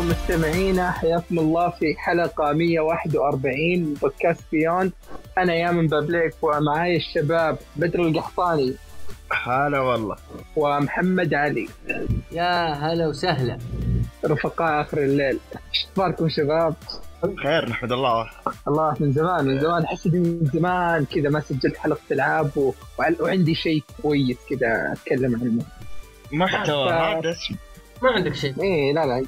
عليكم مستمعينا، حياكم الله في حلقة 141 من بودكاست بيوند. أنا يامن بابليك ومعاي الشباب بدر القحطاني. هلا والله. ومحمد علي. يا هلا وسهلا رفقاء آخر الليل، إيش أخباركم شباب؟ خير نحمد الله. الله من زمان أحس من زمان كذا ما سجلت حلقة ألعاب وعندي شيء كويس كذا أتكلم عنه. محتوى هذا اسم ما عندك شيء؟ إيه لا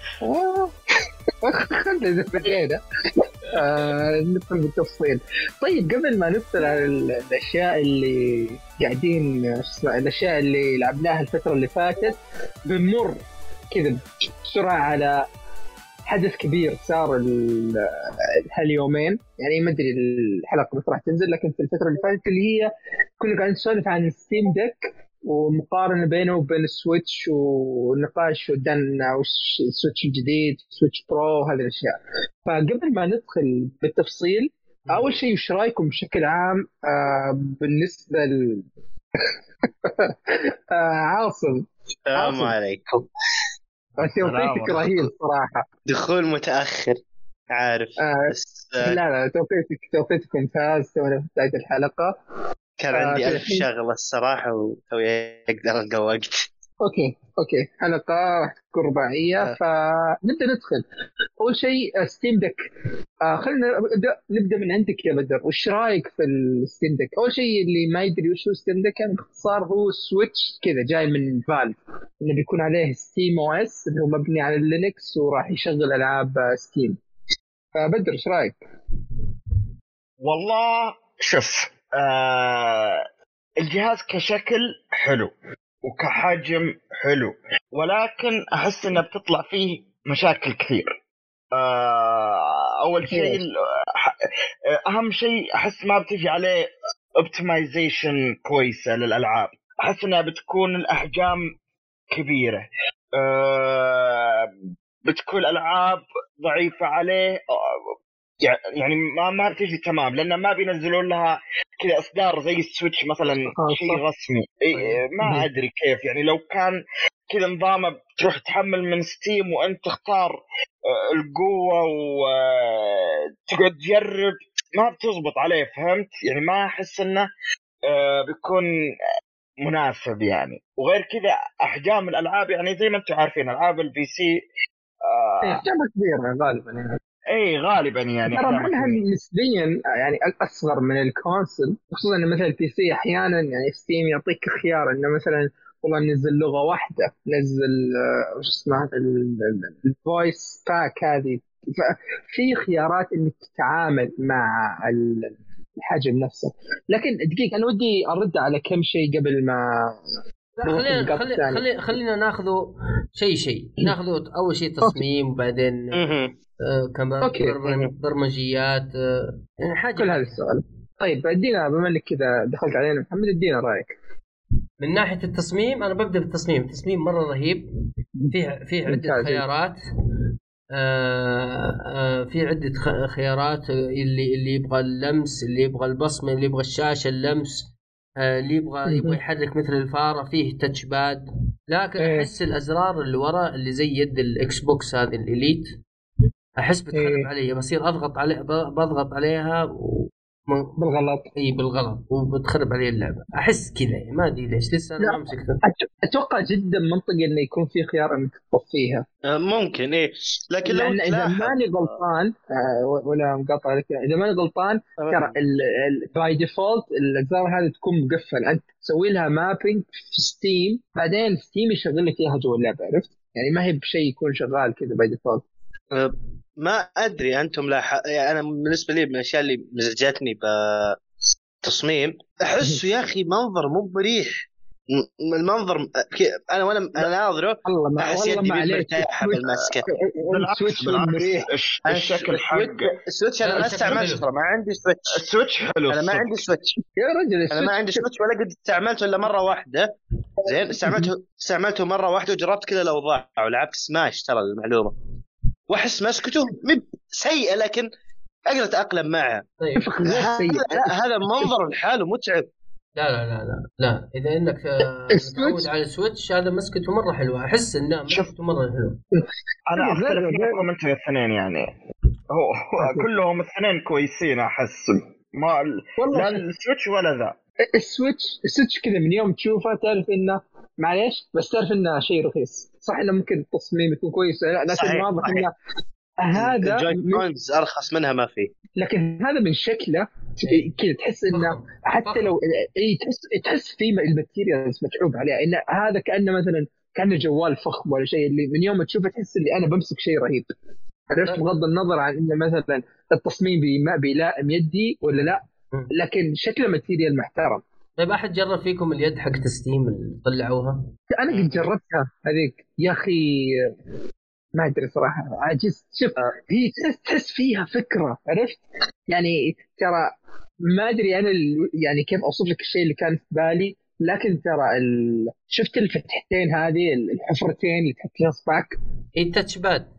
خلنا بدينا ندخل بالتفصيل. طيب قبل ما ندخل على الأشياء اللي قاعدين الأشياء اللي لعبناها الفترة اللي فاتت، بنمر كذا بسرعة على حدث كبير صار هاليومين. يعني ما أدري الحلقة متى راح تنزل، لكن في الفترة اللي فاتت اللي هي كنا قاعدين نسولف عن ستيم ديك ومقارنة بينه وبين السويتش ونقاش ودنا والسويتش الجديد سويتش برو وهذه الأشياء. فقبل ما ندخل بالتفصيل، أول شيء وش رأيكم بشكل عام بالنسبة عاصم؟ السلام عليكم. توقيتك رهيب صراحة. دخول متأخر عارف بس لا توقيتك ممتاز. تونا في بداية الحلقة كان عندي ألف شغلة الصراحة وتوي أقدر ألقى وقت. أوكي حلقة راح تكون رباعية فنبدأ ندخل. أول شيء ستيم ديك. خلينا نبدأ من عندك يا بدر. وش رأيك في الستيم ديك؟ أول شيء اللي ما يدري وش هو ستيم ديك يعني باختصار هو سويتش كذا جاي من فالف، إنه بيكون عليه ستيم او اس اللي هو مبني على اللينكس وراح يشغل ألعاب ستيم. فبدر وش رأيك؟ والله شوف الجهاز كشكل حلو وكحجم حلو، ولكن أحس إنه بتطلع فيه مشاكل كثير. أول شيء أهم شيء أحس ما بتجي عليه اوبتمايزيشن كويسة للألعاب. أحس إنها بتكون الأحجام كبيرة، بتكون الألعاب ضعيفة عليه، يعني ما بتجي تمام لأن ما بينزلون لها كذا إصدار زي السويتش مثلا شيء رسمي. ما أدري كيف، يعني لو كان كذا نظامه بتروح تحمل من ستيم وأنت تختار القوة وتقعد تجرب، ما بتزبط عليه. فهمت؟ يعني ما أحس إنه بيكون مناسب يعني. وغير كذا أحجام الألعاب يعني زي ما أنتم عارفين ألعاب البي سي أحجامها كبيرة غالبا يعني. اي غالبا يعني ترى منها نسبيا يعني اصغر من الكونسل، خصوصا ان مثلا البي سي احيانا يعني ستيم يعطيك خيار انه مثلا والله نزل لغه واحده، نزل وش اسمها الفويس باك هذه، في خيارات انك تتعامل مع الحجم نفسه. لكن دقيقه انا ودي ارد على كم شيء قبل ما خلينا ناخذه شيء ناخذه اول شيء تصميم وبعدين كمان برمجيات يعني حاجه كل هذا السؤال. طيب ادينا بما انك كذا دخلت علينا محمد، ادينا رايك من ناحيه التصميم. انا ببدا بالتصميم. التصميم مره رهيب، فيه عده خيارات. في عده خيارات، اللي يبغى اللمس، اللي يبغى البصمه، اللي يبغى الشاشه اللمس، اللي يبغى يحرك مثل الفاره، فيه تاتش باد. لكن احس الازرار اللي ورا اللي زي يد الاكس بوكس هذه الاليت احس بتخرب علي، بصير بضغط عليها بالغلط. بالغلط وبتخرب علي اللعبه. احس كذا ما ادري ليش لسه انا ما مسكتها. اتوقع جدا منطقي انه يكون في خيار انك تطفيها. ممكن لكن لو اذا ماني غلطان ولا مقاطع لك، اذا ماني غلطان ترى باي ديفولت الازرار هذه تكون مقفله، انت تسوي لها مابينج في ستيم بعدين ستيم يشغل لك اياها جوا اللعبه. عرفت يعني ما هي بشيء يكون شغال كذا باي ديفولت. ما ادري انتم يعني انا بالنسبه لي من الاشياء اللي مزعجتني بتصميم احسه يا اخي منظر مو مريح. المنظر انا ناظره احس يدي مرتاحه بالمسكه. السويتش مريح. الشكل حق السويتش انا ما استعملته، ما عندي سويتش. السويتش حلو. انا ما عندي سويتش يا رجل، انا ما عندي سويتش ولا قد استعملته الا مره واحده. زين استعملته مره واحده وجربت كذا الاوضاع ولعبت سماش ترى المعلومه، واحس مسكته سيئه لكن اقدر اتاقلم معها. طيب. هذا منظر لحاله متعب. لا اذا انك متعود على السويتش هذا مسكته مره حلوه، احس انه مسكته مره حلوه. انا اختلف معكم انتم الاثنين يعني، هو كلهم اثنين كويسين احس، ما لا السويتش ولا ذا. السويتش كذا من يوم تشوفه تعرف انه معليش، بس تعرف انه شيء رخيص. صح انه ممكن التصميم يكون كويس لكن واضح انه هذا الجويكونز ارخص منها ما في، لكن هذا من شكله كذا تحس انه حتى لو تحس في الماتيريالز متعوب عليها، ان هذا كانه مثلا كانه جوال فخم ولا شيء، اللي من يوم تشوفه تحس اللي انا بمسك شيء رهيب. عرفت؟ بغض النظر عن انه مثلا التصميم بيلائم يدي ولا لا، لكن شكله ماتيريال محترم. طيب احد جرب فيكم اليد حق ستيم اللي طلعوها؟ انا قد جربتها هذيك يا اخي، ما ادري صراحه عجزت. شوف هي تحس فيها فكره، عرفت يعني؟ ترى ما ادري انا يعني كيف اوصف لك الشيء اللي كان في بالي، لكن ترى شفت الفتحتين هذه الحفرتين اللي تحط فيها اصبعك، التاتش باد،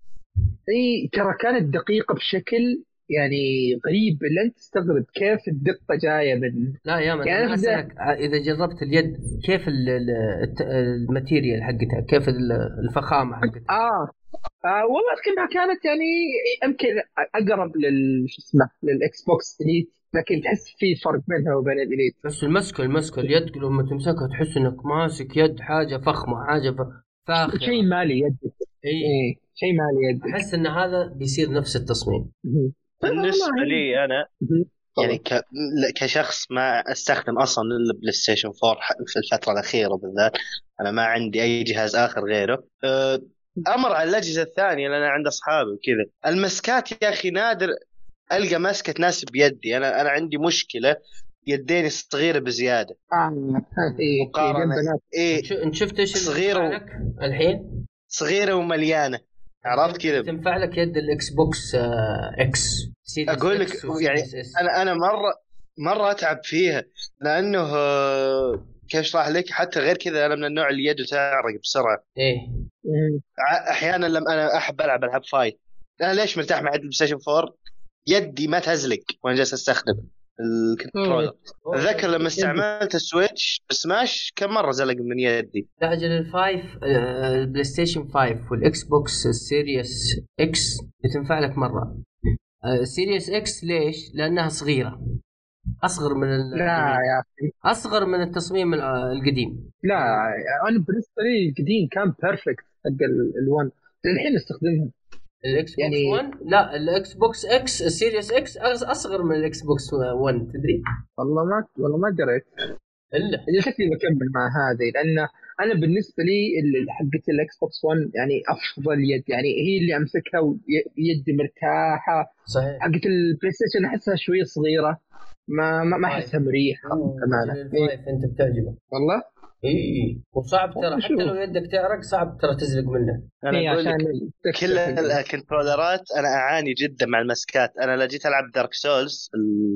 اي ترى كانت دقيقه بشكل يعني غريب، اللي انت تستغرب كيف الدقه جايه من. لا يا من يعني انا اسالك اذا جربت اليد كيف الماتيريال حقتها، كيف الفخامه حقتها؟ والله كلها كانت يعني يمكن اقرب شو اسمه للاكس بوكس اليت، لكن تحس في فرق بينها وبين الاليت. بس المسكه اليد لما تمسكها تحس انك ماسك يد حاجه فخمه، حاجه فاخره، شيء مالي يدك. اي شيء مالي يدك. احس ان هذا بيصير نفس التصميم. بالنسبه لي انا يعني كشخص ما استخدم اصلا البلاي ستيشن 4 في الفتره الاخيره بالذات، انا ما عندي اي جهاز اخر غيره. امر على الاجهزه الثانيه لان عند اصحابي وكذا. المسكات يا اخي نادر القى مسكه تناسب يدي. انا عندي مشكله يديني صغيره بزياده. انت شفت ايش صغيره الحين؟ صغيره ومليانه، عرفت كذا تنفع لك يد الاكس بوكس اكس. اقول لك يعني انا مره اتعب فيها، لانه كيف اشرح لك؟ حتى غير كذا انا من النوع اللي يده تعرق بسرعه. احيانا لما انا احب العب فايت، انا ليش مرتاح مع البلاي ستيشن 4 يدي ما تهزلق وانا جالس استخدم الكنترولر. اتذكر لما استعملت السويتش بسماش كم مره زلق من يدي. اجل الفايف البلاي ستيشن 5 والاكس بوكس السيريس اكس بتنفع لك مره. سيريس اكس ليش؟ لانها صغيره، اصغر من لا يا اخي اصغر من التصميم القديم. لا انا بالنسبه لي القديم كان بيرفكت حق ال1 الحين استخدمها. الاكس بوكس يعني 1 لا الاكس بوكس اكس السيريس اكس اصغر من الاكس بوكس 1 تدري؟ والله ما دريت الا شكلي بكمل مع هذه، لان انا بالنسبه لي حقت الاكس بوكس 1 يعني افضل يد، يعني هي اللي امسكها ويدي مرتاحه. صحيح. حقت البلاي ستيشن احسها شويه صغيره، ما احسها مريحه كمان. انت بتعجبك والله. اي وصعب ترى، حتى لو يدك تعرق صعب ترى تزلق منه. انا اقول لك كل الكنترولرات انا اعاني جدا مع المسكات. انا لو جيت العب دارك سولز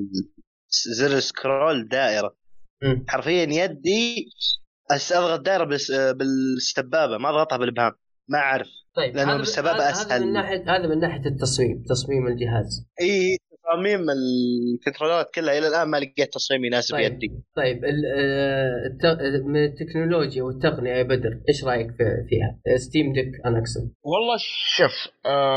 زر سكرول دائره حرفيا يدي اضغط دائره بالسبابه، ما اضغطها بالابهام، ما اعرف. طيب لانه بالسبابه اسهل. هذا من ناحيه تصميم الجهاز. اي تصاميم الكنترولات كلها الى الان ما لقيت تصميم يناسب يدي. طيب من التكنولوجيا والتقنيه يا بدر ايش رايك فيها ستيم ديك انا اقصد؟ والله شوف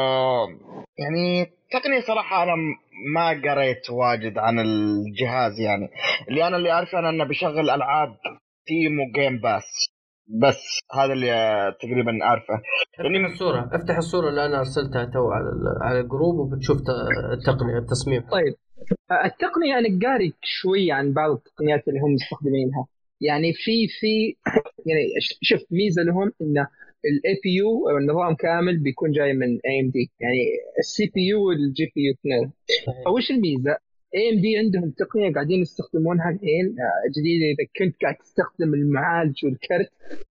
يعني التقنيه صراحه انا ما قريت واجد عن الجهاز، يعني اللي اعرفه انا انه بيشغل العاب تيم وجيم بس هذا اللي تقريبا عارفه. افتح الصورة اللي انا ارسلتها تو على الجروب وبتشوف التقنية التصميم. طيب التقنية انا قاري شوي عن بعض التقنيات اللي هم مستخدمينها، يعني في يعني شوف ميزة لهم ان الاي بي يو او النظام كامل بيكون جاي من اي ام دي، يعني السي بي يو والجي بي يو اثنين. فوش الميزة؟ اي ام دي عندهم تقنيه قاعدين يستخدمونها الحين جديده، اذا كنت قاعد تستخدم المعالج والكرت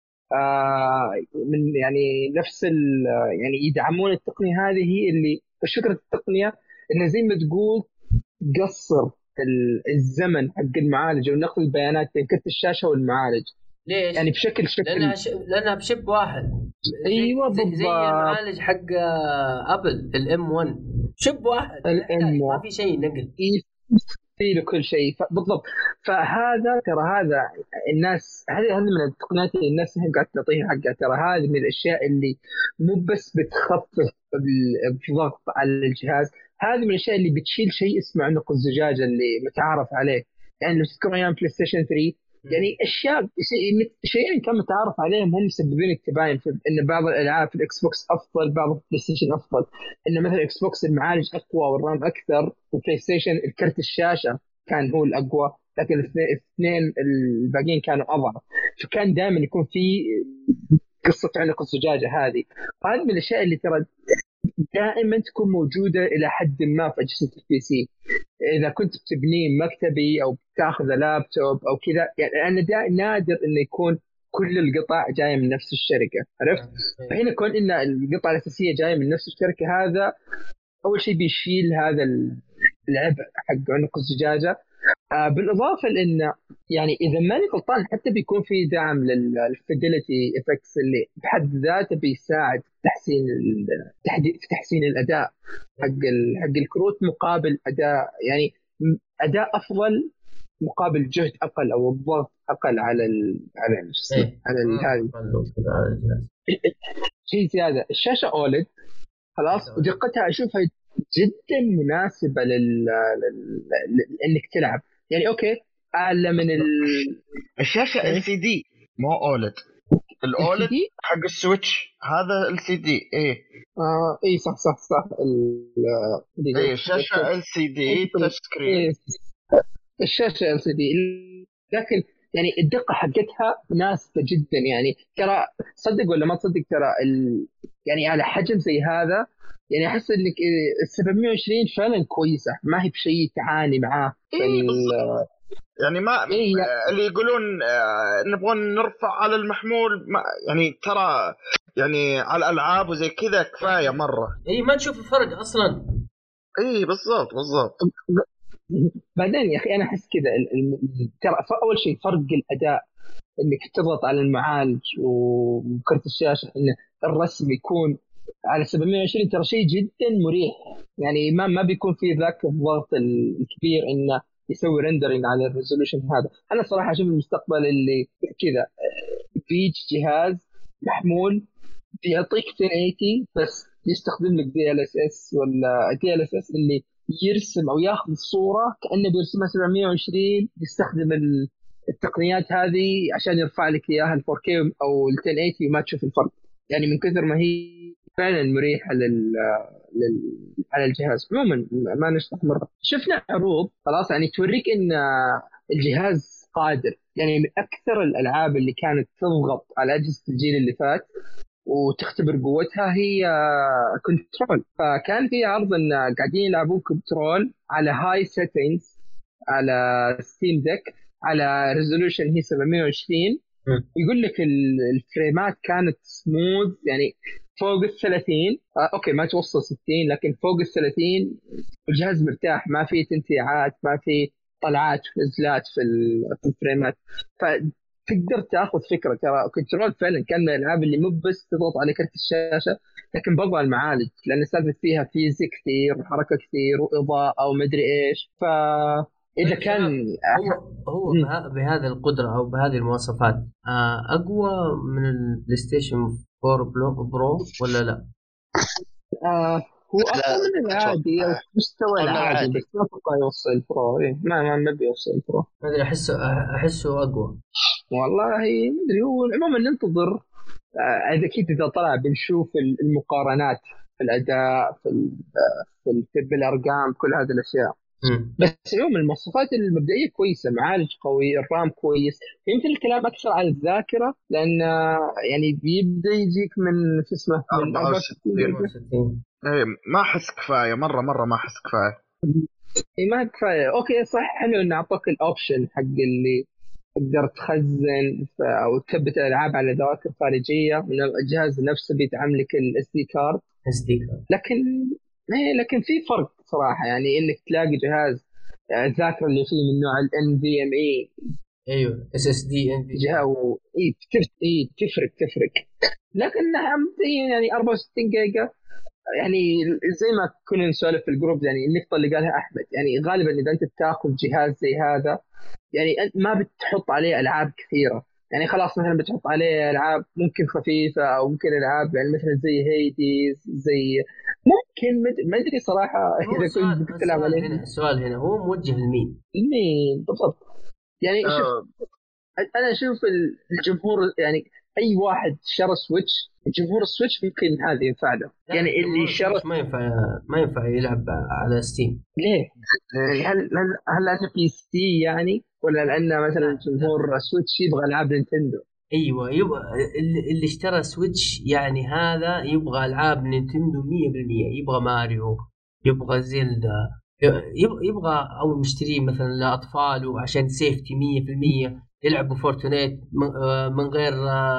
من يعني نفس يعني يدعمون التقنيه هذه. هي اللي فكره التقنيه انه زي ما تقول قصر الزمن حق المعالج ونقل البيانات بين كرت الشاشه والمعالج. ليش؟ يعني بشكل لانها بشب واحد. ايوه بالضبط. زي المعالج حق ابل الام 1 شب واحد، ما في شيء نقل. في له كل شيء بالضبط. فهذا ترى هذا الناس هذه من التقنيات اللي الناس هم قاعده تعطيها حقها. ترى هذه من الاشياء اللي مو بس بتخفف الضغط على الجهاز، هذه من الاشياء اللي بتشيل شيء اسمه عنق الزجاجه اللي متعارف عليه. يعني لو تذكرون ايام بلاي ستيشن 3 يعني اشياء شيئين كان متعارف عليهم هم مسببين التباين في ان بعض الالعاب في الاكس بوكس افضل، بعض البلاي ستيشن افضل. ان مثلا الاكس بوكس المعالج اقوى والرام اكثر، وبلاي ستيشن الكرت الشاشه كان هو الاقوى، لكن الاثنين الباقيين كانوا اضعف. فكان دائما يكون في قصه عنق الزجاجه هذه. وهذه من الاشياء اللي ترى دائما تكون موجوده الى حد ما في اجهزه البي سي. اذا كنت بتبنيه مكتبي او بتاخذ لابتوب او كذا، يعني انا نادر انه يكون كل القطع جايه من نفس الشركه، عرفت؟ فهنا كون ان القطعه الاساسيه جايه من نفس الشركه، هذا اول شيء بيشيل هذا العبء حق عنق الزجاجه. بالاضافه لانه يعني اذا ماني غلطان حتى بيكون في دعم للفيديليتي افكتس اللي بحد ذاته بيساعد في تحسين الاداء حق الكروت مقابل اداء، يعني اداء افضل مقابل جهد اقل او الضغط اقل على هذه شيء زياده. الشاشه اولد خلاص، ودقتها اشوفها جدا مناسبه انك تلعب. يعني اوكي اعلى من الشاشه LCD مو اولد. الاولد حق السويتش هذا LCD. ايه صح ايه الشاشه LCD تاتش سكرين. الشاشه LCD لكن يعني الدقه حقتها مناسبه جدا. يعني ترى صدق ولا ما تصدق، ترى يعني على حجم زي هذا يعني احس انك 720 فعلا كويسه، ما هي بشيء تعاني معاه. يعني ما اللي يقولون نبغون نرفع على المحمول، يعني ترى يعني على الالعاب وزي كذا كفايه مره. ما تشوف الفرق اصلا. بالضبط. بعدين يا اخي انا احس كذا ترى اول شيء فرق الاداء، انك تضغط على المعالج وكرت الشاشه ان الرسم يكون على 720 ترى شيء جدا مريح. يعني ما بيكون في ذاك الضغط الكبير انه يسوي ريندرينج على الريزولوشن هذا. انا صراحه اشوف المستقبل اللي كذا بيج جهاز محمول بيعطيك 1080 بس يستخدم لك DLSS ولا DLSS اللي يرسم او ياخذ الصوره كانه بيرسمها 720، يستخدم التقنيات هذه عشان يرفع لك اياها ال 4K او ال 1080 وما تشوف الفرق. يعني من كثر ما هي فعلا مريحه على الجهاز. عموما ما نشرح مره شفنا عروض خلاص يعني توريك ان الجهاز قادر. يعني من اكثر الالعاب اللي كانت تضغط على اجهزه الجيل اللي فات وتختبر قوتها هي كنترول. فكان في عرض ان قاعدين يلعبون كنترول على هاي سيتنجز على ستيم ديك على ريزولوشن هي 720، يقول لك الفريمات كانت سموث يعني فوق ال 30. اوكي ما توصل 60 لكن فوق ال 30 الجهاز مرتاح، ما في تنتيعات، ما في طلعات ونزلات في الفريمات. فتقدر تاخذ فكره. ترى كنترول فعلا كان من الالعاب اللي مو بس تضغط على كرت الشاشه لكن برضه على المعالج، لان سالفه فيها فيزيك كثير وحركه كثير واضاءه ومدري ايش. إذا كان هو بهذه القدرة أو بهذه المواصفات أقوى من البلاي ستيشن 4 برو ولا لا؟ هو أقوى من العادي أو مستوى العادي بس ما أتوقع يوصل برو. ما بيوصل برو. ما أدري أحسه أقوى والله ما أدري. هو عموما ننتظر. أكيد إذا طلع بنشوف المقارنات في الأداء في بالأرقام كل هذه الأشياء. بس اليوم المواصفات المبدئية كويسة، معالج قوي، الرام كويس. يمكن الكلام أكثر عن الذاكرة لأن يعني بيبدأ يجيك من شو اسمه 64. ما أحس كفاية مرة ما أحس كفاية. ما كفاية. أوكي صح، حلو إن أعطوك الأوبشن حق اللي تقدر تخزن أو تثبت الألعاب على ذواكر خارجية من الجهاز نفسه، بيدعم لك ال SD card. لكن في فرق صراحة. يعني إنك تلاقي جهاز الذاكرة اللي فيه من نوع ال NVMe أيوة SSD تفرق. لكنها يعني 64 جيجا يعني زي ما كنا نسولف في الجروب، يعني النقطة اللي قالها أحمد، يعني غالبا إذا أنت بتاخذ جهاز زي هذا، يعني أنت ما بتحط عليه ألعاب كثيرة. يعني خلاص مثلا بتحط عليه ألعاب ممكن خفيفة، أو ممكن ألعاب يعني مثلا زي هيديز، زي ممكن ما أدري صراحة هو إذا كنت تلعب السؤال عليه. هنا، السؤال هنا هو موجه لمين؟ مين بالضبط؟ يعني شوف، آه، انا اشوف الجمهور، يعني اي واحد شرى سويتش، جمهور السويتش ممكن هذا ينفع له. لا، يعني اللي جمهور شرى، السويتش ما ينفع يلعب على ستيم. ليه؟ يعني ليش؟ هل لانه بي سي يعني، ولا لانه مثلا لا. جمهور سويتش يبغى العاب نينتندو؟ ايوه، يبغى اللي اشترى سويتش يعني هذا يبغى العاب نينتندو 100%، يبغى ماريو، يبغى زيلدا، يبغى او مشتريه مثلا لاطفاله عشان سيفتي 100%، يلعبوا فورتنيت من غير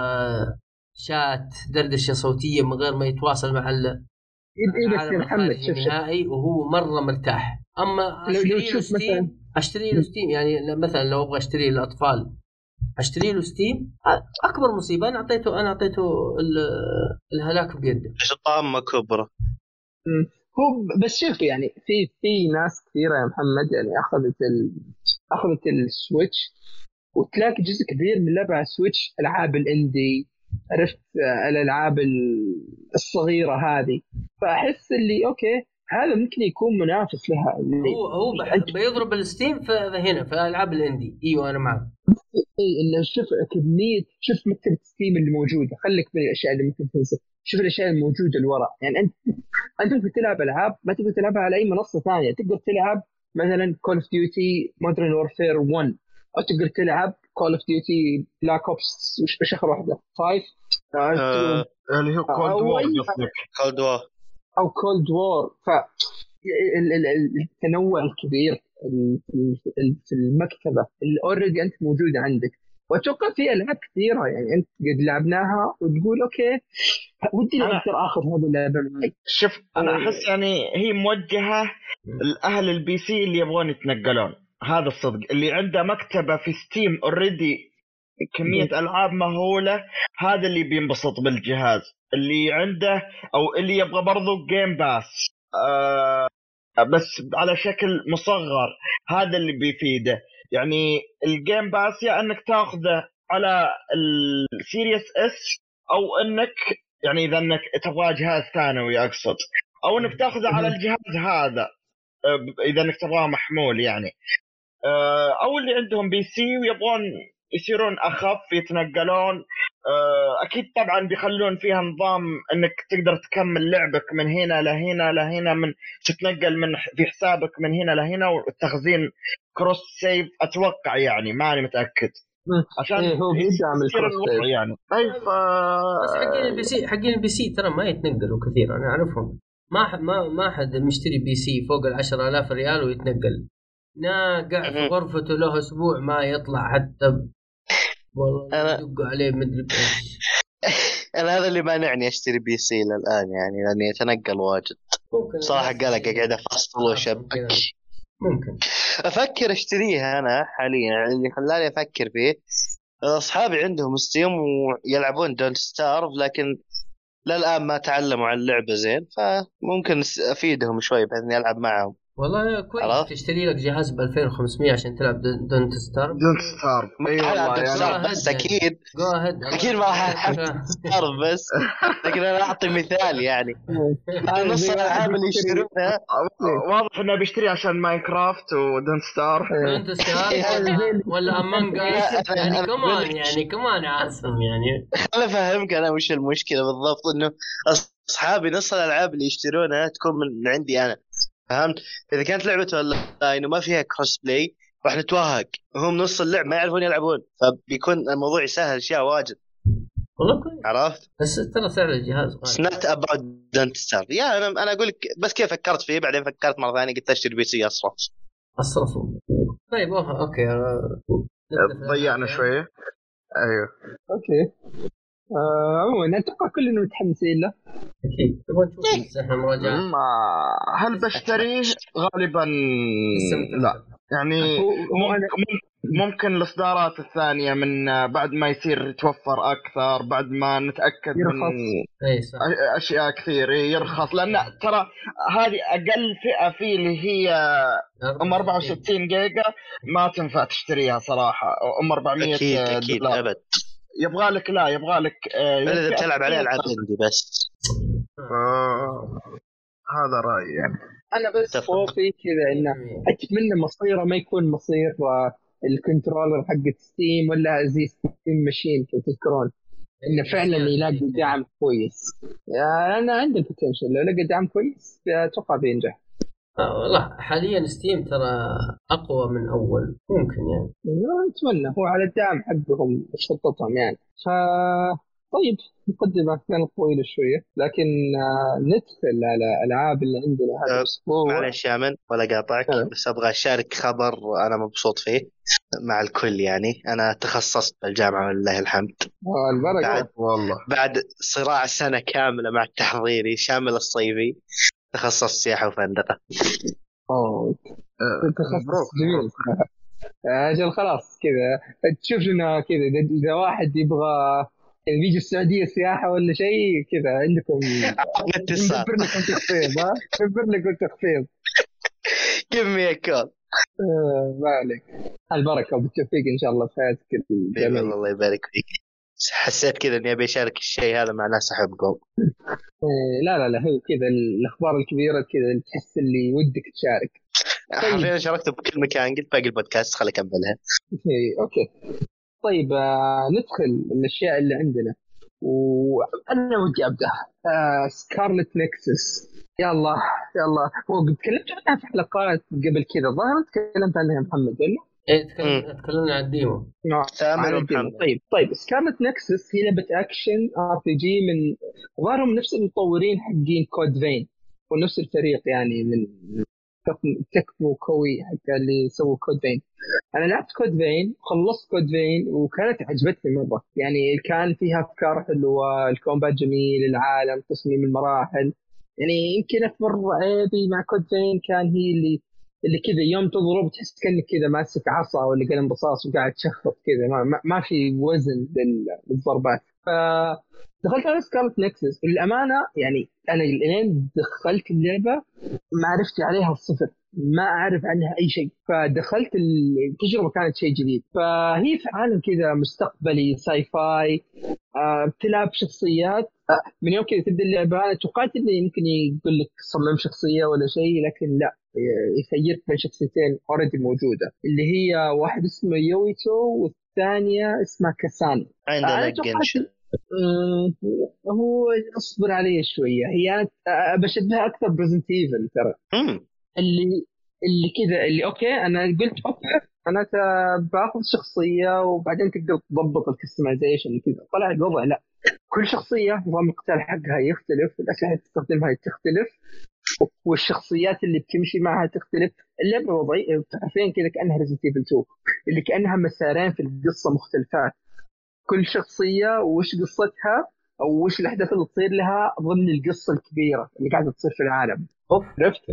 شات دردشه صوتيه، من غير ما يتواصل مع اي بس يا العالم محمد، الخارجي شوف نهائي، وهو مره مرتاح. اما لو اشتري له تشوف مثلا، ستيم، يعني مثلا لو ابغى اشتري للاطفال اشتري له ستيم. اكبر مصيبه انا اعطيته الهلاك بيده. ايش الطعم كبرى. هو بس شوف، يعني في ناس كثيره يا محمد، يعني اخذت السويتش، وتلاقي جزء كبير من لعبة على السويتش ألعاب الإندي، عرفت؟ الألعاب الصغيرة هذه. فأحس اللي أوكي، هذا ممكن يكون منافس لها، اللي هو أنت بيضرب الستيم هنا في العاب الاندي. ايوه انا معك. إنه شوف كمية، شوف مكتبة ستيم اللي موجودة، خليك من الأشياء اللي ممكن تنزل، شوف الأشياء الموجودة اللي ورا. يعني أنت ممكن تلعب ألعاب ما تقدر تلعبها على أي منصة ثانية. تقدر تلعب مثلا كول اوف ديوتي مودرن وورفير 1، او تقدر تلعب كول اوف ديوتي بلاك اوبس، وش اخر واحده 5، آه اللي هو كولد او وور اي، قصدك؟ كولد وور. او كولد وور. ف التنوع الكبير في المكتبه اللي اوريدي انت موجوده عندك. واتوقع في العاب كثيره يعني انت قد لعبناها وتقول اوكي، ودي لو انا اقدر اخذ هذه اللعبه معي. شوف، انا او احس يعني هي موجهه لاهل البي سي اللي يبغون يتنقلون. هذا الصدق، اللي عنده مكتبه في ستيم اوريدي كميه العاب مهوله، هذا اللي بينبسط بالجهاز. اللي عنده او اللي يبغى برضو جيم باس بس على شكل مصغر، هذا اللي بيفيده. يعني الجيم باس يا انك تاخذه على السيريس اس، او انك يعني اذا انك تبغى جهاز ثانوي اقصد، او انك تاخذه على الجهاز هذا اذا انك تبغاه محمول يعني. او اللي عندهم بي سي ويبغون يصيرون اخف يتنقلون. اكيد طبعا بيخلون فيها نظام انك تقدر تكمل لعبك من هنا لهنا لهنا، من تتنقل من في حسابك من هنا لهنا، والتخزين كروس سيف اتوقع، يعني ماني متاكد، عشان ايه هو بيدعم يصير الكروس سيف. الوضع يعني. اي بس حقين البي سي ترى ما يتنقلوا كثير، انا اعرفهم. ما حد مشتري بي سي فوق 10,000 ريال ويتنقل. ناقع في غرفته له اسبوع ما يطلع حتى. والله انا يدق عليه مدري بايش. انا هذا اللي مانعني اشتري بي سي للان، يعني لاني اتنقل واجد ممكن صراحه. الناس قلق اللي قاعد افصل حرصهم واشبك. كذا. ممكن. افكر اشتريها انا حاليا، يعني اللي خلاني افكر فيه اصحابي عندهم ستيم ويلعبون دونت ستارف، لكن للان ما تعلموا عن اللعبه زين، فممكن افيدهم شوي بحيث اني العب معهم. والله كويس عرفت؟ تشتري لك جهاز ب 2500 عشان تلعب دونت ستار. دونت ستارف، اي ما العب والله دونت يعني. ستارف بس اكيد. جو اهيد. اكيد ما راح العب دونت ستارف بس، لكن انا اعطي مثال يعني. هذا نص زي واحد الالعاب اللي يشتري. يشترونها واضح انه بيشتري عشان ماينكرافت ودونت ستار. دونت ستار هذا زي ولا اللي ولا امونج اس. لا يعني انا اقول كمان، لك، يعني كمان عاصم يعني. انا افهمك انا وش المشكله بالضبط. انه اصحابي نص الالعاب اللي يشترونها تكون من عندي انا، فهمت؟ اذا كانت لعبه اونلاين وما فيها كروس بلاي راح نتوهق، هم نص اللعب ما يعرفون يلعبون، فبيكون الموضوع يسهل اشياء واجد. والله كويس. عرفت؟ بس ترى سعر الجهاز It's غالي. not about don't start. يا انا اقول لك بس كيف فكرت فيه، بعدين فكرت مره ثانيه قلت اشتري بي سي اصلا. اصرفوا. طيب اوكي. نبدا في ضيعنا الألعاب. شويه. ايوه. اوكي. عموما اتوقع كلنا متحمسين له. اكيد تبغى نشوف بس احنا مراجعه. هل بشتريه؟ غالبا لسه لا. متأخر. يعني ممكن الإصدارات الثانية من بعد ما يصير يتوفر أكثر، بعد ما نتأكد يرخص. من أشياء كثير يرخص، لأن ترى هذه أقل فئة فيه اللي هي 64 جيجا ما تنفع تشتريها صراحة. 400 أكيد دولار أبد. يبغالك إذا بتلعب عليه ألعاب عندي بس. هذا رأيي يعني. أنا بس خوفي كذا إنه أتمنى مصيره ما يكون مصير الكنترولر حق ستيم ولا زي ستيم ماشين تذكرون إنه فعلا يلاقي دعم كويس. يعني أنا عندي البوتنشل لو لقى دعم كويس أتوقع بينجح. والله حاليا ستيم ترى أقوى من أول ممكن يعني. أتمنى هو على الدعم حقهم خطتهم يعني. طيب مقدمة كانت طويلة شوية لكن ندخل على ألعاب اللي عندنا هذا الأسبوع. معلش يا من ولا قاطعك بس أبغى أشارك خبر أنا مبسوط فيه مع الكل. يعني أنا تخصصت بالجامعة ولله الحمد. بعد صراع سنة كاملة مع التحضيري شامل الصيفي تخصصت سياحة وفندقة. تخصص جميل أجل خلاص كذا تشوف لنا كذا إذا واحد يبغى بيجي السعودية سياحة ولا شيء كذا عندكم نبر لكم تخفيض. نبر لكم تخفيض كمية كود ما عليك. البركة وبالتوفيق إن شاء الله في حياتك الجميلة. الله يبارك فيك. حسيت كذا إني أبي أشارك الشيء هذا مع ناس أحبهم. لا هو كذا الأخبار الكبيرة كذا تحس اللي ودك تشارك. حرفيا شاركت بكل مكان قلت باقي البودكاست خلي أكملها. أوكي طيب ندخل الأشياء اللي عندنا وأنا ودي أبدأ سكارلت نكسس. يلا وتكلمت عنها في حلقات قبل كذا ظهرت تكلمت عنها يا محمد ولا؟ تكلمنا عن الديمو. طيب سكارلت نكسس هي لعبة أكشن RPG من ظهرهم نفس المطورين حقين كود فين ونفس الفريق يعني من تكفو كوي حتى اللي سووا كود فين. أنا لعبت كود فين خلصت كود فين وكانت عجبتني مرة يعني كان فيها أفكار حلوة الكومبات جميل العالم تصميم المراحل يعني يمكن أكبر عيبي مع كود فين كان هي اللي كذا يوم تضرب تحس كأنك كذا ماسك عصا ولا قلم رصاص وقاعد تشخط كذا ما في وزن للضربات. فدخلت على سكارلت نكسس للأمانة يعني أنا الآن دخلت اللعبة ما عرفت عليها الصفر ما أعرف عنها أي شيء فدخلت التجربة كانت شيء جديد. فهي في عالم كذا مستقبلي ساي فاي بتلعب شخصيات من يوم كذا تبدأ اللعبة أنا توقعت إنه يمكن يقول لك صمم شخصية ولا شيء لكن لا يخيرك بين شخصيتين أوريدي موجودة اللي هي واحد اسمه يويتو والثانية اسمها كاساني. عندنا جنشن هو اصبر عليه شوية هي بشبهها أكثر بريزنت ايفل ترى اللي كذا اللي أوكي أنا قلت أوكي أنا باخذ شخصية وبعدين تقدر تضبط الكستمايزيشن كذا طلع الوضع لا كل شخصية نظام القتال حقها يختلف الأسلحة اللي تستخدمها تختلف والشخصيات اللي بتمشي معها تختلف. اللعبة وضعية حرفيا كذا كأنها ريزنت ايفل 2 اللي كأنها مسارين في القصة مختلفات كل شخصية وش قصتها أو وش الأحداث اللي تصير لها ضمن القصة الكبيرة اللي قاعدة تصير في العالم. عرفت؟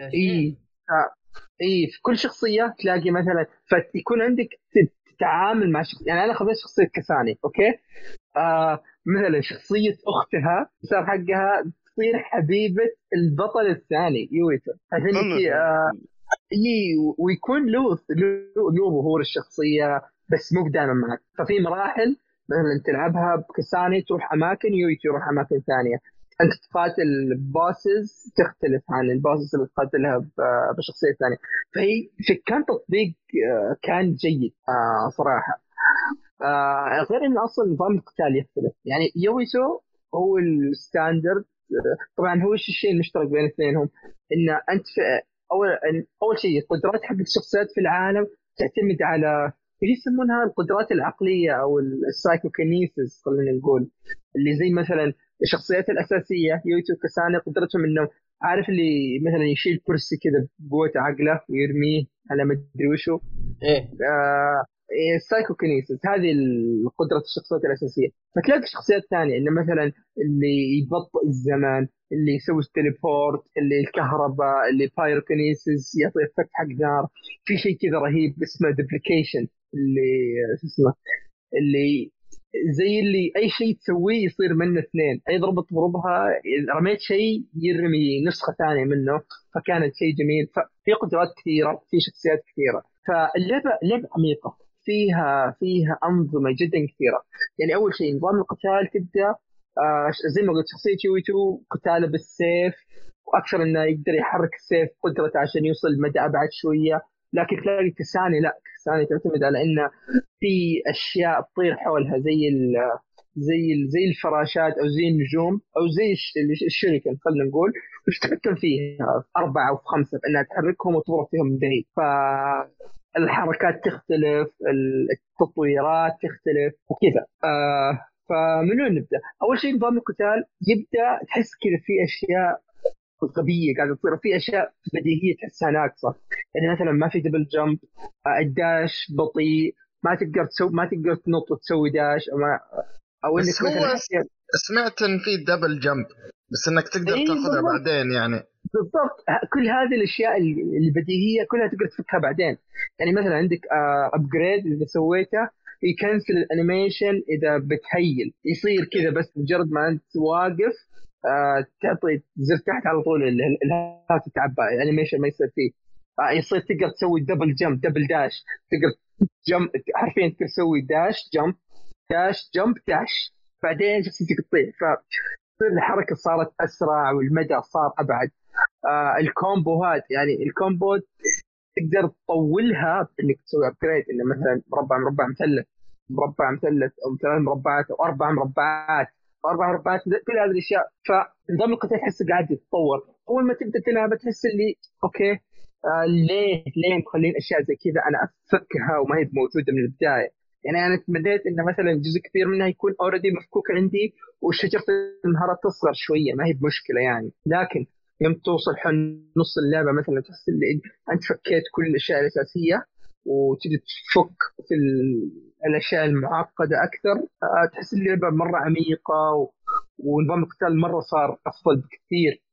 في كل شخصية تلاقي مثلا فتكون عندك تتعامل مع يعني أنا خذيت شخصية كاساني أوكي مثلا شخصية أختها صار حقها تصير حبيبة البطل الثاني يويتو ويكون له ظهور الشخصية بس مو دائما معك. ففي مراحل مثلا تلعبها بكساني تروح أماكن يويتو يروح أماكن ثانية أنت تقاتل باسز تختلف عن الباسز اللي تقاتلها بشخصية ثانية. فهي كان تطبيق كان جيد صراحة غير إن أصلا نظام القتال يختلف يعني يويتو هو الستاندرد طبعا هو الشيء المشترك بين اثنينهم إن أنت أول شيء القدرات حق الشخصيات في العالم تعتمد على يسمونها القدرات العقلية أو السايكوكينيسيس خلينا نقول اللي زي مثلا الشخصيات الأساسية يويتو كاساني قدرتهم إنه عارف اللي مثلا يشيل كرسي كذا بقوة عقله ويرميه على مدري وشو السايكوكينيسيس هذه القدرة الشخصيات الأساسية. فتلاقي شخصيات ثانية إنه مثلا اللي يبطئ الزمان، اللي يسوي التليبورت، اللي الكهرباء، اللي بايروكينيسيس يعطي افكت حق نار. في شيء كذا رهيب اسمه دوبليكيشن، اللي شو اسمه، اللي زي اللي اي شيء تسويه يصير منه اثنين، اي ضربه تضربها رميت شيء يرمي نسخه ثانيه منه. فكانت شيء جميل. ففي قدرات كثيره، في شخصيات كثيره. فاللعبه عميقه، فيها انظمه جدا كثيره. يعني اول شيء نظام القتال تبدا زي ما قلت شخصيه يويتو قتاله بالسيف، واكثر انه يقدر يحرك السيف قدرته عشان يوصل مدى ابعد شويه. لكن تلاقي كساني لا، كساني تعتمد على انه في اشياء تطير حولها زي الفراشات او زي النجوم او زي الشركه خلينا نقول، وش تتحكم فيها 4 أو 5 بانها تحركهم وتضرب فيهم من بعيد. فالحركات تختلف، التطويرات تختلف وكذا. فمن وين نبدا؟ اول شيء نظام القتال يبدا تحس كذا في اشياء غبيه قاعده تصير، في اشياء بديهيه تحسها ناقصه. يعني مثلا ما في دبل جمب، الداش بطيء، ما تقدر تنط وتسوي داش او انك بس هو مثلا سمعت ان في دبل جمب، بس انك تقدر تاخذها بعدين يعني. بالضبط. كل هذه الاشياء البديهيه كلها تقدر تفكها بعدين. يعني مثلا عندك ابجريد اذا سويته يكنسل الانيميشن اذا بتهيل، يصير كذا بس مجرد ما انت واقف تعطي زر تحت على طول الهات تتعبى، الانيميشن ما يصير فيه. يصير تقدر تسوي دبل جمب، دبل داش، تقدر جمب حرفيا، تقدر تسوي داش جمب، داش جمب داش، بعدين شخصيتك تطير. فتصير الحركه صارت اسرع والمدى صار ابعد. الكومبوهات، يعني الكومبو تقدر تطولها بانك تسوي ابجريد، انه مثلا مربع مربع مثلث، مربع مثلث، او 3 مربعات او 4 مربعات، كل هذه الاشياء. فنظام القتال تحسه قاعد يتطور. اول ما تبدا تلعب تحس اللي اوكي ليه مخلين اشياء زي كذا انا افكها وما هي موجوده من البدايه. يعني انا تمنيت ان مثلا جزء كثير منها يكون اوريدي مفكوك عندي، وشجره المهارات تصغر شويه، ما هي بمشكله يعني. لكن يوم توصل نص اللعبه مثلا تحس اللي انت فكيت كل الاشياء الاساسيه، وتجي تفك في الاشياء المعقده اكثر. تحس اللعبه مره عميقه، ونظام القتال مره صار افضل بكثير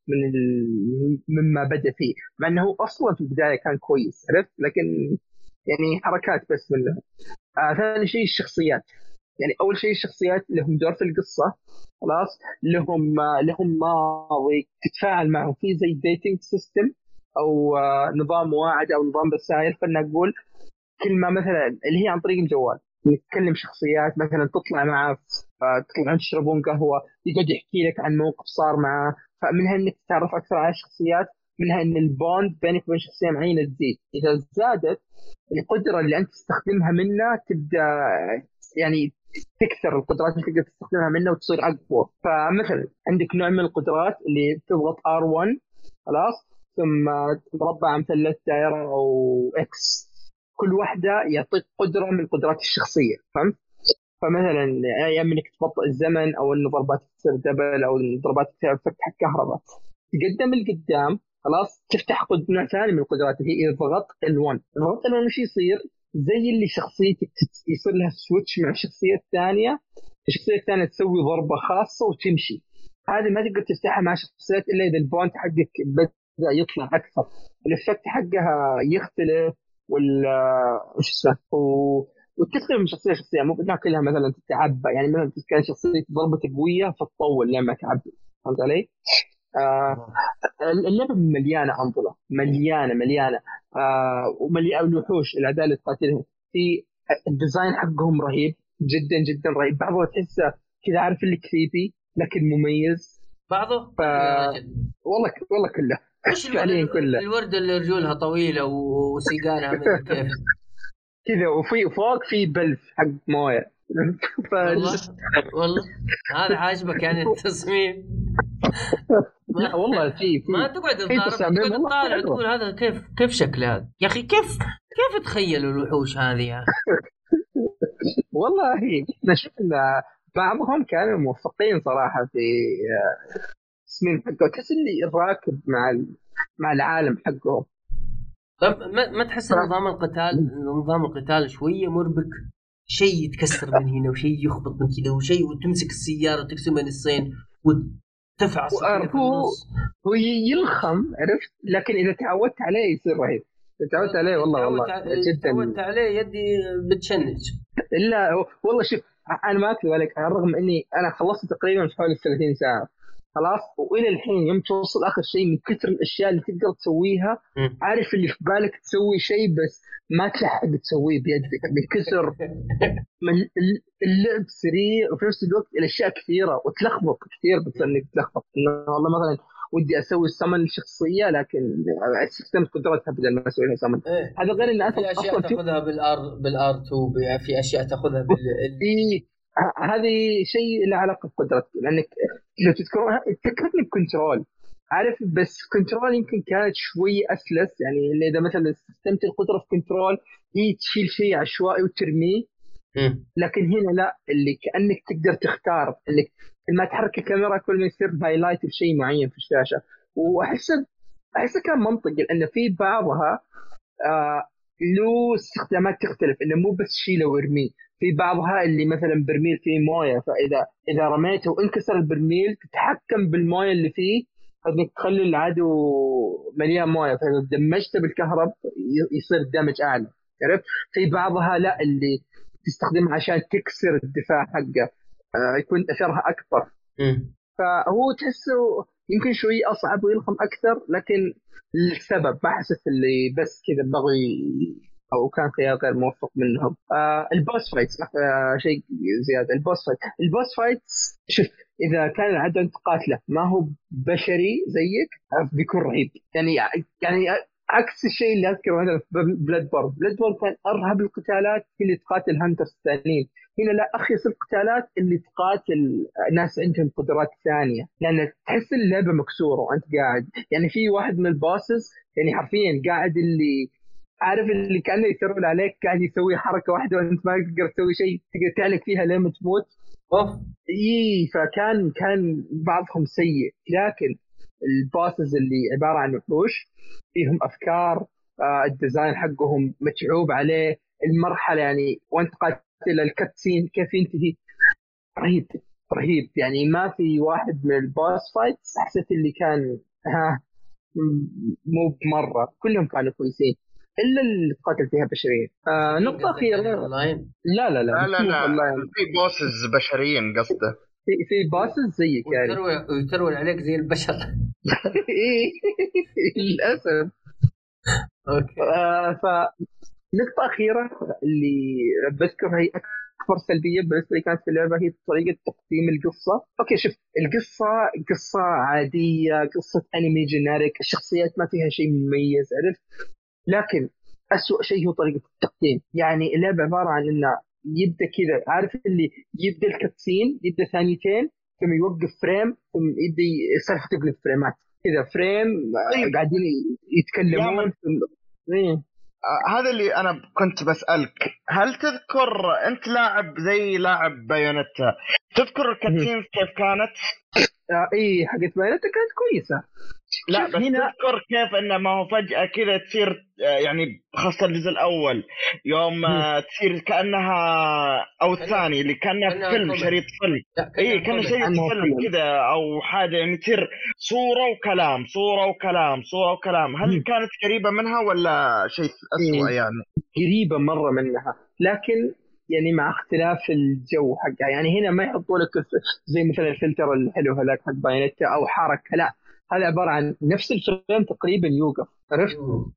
مما بدا فيه، مع انه اصلا في البدايه كان كويس عرفت، لكن يعني حركات بس منه. ثاني شيء الشخصيات. يعني اول شيء الشخصيات لهم دور في القصه، خلاص، لهم ماضي تتفاعل معهم، في زي ديتنج سيستم او نظام واعد او نظام رسائل خلينا نقول. كل ما مثلا اللي هي عن طريق الجوال نتكلم شخصيات، مثلا تطلع معه تطلعون تشربون قهوه، يقعد يحكي لك عن موقف صار معه. فمنها انك تتعرف اكثر على الشخصيات، منها ان البوند بينك وبين شخصيه معينه تزيد. اذا زادت القدره اللي انت تستخدمها منها تبدا يعني تكثر القدرات اللي تقدر تستخدمها منه وتصير اقوى. فمثلا عندك نوع من القدرات اللي تضغط R1 خلاص، ثم مربع مثلث دائره او اكس، كل واحده يعطيك قدره من قدرات الشخصيه، فهمت؟ فمثلا يا انك تبطئ الزمن، او ان ضربات تصير دبل، او ان ضربات تفتح كهرباء. تقدم القدام خلاص تفتح نوع ثاني من القدرات اللي هي ضغط ال1. ضغط ال1 وش يصير؟ زي اللي شخصيتك يصير لها سويتش مع شخصيه ثانيه، الشخصيه الثانيه تسوي ضربه خاصه وتمشي. هذه ما تقدر تفتحها مع شخصيات الا اذا البوينت حقك بدا يطلع اكثر، الافكت حقها يختلف، ولا وش اسمه، وتختلف من شخصيه لشخصيه. مو بدنا كلها مثلا تتعبى، يعني مثلا كان شخصيه ضربته قويه فتطول لما تعبي، فهمت علي؟ اللعبه مليانه انظمه، مليانه ومليانه الوحوش، الاعداء اللي تقاتلهم في الديزاين حقهم رهيب جدا جدا رهيب. بعضها تحسه كذا عارف اللي كريبي لكن مميز. بعضه كله يا رجل. والله كله وش فعليا كله الورد اللي رجولها طويلة وسيقانها مدري كيف كذا، وفي فوق في بلف حق مويه والله هذا عاجبك يعني التصميم. لا والله ما تقعد في تضارب، تصاميم تقعد والله تطالع حلوة. تقول هذا كيف شكل هذا يا اخي، كيف تخيلوا الوحوش هذه يعني. والله نشوف ان بعضهم كانوا موفقين صراحه في تصميم حقه، تحس اللي راكب مع العالم حقهم. طب ما تحس نظام القتال شويه مربك؟ شيء يتكسر من هنا وشيء يخبط من كذا وشيء، وتمسك السياره وتقسم بين الصين وتفعص كذا في النص. هو يلخم، عرفت؟ لكن اذا تعودت عليه يصير رهيب. تعودت عليه والله جدا. تعودت عليه يدي بتشنج. لا والله شوف، انا ما اكذب عليك، على الرغم اني انا خلصت تقريبا في حوالي 30 ساعه خلاص، والى الحين يوم توصل اخر شيء من كثر الاشياء اللي تقدر تسويها، عارف اللي في بالك تسوي شيء بس ما تلحق تسويه بيدك من كثر من اللعب سريع، وفي نفس الوقت الاشياء كثيره وتلخبط كثير، بتصير تلخبط انه والله مثلا ودي اسوي السمن الشخصيه لكن استخدمت قدرتها بدل ما اسوي لها سمن. هذا غير ان في اشياء تاخذها بالار 2، في اشياء تاخذها هذه شيء له علاقه بقدرتك، لانك لو تذكرها تذكرني بكنترول، عارف؟ بس كنترول يمكن كانت شوي اسلس، يعني اذا مثلا استخدمت القدره في كنترول هي تشيل شيء عشوائي وترميه، لكن هنا لا، اللي كانك تقدر تختار انك ما تحرك الكاميرا كل ما يصير هايلايت بشيء معين في الشاشه. واحس كان منطقي، لان في بعضها له استخدامات تختلف، انه مو بس شيله وارميه. في بعضها اللي مثلا برميل فيه مويه، فاذا رميته وانكسر البرميل تتحكم بالمويه اللي فيه انك تخلي العدو مليان مويه، فاذا دمجته بالكهرب يصير الدمج اعلى، عرفت؟ في بعضها لا، اللي تستخدمها عشان تكسر الدفاع حقه يكون اثرها اكبر. فهو تحسه يمكن شوي اصعب ويلخم اكثر، لكن السبب ما حسيت اللي بس كذا بغي او كان خيار غير موفق منهم. البوس فايتس شيء زياده. البوس فايتس شوف، اذا كان العدو انت قاتله ما هو بشري زيك بيكون رهيب، يعني عكس الشيء اللي اذكره مثلا في بلاد بورن كان ارهب القتالات اللي تقاتل هانترز الثانيين. هنا لا، اخيس القتالات اللي تقاتل ناس عندهم قدرات ثانيه، لان تحس اللعبه مكسوره وانت قاعد، يعني في واحد من الباسز يعني حرفيا قاعد اللي عارف اللي كانه يسرول عليك، قاعد يسوي حركه واحده وانت ما تقدر تسوي شيء، تقدر تعلق فيها لين ما تموت. فكان بعضهم سيء، لكن الباسز اللي عباره عن وحوش فيهم افكار، الديزاين حقهم متعوب عليه، المرحله يعني وانت قاتل الكاتسين كيف ينتهي رهيب يعني ما في واحد من الباس فايتس حسيت اللي كان مو بمره، كلهم كانوا كويسين الا اللي قاتل فيها بشريين. نقطه اخيره، لا في بوسز بشريين قصده، في باسز زيك يعني ويترول عليك زي البشر. للاسف. اوكي. فنقطه اخيره اللي بذكرها هي اكبر سلبيه بالنسبه لي كانت في اللعبه، هي طريقه تقديم القصه. اوكي شوف، القصه قصه عاديه، قصه انمي جينيريك، الشخصيات ما فيها شيء مميز، عرفت؟ لكن أسوأ شيء هو طريقه التقديم. يعني اللعبه عباره عن انه يبدا كذا، عارف اللي يبدا الكاتسين يبدا ثانيتين ثم يوقف فريم ثم يبدا يصير تقلب فريمات كذا، فريم قاعدين يتكلمون هذا اللي أنا كنت بسألك، هل تذكر أنت لاعب بايونيتا، تذكر الكاتسينز كيف كانت؟ إيه حقت بايونيتا كانت كويسة. لا بس تذكر كيف إنه ما هو فجأة كذا تصير، يعني خاصة الجزء الأول يوم تصير كأنها أو الثاني اللي كأنه فيلم شريط فيلم، إيه كأنه شريط فيلم كذا أو حاجة، يعني تصير صورة وكلام. هل كانت قريبة منها ولا شيء أسوأ؟ يعني قريبة مرة منها، لكن يعني مع اختلاف الجو حقها. يعني هنا ما يحطوا لك زي مثلا الفلتر الحلو هذاك حق بايونيتا أو حركة، لا هذا عبارة عن نفس الفيلم تقريبا يوقف، عرفت؟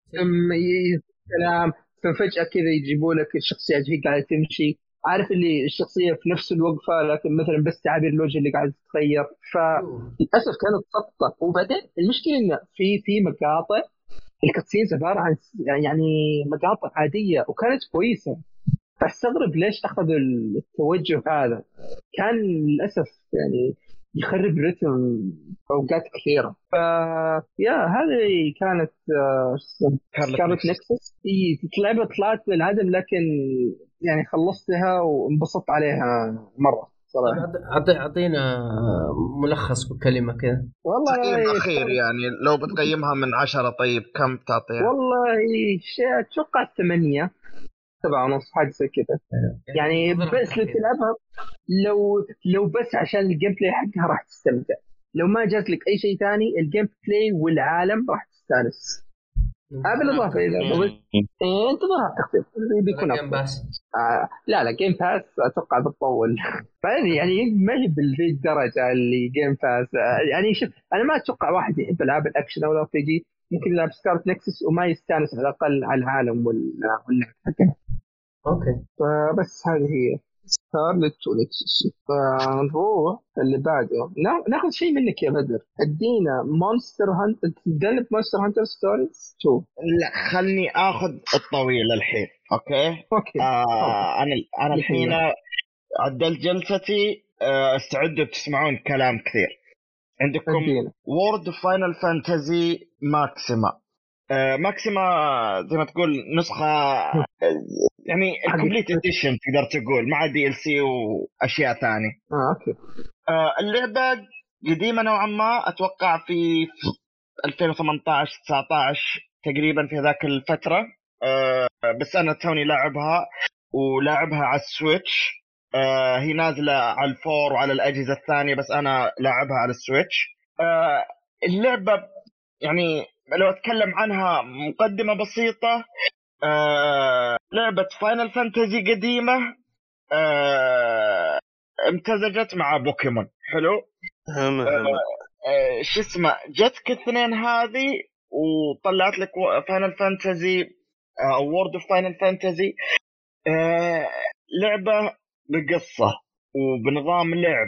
كلام ثم فجأة كذا يجيبوا لك الشخصيات هي قاعدة تمشي، عارف اللي الشخصية في نفس الوقفة لكن مثلا بس تعابير الوجه اللي قاعدة تتغير. فللأسف كانت سقطة. وبعدين المشكلة إنه في مقاطع الكاتسينز عبارة عن يعني مقاطع عادية وكانت كويسة، فاستغرب ليش أخذوا التوجه هذا. كان للأسف يعني يخرب رتم أوقات كثيرة. هذه كانت سكارلت نكسس. لعبة طلعت من العدم، لكن يعني خلصتها وانبسطت عليها مرة صراحه. اعطينا ملخص بكلمه كذا. والله تقييم اخير يعني لو بتقيمها من 10 طيب كم تعطيها؟ والله اتوقع 8 7 ونص حاجه زي كذا يعني. بس لو تلعبها لو بس عشان الجيم بلاي حقها راح تستمتع. لو ما جات لك اي شيء ثاني الجيم بلاي والعالم راح تستانس. بالاضافه الى انتظار تخفيض بيكون افضل. لا جيم باس اتوقع بتطول يعني ما هي بالدرجه اللي جيم باس. يعني شوف انا ما اتوقع واحد يحب العاب الاكشن او الار بي جي ممكن يلعب ستارت نكسس وما يستانس على الاقل على العالم واللعب حقه. اوكي فبس هذه هي سكارلت ونكسس. فنروح اللي بعده ناخذ شيء منك يا بدر. ادينا مونستر هانتر. تدلب مونستر هانتر ستوريز شوف. لا خلني اخذ الطويل الحين. اوكي انا الحين عدلت جلستي. استعدوا تسمعون كلام كثير. عندكم وورد فاينل فانتزي ماكسيما. ماكسيما زي ما تقول نسخة يعني الكومبليت اديشن تقدر تقول مع دي ال سي واشياء ثانية. اوكي. اللعبة قديمة نوعا ما اتوقع في 2018 19 تقريبا في ذاك الفترة. بس انا توني لاعبها ولاعبها على السويتش. هي نازلة على الفور وعلى الأجهزة الثانية بس أنا لاعبها على السويتش. اللعبة يعني لو أتكلم عنها مقدمة بسيطة. لعبة فاينل فانتزي قديمة امتزجت مع بوكيمون. حلو. شو اسمه جتك الاثنين هذه وطلعت لك فاينل فانتزي أو وورد اوف فاينل فانتزي. لعبة بقصة وبنظام لعب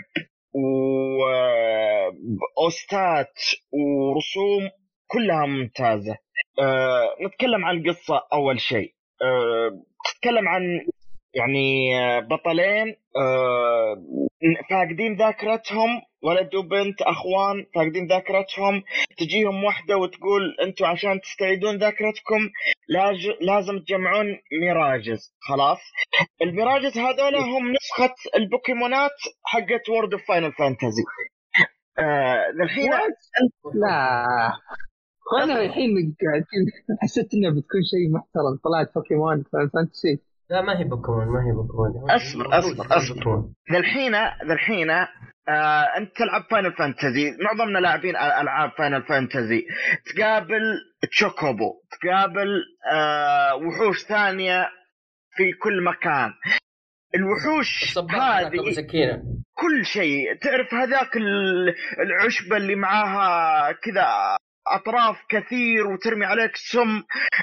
وأوستات ورسوم كلها ممتازة. نتكلم عن القصة أول شيء. تتكلم عن يعني بطلين فاقدين ذاكرتهم، ولد وبنت أخوان فاقدين ذاكرتهم. تجيهم واحدة وتقول أنتوا عشان تستعيدون ذاكرتكم لازم تجمعون ميراجز. خلاص الميراجز هذول هم نسخة البوكيمونات حقت وورد اوف فاينل فانتزي. الحين لا انا الحين حسيت انه بتكون شيء محترم. طلعت بوكيمون فانتسي. لا ما هي بوكيمون. اصبر الحين انت تلعب فاينل فانتزي. معظمنا لاعبين العاب فاينل فانتزي. تقابل تشوكوبو، تقابل وحوش ثانية في كل مكان. الوحوش هذه كل شيء تعرف. هذاك العشبة اللي معاها كذا أطراف كثير وترمي عليك سم.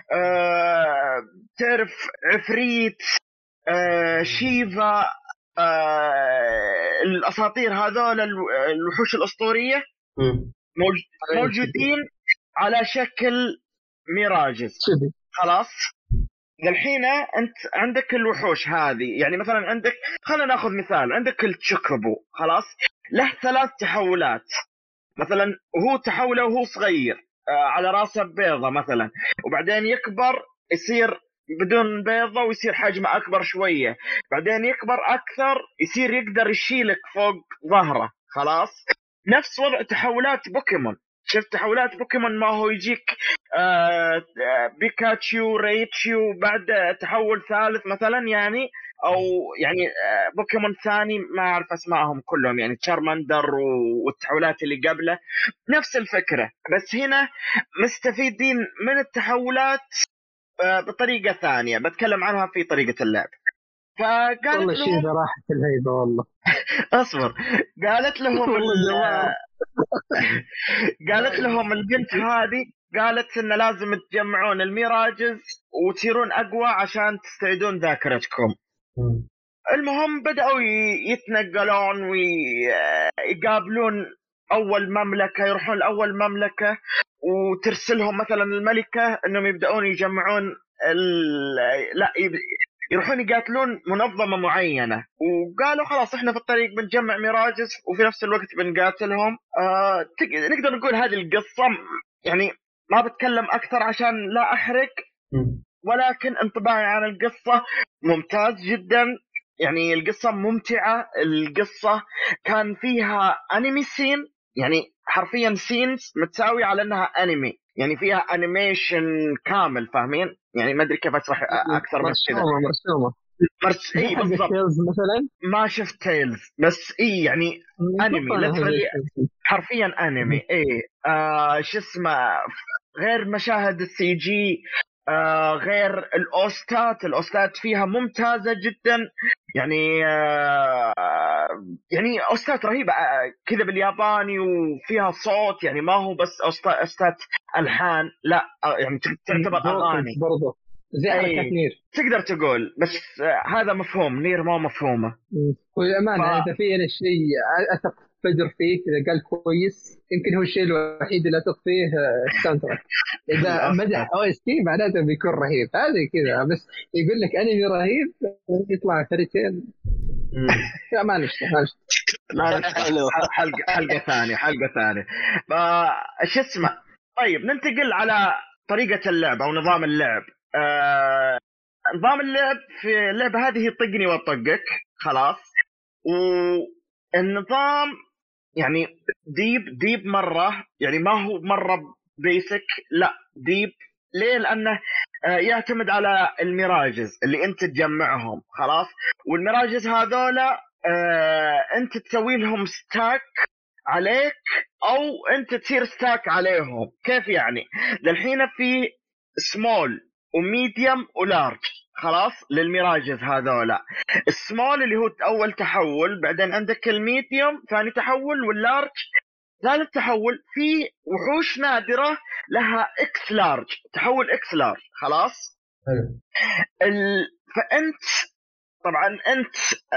تعرف عفريت، شيفا، الأساطير هذول الوحوش الأسطورية موجودين على شكل ميراجز. خلاص الحين أنت عندك الوحوش هذه. يعني مثلا عندك، خلينا ناخذ مثال، عندك التشوكوبو. خلاص له 3 تحولات. مثلا هو تحوله وهو صغير على راسه بيضة مثلا، وبعدين يكبر يصير بدون بيضة ويصير حجمه أكبر شوية، بعدين يكبر أكثر يصير يقدر يشيلك فوق ظهره. خلاص نفس وضع تحولات بوكيمون. شفت تحولات بوكيمون ما هو يجيك بيكاتشيو ريتشيو بعد تحول ثالث مثلا يعني، او يعني بوكيمون ثاني ما اعرف اسمائهم كلهم يعني تشارماندر والتحولات اللي قبله نفس الفكرة. بس هنا مستفيدين من التحولات بطريقة ثانية بتكلم عنها في طريقة اللعب. فقالت والله شيء راحت الهيبة والله. اصبر. قالت لهم قالت لهم البنت هذه قالت إن لازم تجمعون الميراجز وتصيرون أقوى عشان تستعيدون ذاكرتكم. المهم بدأوا يتنقلون ويقابلون أول مملكة، يروحون لأول مملكة وترسلهم مثلا الملكة إنهم يبدأون يجمعون يروحون يقاتلون منظمة معينة. وقالوا خلاص احنا في الطريق بنجمع ميراجز وفي نفس الوقت بنقاتلهم. نقدر نقول هذه القصة يعني ما بتكلم أكثر عشان لا أحرق، ولكن انطباعي عن القصة ممتاز جدا. يعني القصة ممتعة. القصة كان فيها انمي سين، يعني حرفيا سينز متساوي على انها انمي، يعني فيها انيميشن كامل، فاهمين؟ يعني ما ادري كيف اشرح اكثر من كذا. مرسومه زي اي حق بالضبط. تيلز مثلا. ما شفت تيلز، بس اي يعني انمي اتوقع انها زي ليترلي، تيلز. حرفيا انمي. اي شو اسمه، غير مشاهد السي جي، غير الاوستات فيها ممتازه جدا. يعني يعني اوستات رهيبه، كذا بالياباني وفيها صوت، يعني ما هو بس اوستات الحان، لا يعني تعتبر فوكلز اغاني. برضه زي حركات اي نير. تقدر تقول، بس هذا مفهوم نير ما مفهومه. وللأمانة إذا في أنا شيء أثق فجر فيه، إذا قال كويس يمكن هو الشيء الوحيد اللي أثق فيه الساوند تراك. إذا مدح أو اس تي معناته بيكون رهيب، هذه كذا. بس يقول لك أنمي رهيب يطلع فريتين. لا ما نشتغل ما حلقة ثانية. شو اسمه. طيب ننتقل على طريقة اللعب أو نظام اللعب. نظام اللعب في اللعبة هذه طقني وطقك، خلاص. والنظام يعني ديب مرة، يعني ما هو مرة بيسك، لا ديب. ليه؟ لأنه يعتمد على الميراجز اللي أنت تجمعهم، خلاص. والميراجز هذولا أنت تسوي لهم ستاك عليك، أو أنت تصير ستاك عليهم. كيف يعني؟ للحين في سمول وميديوم ولارج، خلاص، للميراجز هذولا. السمول اللي هو أول تحول، بعدين عندك الميديوم ثاني تحول، واللارج ثالث تحول. في وحوش نادرة لها اكس لارج، تحول اكس لارج، خلاص. حلو. فأنت طبعا أنت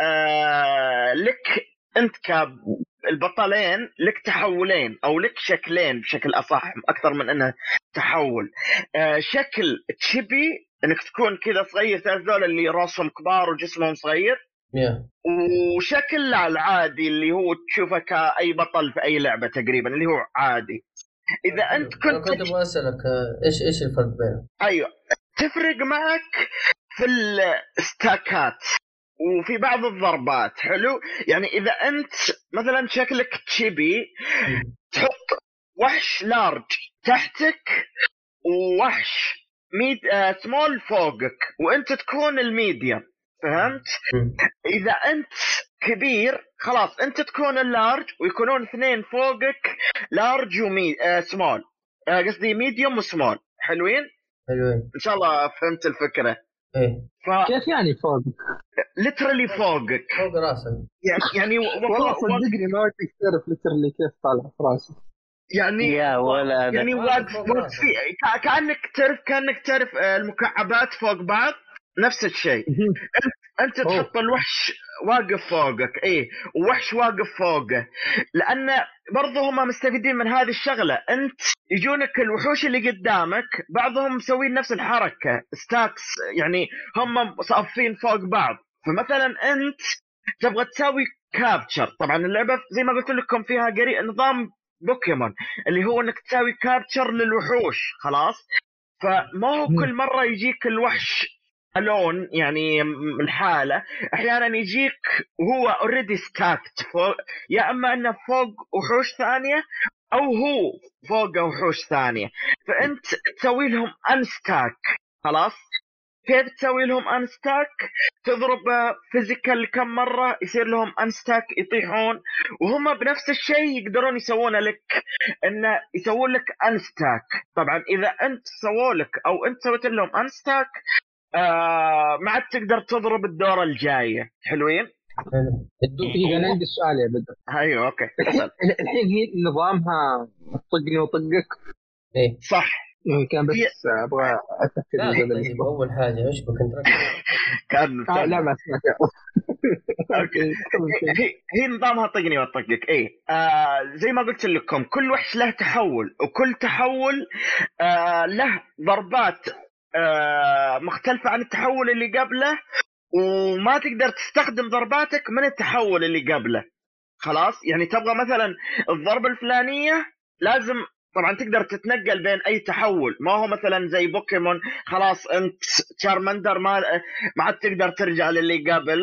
لك أنت البطلين لك تحولين أو لك شكلين بشكل أصح أكثر من أنه تحول. شكل تشيبي، انك تكون كذا صغير، ثلاث ذول اللي راسهم كبار وجسمهم صغير. وشكل العادي اللي هو تشوفه كأي بطل في أي لعبة تقريبا، اللي هو عادي. إذا أنت أنا كنت أبغى أسألك إيش الفرق بينهم؟ أيوة، تفرق معك في الستاكات وفي بعض الضربات. حلو. يعني إذا أنت مثلا شكلك تشيبي، تحط وحش لارج تحتك ووحش سمول فوقك، وأنت تكون الميديم، فهمت؟ إذا أنت كبير خلاص أنت تكون اللارج، ويكونون اثنين فوقك لارج سمول، قصدي ميديوم وسمول. حلوين إن شاء الله فهمت الفكرة. كيف يعني فوقك؟ ليترالي فوقك، فوق راسك. يعني والله صدقني ما ودك تعرف ليترالي كيف طالع في راسي. يعني يا ولا يعني واقف كأنك تعرف المكعبات فوق بعض، نفس الشيء. انت تحط الوحش واقف فوقك، ايه، ووحش واقف فوقه، لان برضه هم مستفيدين من هذه الشغله. انت يجونك الوحوش اللي قدامك بعضهم مسوين نفس الحركه ستاكس، يعني هم صافين فوق بعض. فمثلا انت تبغى تسوي كابتشر، طبعا اللعبه زي ما قلت لكم فيها نظام بوكيمون، اللي هو انك تسوي كابتشر للوحوش، خلاص. فما هو كل مره يجيك الوحش الون، يعني الحالة احيانا يجيك وهو اوريدي ستاكت فوق، يا اما انه فوق وحوش ثانية او هو فوق وحوش ثانية، فانت تسوي لهم انستاك، خلاص. كيف تسوي لهم انستاك؟ تضرب فيزيكال كم مرة يصير لهم انستاك، يطيحون، وهم بنفس الشيء يقدرون يسوونه لك، انه يسوون لك انستاك. طبعا اذا انت سووا لك او انت سويت لهم انستاك ما عاد تقدر تضرب الدورة الجاية. حلوين. دقيقة أنا عندي سؤال يا بدر. ايوه اوكي. الحين هي نظامها طقني وطقك. ايه صح. كان بس ابغى اتاكد من ذا. طيب اول حاجه ايش بك انت كان لا ما سمعت. اوكي. هي نظامها طقني وطقك. ايه زي ما قلت لكم كل وحش له تحول، وكل تحول له ضربات مختلفة عن التحول اللي قبله، وما تقدر تستخدم ضرباتك من التحول اللي قبله، خلاص. يعني تبغى مثلا الضربة الفلانية لازم طبعا تقدر تتنقل بين اي تحول، ما هو مثلا زي بوكيمون خلاص انت تشارمندر ما عاد تقدر ترجع للي قبل،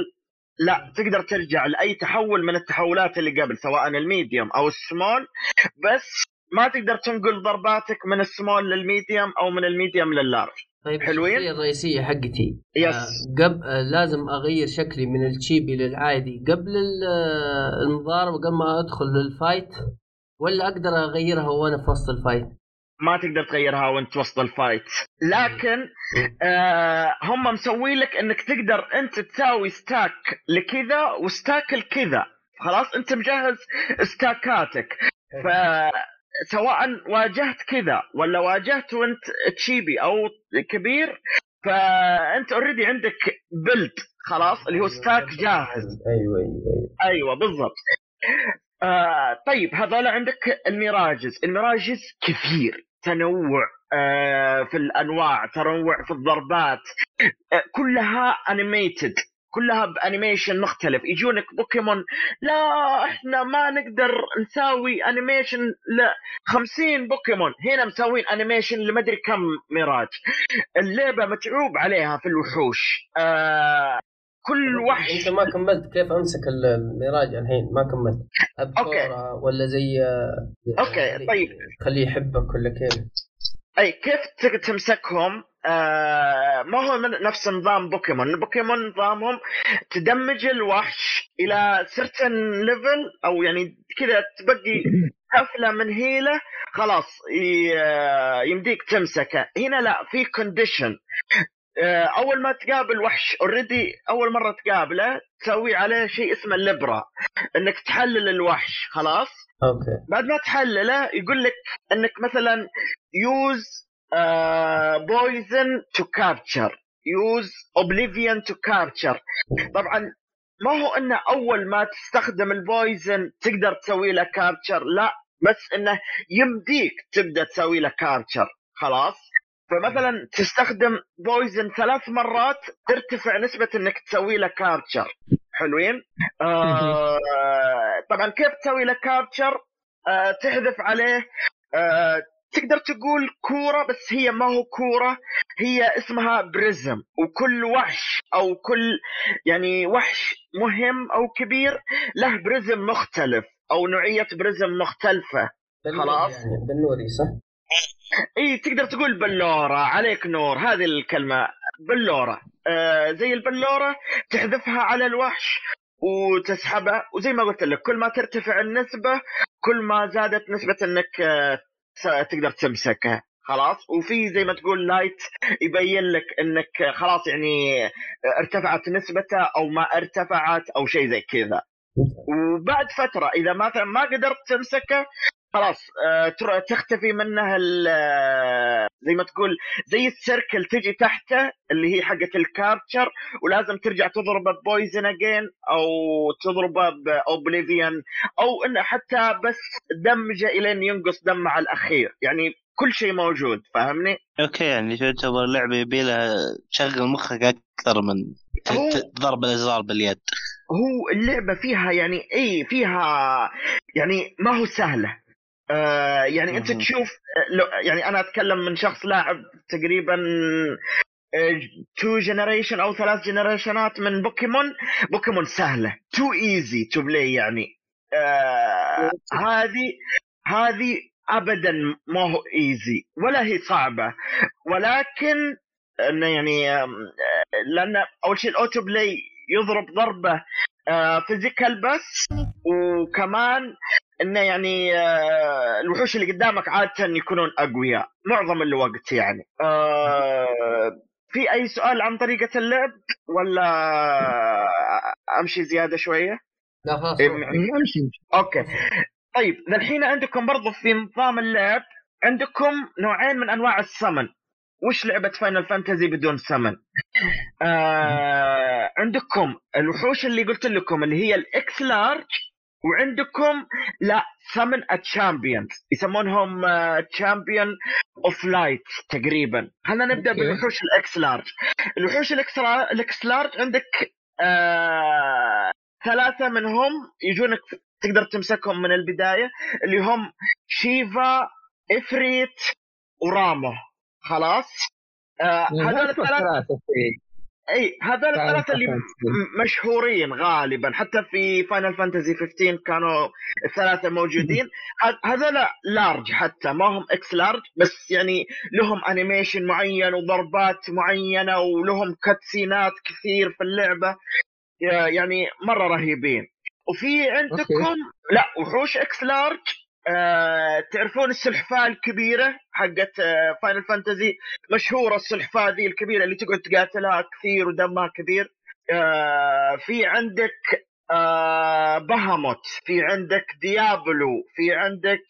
لا تقدر ترجع لأي تحول من التحولات اللي قبل، سواء الميديوم أو السمول، بس ما تقدر تنقل ضرباتك من السمول للميديوم أو من الميديوم لللارج. طيب حلوين. الشخصية الرئيسية حقتي يس. لازم أغير شكلي من التشيبي للعادي قبل المضاربة، قبل ما أدخل للفايت، ولا أقدر أغيرها وأنا في وسط الفايت؟ ما تقدر تغيرها وانت وسط الفايت، لكن هم مسوي لك انك تقدر انت تساوي ستاك لكذا وستاك لكذا. خلاص انت مجهز ستاكاتك، فسواء واجهت كذا ولا واجهت وانت تشيبي او كبير، فانت اوريدي عندك بيلد خلاص اللي هو ستاك جاهز. ايوه بالضبط. طيب هذول عندك المراجز كثير، تنوع في الانواع، تنوع في الضربات، كلها انيميتد، كلها بانيميشن مختلف. يجونك بوكيمون لا احنا ما نقدر نسوي انيميشن ل50 بوكيمون، هنا مسوين انيميشن لمدري كم ميراج. اللعبه متعوب عليها في الوحوش. كل وحش. انت ما كملت كيف امسك الميراج الحين؟ ما كملت اوكي ولا زي اوكي طيب خليه يحبك ولا كيف؟ اي كيف تمسكهم؟ ما هو من نفس نظام بوكيمون. البوكيمون نظامهم تدمج الوحش الى certain level، او يعني كذا تبقي حفلة من هيلة خلاص يمديك تمسكه. هنا لا، في كونديشن. اول ما تقابل وحش اوريدي، اول مره تقابله تسوي عليه شيء اسمه الليبرا، انك تحلل الوحش. خلاص اوكي. بعد ما تحلله يقول لك انك مثلا يوز بويزن تو كابتشر، يوز اوبليفيون تو كابتشر. طبعا ما هو انه اول ما تستخدم البويزن تقدر تسوي له كابتشر، لا، بس انه يمديك تبدا تسوي له كابتشر. خلاص فمثلا تستخدم بويزن 3 مرات ترتفع نسبة انك تسوي له كابتشر. حلوين. طبعا كيف تسوي له كابتشر؟ تحذف عليه تقدر تقول كورة، بس هي ما هو كورة، هي اسمها بريزم. وكل وحش او كل يعني وحش مهم او كبير له بريزم مختلف او نوعية بريزم مختلفة. خلاص يعني بالنوري صح؟ اي تقدر تقول بلورة، عليك نور، هذه الكلمة بلورة. زي البلورة تحذفها على الوحش وتسحبه، وزي ما قلت لك كل ما ترتفع النسبة كل ما زادت نسبة انك تقدر تمسكه. خلاص وفي زي ما تقول لايت يبين لك انك خلاص يعني ارتفعت نسبته او ما ارتفعت او شيء زي كذا. وبعد فترة اذا مثلا ما قدرت تمسكه خلاص تختفي منها زي ما تقول زي السيركل تجي تحته اللي هي حقة الكابتشر، ولازم ترجع تضربه ببويزن اجين او تضربه باوبليفيون، او انه حتى بس دمجه الين ينقص دم على الاخير. يعني كل شيء موجود، فاهمني؟ اوكي يعني تعتبر لعبة يبيلها تشغل مخك اكثر من ضرب الازرار باليد. هو اللعبة فيها يعني اي فيها يعني ما هو سهلة. يعني انت تشوف يعني انا اتكلم من شخص لاعب تقريبا 2 جنريشن او 3 جنريشنات من بوكيمون سهلة تو ايزي تو بلاي يعني. هذه ابدا ما هو ايزي ولا هي صعبة، ولكن انه يعني لان اول شيء الاوتو بلاي يضرب ضربة فيزيكال بس، وكمان انه يعني الوحوش اللي قدامك عادة يكونون اقوياء معظم الوقت يعني. في اي سؤال عن طريقة اللعب ولا امشي زيادة شوية؟ لا خلاص امشي. اوكي طيب الحين عندكم برضو في نظام اللعب عندكم نوعين من انواع السمن. وش لعبة فاينل فانتزي بدون سمن؟ عندكم الوحوش اللي قلت لكم اللي هي الاكس لارج، وعندكم لا سمن الشامبيونز يسمونهم تشامبيون اوف لايت تقريبا. خلينا نبدا بالوحوش الاكس لارج. الوحوش الاكس لارج عندك 3 منهم يجونك تقدر تمسكهم من البدايه، اللي هم شيفا، افريت، ورامو. خلاص هذول الثلاثه اي هذول الثلاثه اللي مشهورين غالبا، حتى في فاينل فانتزي 15 كانوا الثلاثه موجودين. هذول لارج، حتى ما هم اكس لارج، بس يعني لهم انيميشن معين وضربات معينه ولهم كاتسينات كثير في اللعبه، يعني مره رهيبين. وفي عندكم لا وحوش اكس لارج، تعرفون السلحفاة الكبيرة حقت فاينل فانتزي، مشهورة السلحفاة ذي الكبيرة اللي تقعد تقاتلها كثير ودمها كبير. في عندك بهاموت، في عندك ديابلو، في عندك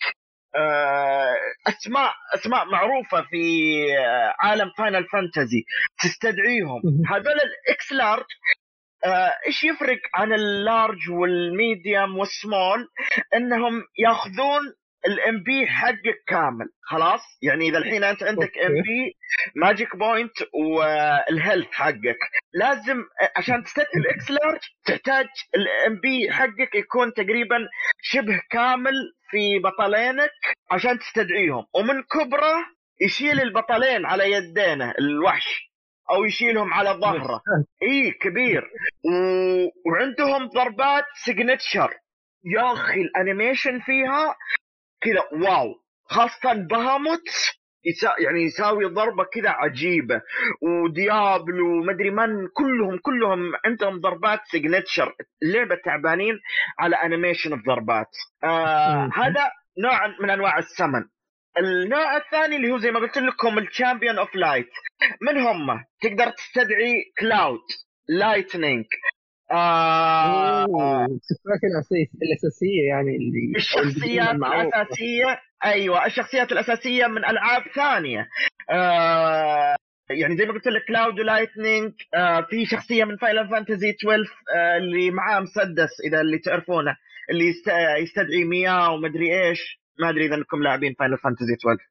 اسماء معروفة في عالم فاينل فانتزي تستدعيهم. هذول الاكس لارج. ايش يفرق عن اللارج والميديوم والسمول؟ انهم ياخذون الام بي حقك كامل خلاص. يعني اذا الحين انت عندك ام بي ماجيك بوينت والهيلث حقك، لازم عشان تستدعي الاكس لارج تحتاج الام بي حقك يكون تقريبا شبه كامل في بطلينك عشان تستدعيهم. ومن كبره يشيل البطلين على يدينه الوحش او يشيلهم على ظهره. اي كبير. وعندهم ضربات سيجنتشر يا اخي، الانيميشن فيها كذا واو، خاصة بهاموت يعني يساوي ضربة كذا عجيبة، وديابلو مدري من كلهم عندهم ضربات سيجنتشر. اللعبة تعبانين على انيميشن الضربات. هذا نوع من انواع السمن. النوع الثاني اللي هو زي ما قلت لكم الشامبيون اوف لايت. من هم؟ تقدر تستدعي كلاود، لايتنينج، الصفات الأساسية يعني اللي الشخصيات الأساسية. أيوة الشخصيات الأساسية من ألعاب ثانية. يعني زي ما قلت لك كلاود ولايتنينج. في شخصية من فاينل فانتزي 12 اللي معاه مسدس، إذا اللي تعرفونه، اللي يستدعي مياه ومدري إيش. ما أدري إذا أنكم لاعبين فاينل فانتزي 12.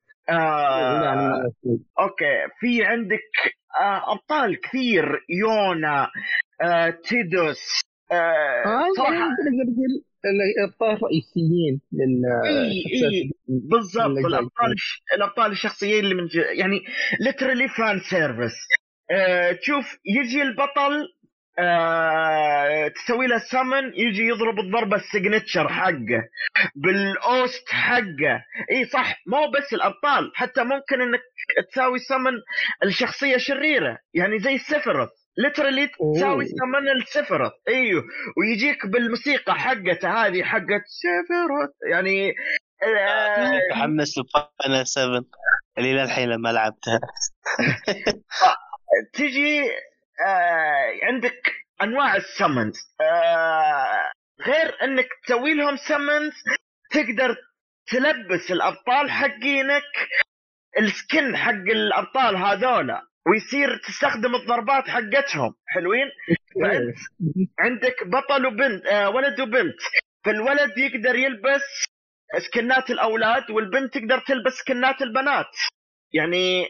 أوكي. في عندك أبطال كثير، يونا، تيدوس. صراحة الأبطال الرئيسيين إيه بالضبط. الأبطال الشخصيين اللي من يعني literally fan service. تشوف يجي البطل، تسوي له سمن، يجي يضرب الضربة السيجنتشر حقه بالأوست حقه. اي صح، مو بس الأبطال، حتى ممكن انك تساوي سمن الشخصية شريرة، يعني زي سيفيروث ليترالي تساوي سمن السيفيروث. ايوه، ويجيك بالموسيقى حقته هذه حقت سيفيروث يعني. تحمس لفاينل 7 اللي للحين ما لعبتها. تجي عندك انواع السمنز. غير انك تسوي لهم سمنز، تقدر تلبس الابطال حقينك السكن حق الابطال هذولا، ويصير تستخدم الضربات حقتهم حلوين. فانت عندك بطل وبنت، ولد وبنت. فالولد يقدر يلبس سكنات الاولاد، والبنت تقدر تلبس سكنات البنات. يعني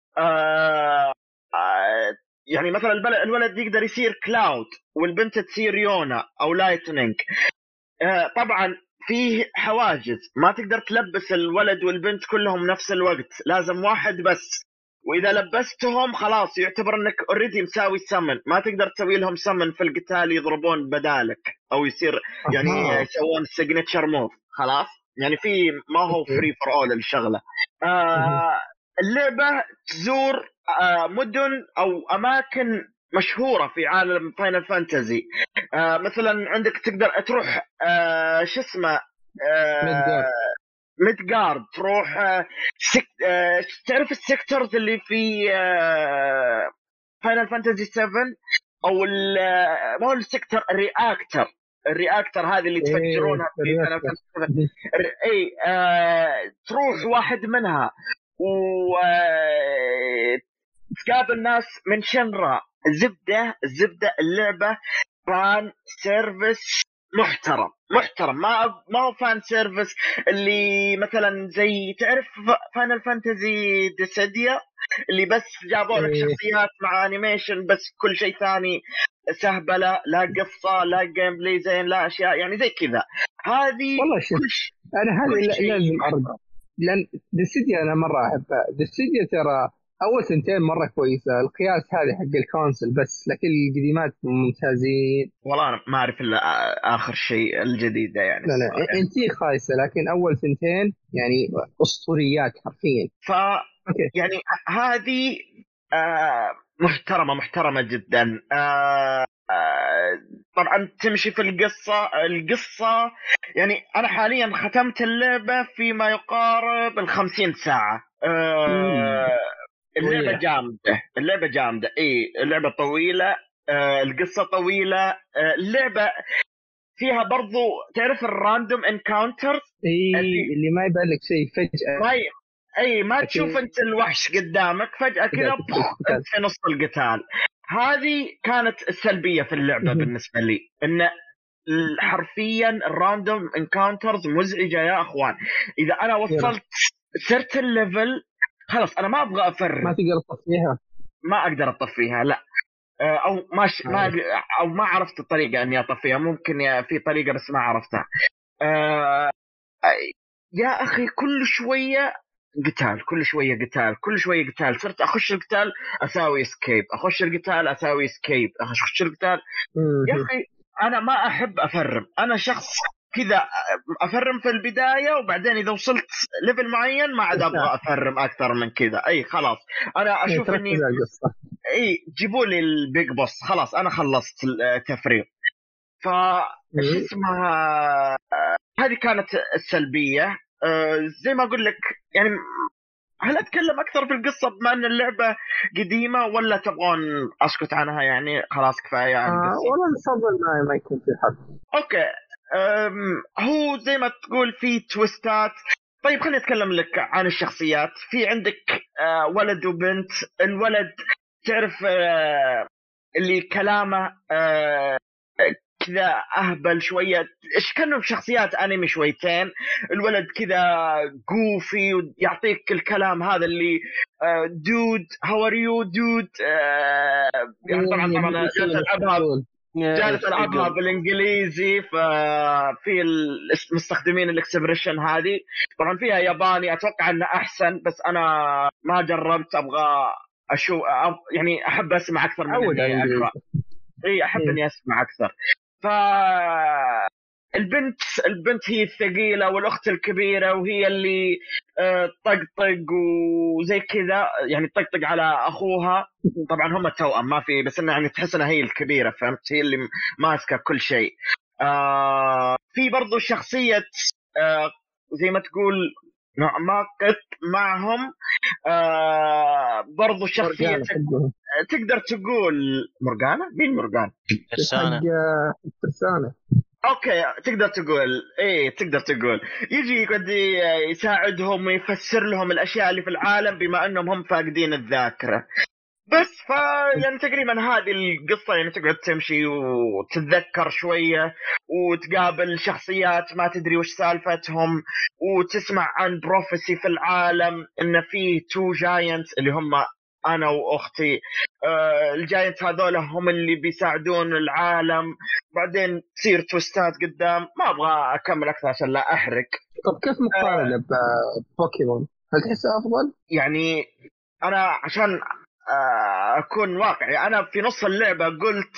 يعني مثلا الولد يقدر يصير كلاود، والبنت تصير يونا او لايتنينج. طبعا فيه حواجز، ما تقدر تلبس الولد والبنت كلهم نفس الوقت، لازم واحد بس. واذا لبستهم خلاص يعتبر انك اوريدي مساوي سمن، ما تقدر تسوي لهم سمن في القتال يضربون بدالك او يصير يعني يسوون سيجنتشر موف. خلاص يعني في ما هو فري فور اول الشغله. اللعبه تزور مدن او اماكن مشهوره في عالم فاينل فانتزي. مثلا عندك تقدر تروح شو اسمه ميدغارد، تروح تعرف السيكتورز اللي في فاينل فانتزي 7 او مو السيكتور، الرياكتر هذه اللي تفجرونها في فاينل فانتزي 7. اي تروح واحد منها تقابل ناس من شنرا. الزبدة اللعبة فان سيرفيس محترم. ما هو فان سيرفيس اللي مثلا زي تعرف فاينل فانتزي ديسيديا اللي بس جابوا لك شخصيات مع انيميشن بس، كل شيء ثاني سهبلة، لا قصة لا جيم بلاي زين لا اشياء يعني زي كذا. هذه والله شوف، انا هذه لازم ارجع، لان ديسيديا انا مره احبها. ديسيديا ترى اول سنتين مره كويسه، القياس هذه حق الكونسل بس، لكن القديمات ممتازين. والله انا ما اعرف الا اخر شيء الجديده يعني لا لا، الصراحه. انتي خايسه، لكن اول سنتين يعني اسطوريات حرفيا. ف اوكي. يعني هذه محترمه جدا. طبعا تمشي في القصه يعني انا حاليا ختمت اللعبه فيما يقارب 50 ساعه. اللعبه طويله. جامده، اللعبه جامده، اي اللعبه طويله. القصه طويله. اللعبه فيها برضو تعرف الراندوم انكاونترز اللي ما يبان لك شيء فجاه. ما ي... اي ما لكن تشوف انت الوحش قدامك فجأة كذا تدخل انت القتال. في نص القتال. هذه كانت السلبية في اللعبة بالنسبة لي، ان حرفيا الراندوم انكاونترز مزعجة يا اخوان. اذا انا يلا. وصلت سرت الليفل خلاص انا ما ابغى ما افرم، تقدر تطفيها. ما اقدر اطفيها لا. او او ما عرفت الطريقة اني اطفيها، ممكن في طريقة بس ما عرفتها. آه، يا اخي كل شويه قتال، كل شويه قتال، كل شويه قتال. صرت اخش القتال اساوي اسكيب، اخش القتال اساوي اسكيب، اخش القتال. يا اخي انا ما احب افرم، انا شخص كذا افرم في البدايه وبعدين اذا وصلت ليفل معين ما عاد ابغى افرم اكثر من كذا. اي خلاص انا اشوف اني تركز على القصه. اي جيبوا لي البيج بوس خلاص انا خلصت التفريغ. فايش اسمها هذه كانت السلبيه. زي ما اقول لك يعني. هل اتكلم اكثر في القصه بما ان اللعبه قديمه ولا تبغون اسكت عنها يعني خلاص كفايه عن القصه؟ والله نفضل ما يكون في حرب. اوكي. هو زي ما تقول في تويستات. طيب خليني اتكلم لك عن الشخصيات. في عندك ولد وبنت. الولد تعرف اللي كلامه كذا اهبل شويه، ايش كانوا شخصيات انمي شويتين. الولد كذا جوفي ويعطيك الكلام هذا اللي دود هاو ار يو دود. يعني طبعا جالس العبها بالانجليزي، ففي مستخدمين الاكسبريشن هذه. طبعا فيها ياباني اتوقع انه احسن بس انا ما جربت، ابغى اشوف يعني احب اسمع اكثر من عود على اني اقرا. الانجليزي. اي احب اني اسمع اكثر. ف البنت هي الثقيله والاخت الكبيره وهي اللي تطقطق وزي كذا يعني تطقطق على اخوها. طبعا هم توأم ما في، بس انها يعني تحس انها هي الكبيره، فهمت؟ هي اللي ماسكه كل شيء. في برضو شخصيه زي ما تقول نوع ما قط معهم. برضو شخصيه تقدر تقول مورغانا. مين مورغانا؟ حق ترسانة. اوكي تقدر تقول ايه تقدر تقول يجي يقعد يساعدهم ويفسر لهم الاشياء اللي في العالم بما انهم هم فاقدين الذاكره. بس يعني تقريبا هذه القصه يعني تقعد تمشي وتتذكر شويه وتقابل شخصيات ما تدري وش سالفتهم وتسمع عن بروفيسي في العالم ان في تو جاينت اللي هم انا واختي. الجاينت هذول هم اللي بيساعدون العالم. بعدين تصير توستات قدام، ما ابغى اكمل اكثر عشان لا احرق. طب كيف مقارنة ببوكيمون؟ هل تحسها افضل؟ يعني انا عشان اكون واقعي انا في نص اللعبه قلت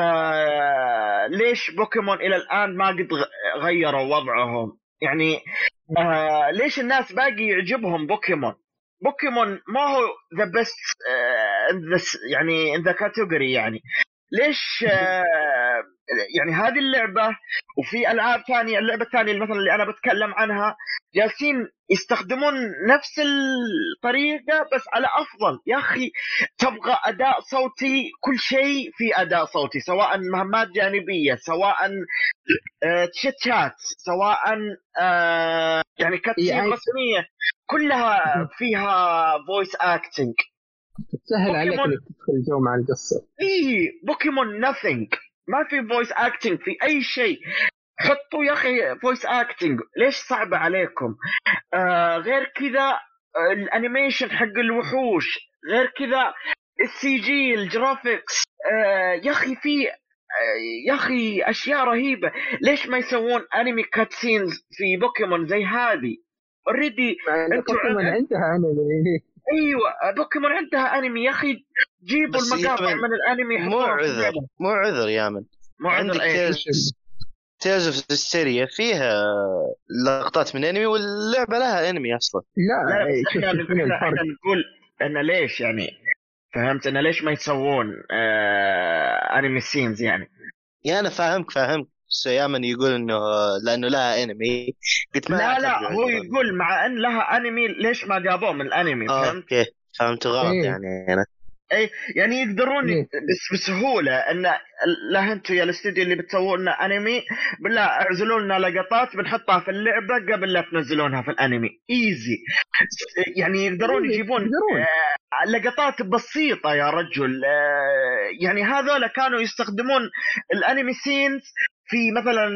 ليش بوكيمون الى الان ما قد غيروا وضعهم يعني. ليش الناس باقي يعجبهم بوكيمون؟ بوكيمون ما هو ذا بيست يعني in the category يعني. ليش يعني هذه اللعبة وفي ألعاب ثانية، اللعبة الثانية مثلا اللي أنا بتكلم عنها جالسين يستخدمون نفس الطريقة بس على أفضل. يا أخي تبغى أداء صوتي، كل شيء في أداء صوتي، سواء مهمات جانبية، سواء تشتات، سواء يعني كاتسين رسمية، كلها فيها فويس اكتنج. تسهل عليك انك تدخل الجو مع القصة. اي بوكيمون nothing، ما في فويس اكتنج في اي شيء. حطوا يا اخي فويس اكتنج، ليش صعبة عليكم؟ غير كذا الانيميشن حق الوحوش، غير كذا السي جي الجرافيكس. يا اخي في يا اخي اشياء رهيبة. ليش ما يسوون انمي كاتسينز في بوكيمون زي هذه؟ اوريدي انتوا بوكيمون عندها انمي. ايوه بوكيمون عندها انمي يا اخي، جيبوا المقاطع من الانمي مو عذر يا من. عندك تيرز اوف هيستيريا فيها لقطات من انمي، واللعبه لها انمي اصلا. لا بس احنا نقول ان ليش يعني، فهمت ان ليش ما يسوون انمي سينز يعني. يا انا فاهمك بس يا من يقول انه لانه لها انمي، قلت ما لا هو يقول مع ان لها انمي ليش ما جابوه من الانمي، فهمت؟ اوكي فهمت غلط يعني انا. اي يعني يقدرون بسهوله ان لا انتم يا الاستوديو اللي بتسوون لنا انمي بالله اعزلوا لنا لقطات بنحطها في اللعبه قبل لا تنزلونها في الانمي ايزي. يعني يقدرون يجيبون لقطات بسيطه يا رجل. يعني هذول كانوا يستخدمون الانمي سينز في مثلا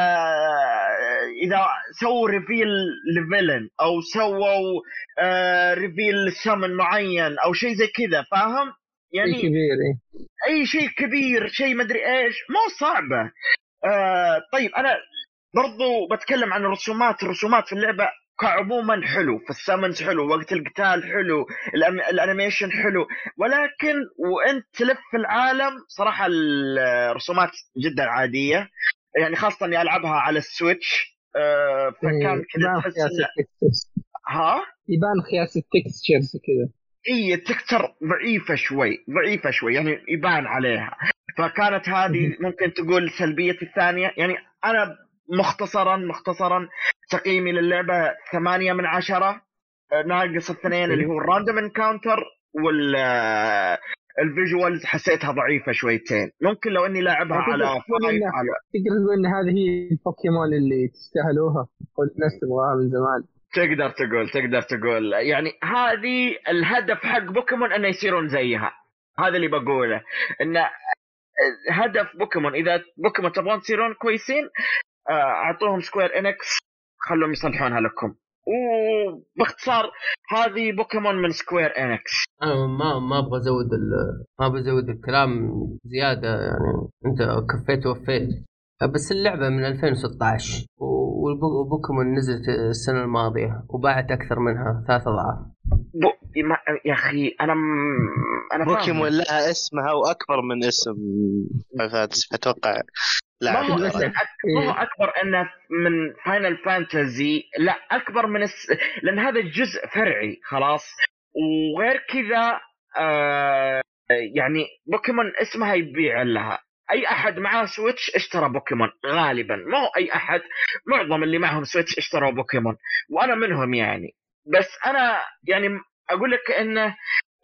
اذا سووا ريفيل لفيلن او سووا ريفيل سمن معين او شيء زي كذا، فاهم يعني؟ كبير اي شيء كبير، شيء مدري ايش، مو صعبه. طيب انا برضو بتكلم عن الرسومات في اللعبه كعموما حلو، في السامنز حلو، وقت القتال حلو، الانيميشن حلو، ولكن وانت تلف في العالم صراحه الرسومات جدا عاديه، يعني خاصه اني العبها على السويتش. فكان كذا تحس يبان خياس التكستشرز كذا. هي التكستشر ضعيفه شوي يعني يبان عليها. فكانت هذه ممكن تقول سلبيه الثانيه. يعني انا مختصرا تقييمي للعبه 8 من 10، ناقص الاثنين اللي هو الراندوم انكاونتر الفيجوالز حسيتها ضعيفه شويتين. ممكن لو اني لاعبها على 5 تقدر تقول ان هذه هي البوكيمون اللي تستاهلوها والناس تبغاها من زمان. تقدر تقول يعني هذه الهدف حق بوكيمون انه يصيرون زيها. هذا اللي بقوله، ان هدف بوكيمون اذا بوكيمون تبغون تصيرون كويسين اعطوهم سكوير انكس، خلهم يصلحونها لكم. وباختصار هذه بوكيمون من سكوير انكس. انا ما ابغى ازود الكلام زياده، يعني انت كفيت ووفيت. بس اللعبه من 2016 وبوكيمون نزلت السنه الماضيه وباعت اكثر منها 3 أضعاف. يا اخي انا بوكيمون لها اسمها واكبر من اسم اتوقع. ما هو اكبر انه من فاينل فانتزي، لا اكبر من لان هذا الجزء فرعي خلاص. وغير كذا يعني بوكيمون اسمها يبيع لها. اي احد معاه سويتش اشترى بوكيمون غالبا، ما هو اي احد، معظم اللي معهم سويتش اشتروا بوكيمون وانا منهم يعني. بس انا يعني اقول لك انه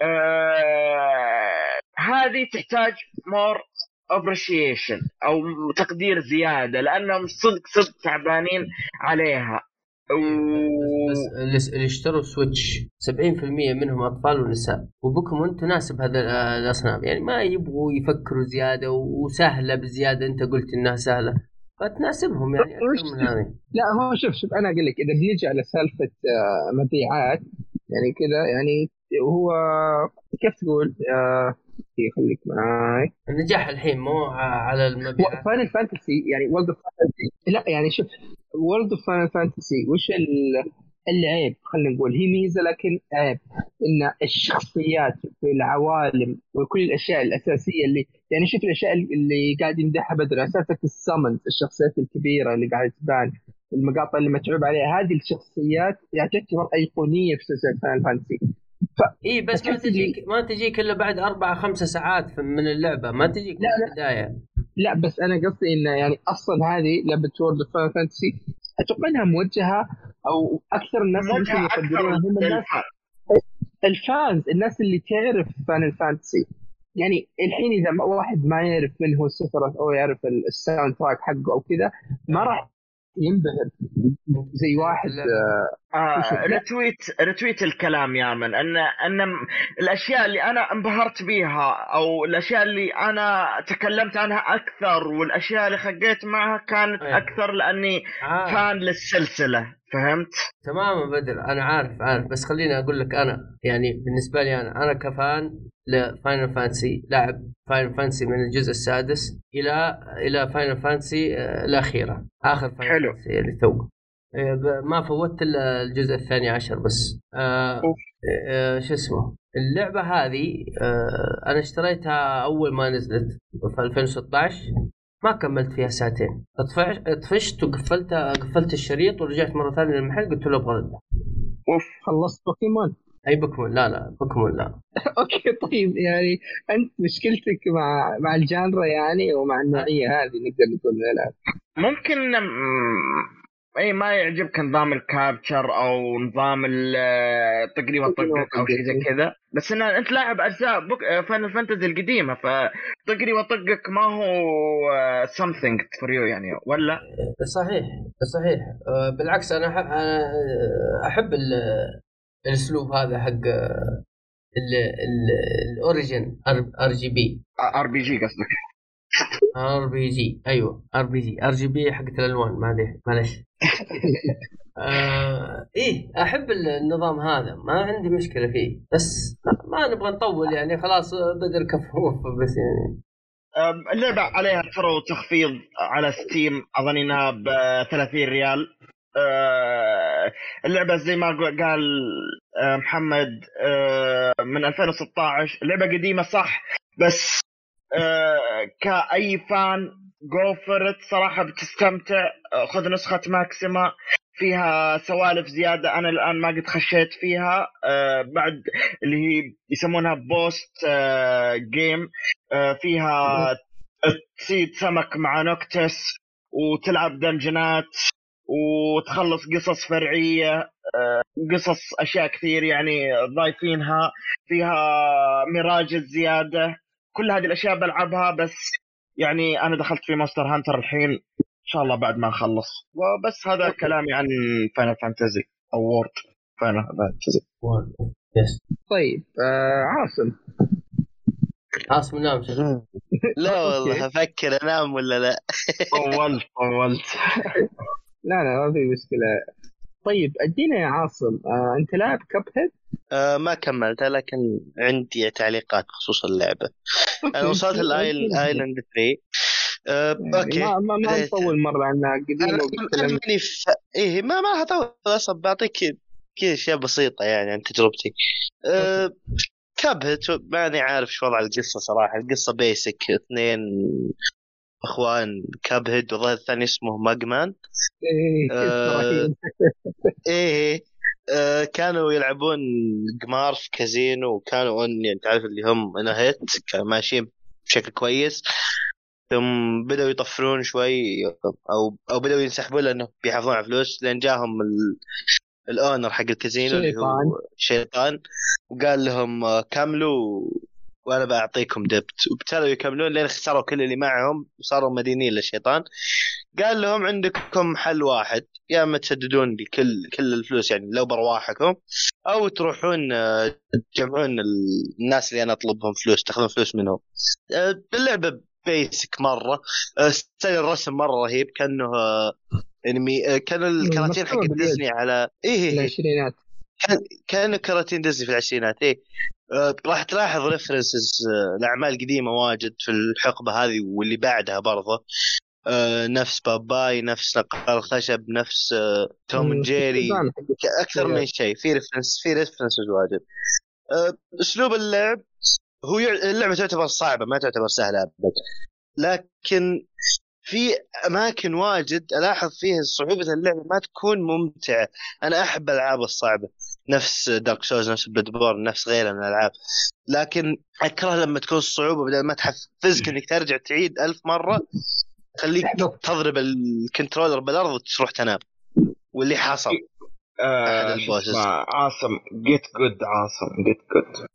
هذه تحتاج مور appreciation او تقدير زياده، لانهم صدق تعبانين عليها. بس اللي اشتروا سويتش 70% منهم اطفال ونساء، وبوكيمون تناسب هذا الاصناف، يعني ما يبغوا يفكروا زياده وسهله بزياده. انت قلت انها سهله فتناسبهم يعني اكثر من هذه. لا هو شوف انا اقول لك اذا بنيجي على سالفه مبيعات يعني كذا، يعني هو كيف تقول خليك معاي. النجاح الحين مو على المبيعات. فاينل فانتسي يعني وورلد اوف فانتسي، لا يعني شوف وورلد اوف فاينل فانتسي وش العيب؟ خلينا نقول هي ميزه لكن عيب ان الشخصيات في العوالم وكل الاشياء الاساسيه اللي يعني شوف الاشياء اللي قاعد يمدحها بدر، اساسا السامنز، الشخصيات الكبيره اللي قاعده تبان، المقاطع اللي متعوب عليها، هذه الشخصيات يعني تعتبر ايقونيه في سلسله فاينل فانتسي. اي بس ما تجيك الا بعد 4-5 ساعات من اللعبه، ما تجيك من البدايه. لا بس انا قصدي انه يعني اصلا هذه لعبه وورد اوف فاينل فانتسي اتوقع انها موجهه او اكثر الناس اللي يقدرونها هم الناس الفانز، الناس اللي تعرف فاينل فانتسي. يعني الحين اذا واحد ما يعرف من هو سيفرث او يعرف الساوند تراك حقه او كذا ما راح ينبهر زي واحد رتويت الكلام يا من ان الاشياء اللي انا انبهرت بيها او الاشياء اللي انا تكلمت عنها اكثر والاشياء اللي خقيت معها كانت اكثر لاني فان للسلسله، فهمت؟ تمام بدر، انا عارف بس خليني اقول لك انا يعني بالنسبه لي انا كفان لفاينل فانتسي، لاعب فاينل فانتسي من الجزء السادس الى فاينل فانتسي الاخيره، اخر فاينل فانتسي اللي تو ما فوتت الجزء الثاني عشر بس. شو اسمه اللعبة هذه؟ أنا اشتريتها أول ما نزلت في 2016، ما كملت فيها ساعتين، طفشت قفلت الشريط ورجعت مرة ثانية للمحل قلت له أبغى. خلصت بوكيمون؟ أي بوكيمون؟ لا بوكيمون لا. أوكي طيب، يعني أنت مشكلتك مع الجانرا يعني ومع النوعية هذه نقدر نقول الألعاب. ممكن اي ما يعجبك نظام الكابتشر او نظام الطقري وطقك او شيء زي كذا، بس انت لاعب اجزاء فاينل فانتزي القديمه، فطقري وطقك ما هو something for you يعني، ولا؟ صحيح. بالعكس انا احب الاسلوب هذا حق الاوريجن ار بي جي قصدك؟ RPG ايوه RGB حقت الالوان، معلش. ايه احب النظام هذا، ما عندي مشكله فيه، بس ما نبغى نطول يعني، خلاص بدر كفوف بس يعني. اللعبه عليها ترى تخفيض على ستيم، اظن انها ب 30 ريال. اللعبه زي ما قال محمد من 2016، اللعبه قديمه صح، بس كأي فان جو فور ات صراحة بتستمتع. خذ نسخة ماكسيما، فيها سوالف زيادة أنا الآن ما قد خشيت فيها. بعد اللي هي يسمونها بوست جيم، فيها تصيد سمك مع نوكتس وتلعب دنجنات وتخلص قصص فرعية، قصص أشياء كثير يعني ضايفينها، فيها مراجز زيادة. كل هذه الاشياء بلعبها، بس يعني انا دخلت في مونستر هانتر الحين ان شاء الله بعد ما نخلص. وبس هذا كلامي عن فاينل فانتزي او وورد فاينل فانتزي. يس. طيب عاصم نام لا والله افكر انام ولا لا. طولت. لا ما في مشكله. طيب ادينا يا عاصم، انت لاعب كاب هيد؟ ما كملتها، لكن عندي تعليقات بخصوص اللعبة. أنا وصلت الآيلاند 3. أوكي، ما نطول مرة عنها قديمة أنا إيه ما هطول أصلا، بعطيك كذا أشياء بسيطة يعني عن تجربتي. كابهت ماني عارف شو وضع القصة صراحة. القصة بيسك، 2 اخوان كابهد والظاهر الثاني اسمه ماجمان. ايه كانوا يلعبون قمار في كازينو، وكانوا يعني تعرف اللي هم انهيت كانوا ماشيين بشكل كويس، ثم بدأوا يطفرون شوي او بدأوا ينسحبون لانه بيحافظون على فلوس، لان جاهم الاونر حق الكازينو اللي هو شيطان، وقال لهم كملوا وانا بعطيكم دبت، وابتدوا يكملون لين خسروا كل اللي معهم وصاروا مدينين للشيطان. قال لهم عندكم حل واحد، يا اما تسددون لي كل الفلوس يعني لو برواحكم، او تروحون تجمعون الناس اللي انا اطلبهم فلوس تاخذون فلوس منهم. اللعبه بيسك مره، ستايل الرسم مره رهيب، كانه انمي، كان الكراتين حق ديزني على العشرينات، كان كراتين ديزني في العشرينات. راح تلاحظ ريفرنسز لأعمال قديمة واجد في الحقبة هذه واللي بعدها برضه، نفس باباي، نفس نقال الخشب، نفس توم جيري، أكثر من شيء في ريفرنسز واجد. أسلوب اللعب هو اللعبة تعتبر صعبة ما تعتبر سهلة أبدا، لكن في أماكن واجد ألاحظ فيها صعوبة اللعبة ما تكون ممتعة. أنا أحب الألعاب الصعبة نفس دارك سولز، نفس بلادبورن، نفس غيرها من الألعاب، لكن أكره لما تكون الصعوبة بدل ما تحفزك إنك ترجع تعيد 1000 مرة خليك تضرب الكنترولر بالأرض وتروح تنام، واللي حصل أحد البوسز. عاصم get good، عاصم get good.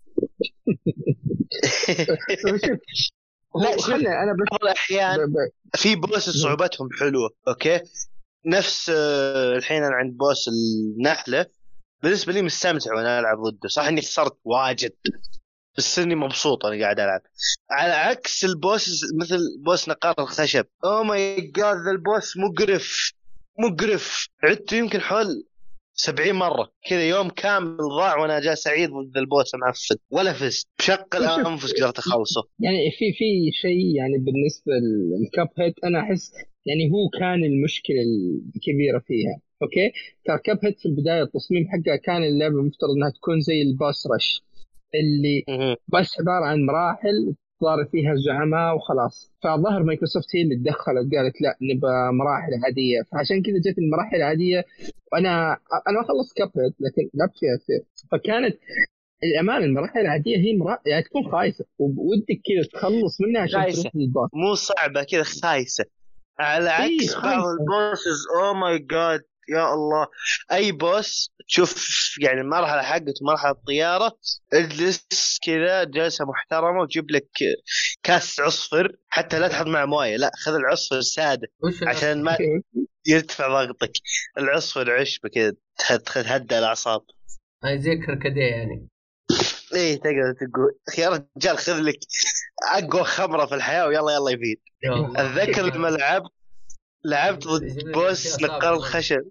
لا شوف، أنا بعض الأحيان في بوس صعوبتهم حلوة أوكي، نفس الحين أنا عند بوس النحلة بالنسبة لي مستمتع وأنا ألعب ضده، صح إني خسرت واجد بس إني مبسوط وأنا قاعد ألعب، على عكس البوس مثل بوس نقار الخشب. أوه ماي جاد ذا البوس مقرف عدته يمكن حول 70 مرة كذا، يوم كامل ضاع وأنا جالس أعيد ضد البوس معفن ولا فزت بشق الأنفس قدرت أخلصه. يعني في شيء يعني بالنسبة للكاب هيد أنا أحس يعني هو كان المشكلة الكبيرة فيها، اوكي ترى كاب هيد في البدايه التصميم حقها كان اللعبه المفترض انها تكون زي الباس رش اللي بس عباره عن مراحل صار فيها زعماء وخلاص. فظهر مايكروسوفت هي اللي تدخلت قالت لا نبغى مراحل عاديه، فعشان كذا جت المراحل العاديه. وانا ما خلصت كاب هيد لكن لعبت فيها كثير. فكانت الأمان المراحل العادية هي يعني تكون خايسة ودك كذا تخلص منها عشان تروح للباص. مو صعبة كذا، خايسة على عكس بعض البوسز. أوه ماي جاد يا الله، أي بوس تشوف يعني المرحلة حقت مرحلة الطيارة اجلس كذا جلسة محترمة وجيب لك كاس عصفر، حتى لا تحط مع موية، لا خذ العصفر سادة عشان ما يرتفع ضغطك. العصفر عشبة كذا تهدى الأعصاب، هاي زي كركديه يعني. ايه تقدر تقول يا رجال خذ لك اقوى خمره في الحياه ويلا يفيد. اتذكر لما لعبت ضد بوس نقال الخشب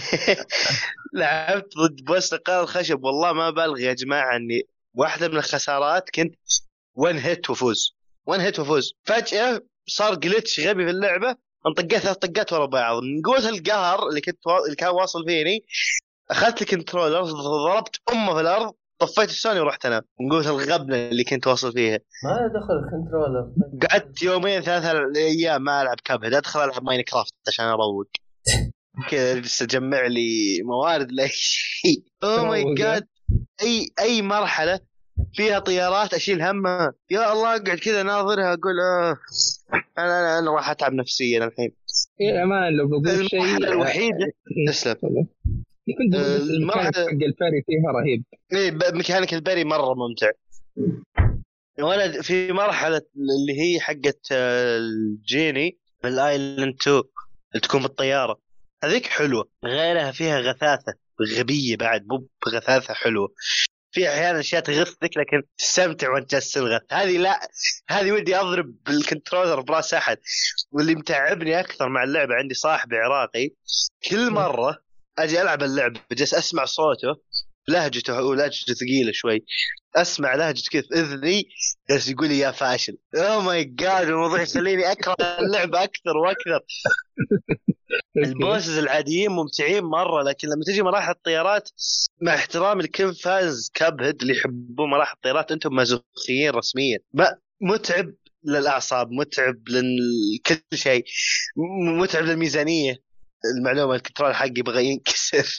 لعبت ضد بوس نقال الخشب، والله ما بالغ يا جماعه اني واحده من الخسارات كنت 1 هيت وفوز. فجاه صار جلتش غبي في اللعبه، انطقيت 3 طقات ورا بعض من قوه القهر اللي كان واصل فيني. اخذت الكنترولر ضربت امه في الارض، طفيت السوني ورحت انام من قوة الغبنة اللي كنت واصل فيها. ما دخل الكنترولر. قعدت 2-3 أيام ما ألعب كابهيد، أدخل ألعب ماينكرافت عشان أروق كذا بس أجمع لي موارد لأي شيء. أوه ماي جاد، أي مرحلة فيها طيارات أشيل همها يا الله، أقعد كذا ناظرها أقول أنا راح أتعب نفسيا الحين. يا أمان لو بقول شيء المرحلة الوحيدة تسلم المكان حق الباري فيها رهيب. إيه ميكانيك الباري مرة ممتع. وانا في مرحله اللي هي حقه الجيني من الايلاند 2 اللي تكون بالطياره، هذيك حلوه، غيرها فيها غثاثه غبيه بعد، مو بغثاثه حلوه. في احيانا اشياء تغثك لكن تستمتع وانت جالس الغث. هذه لا، هذه ودي اضرب بالكنترولر براس احد. واللي متعبني اكثر مع اللعبه، عندي صاحب عراقي كل مره اجي العب اللعبه جالس اسمع صوته لهجته ولهجته ثقيله شوي، اسمع لهجته كيف اذني بس يقول لي يا فاشل. اوه ماي جاد، الموضوع يخليني اكره اللعبه اكثر واكثر. البوسز العاديين ممتعين مره، لكن لما تجي مراحل الطيارات، مع احترامي لكل فاز كابهيد اللي يحبون مراحل الطيارات، انتم مازوخيين رسميا. متعب للاعصاب، متعب لكل شيء، متعب للميزانيه. المعلومه الكنترول حقي يبغى ينكسر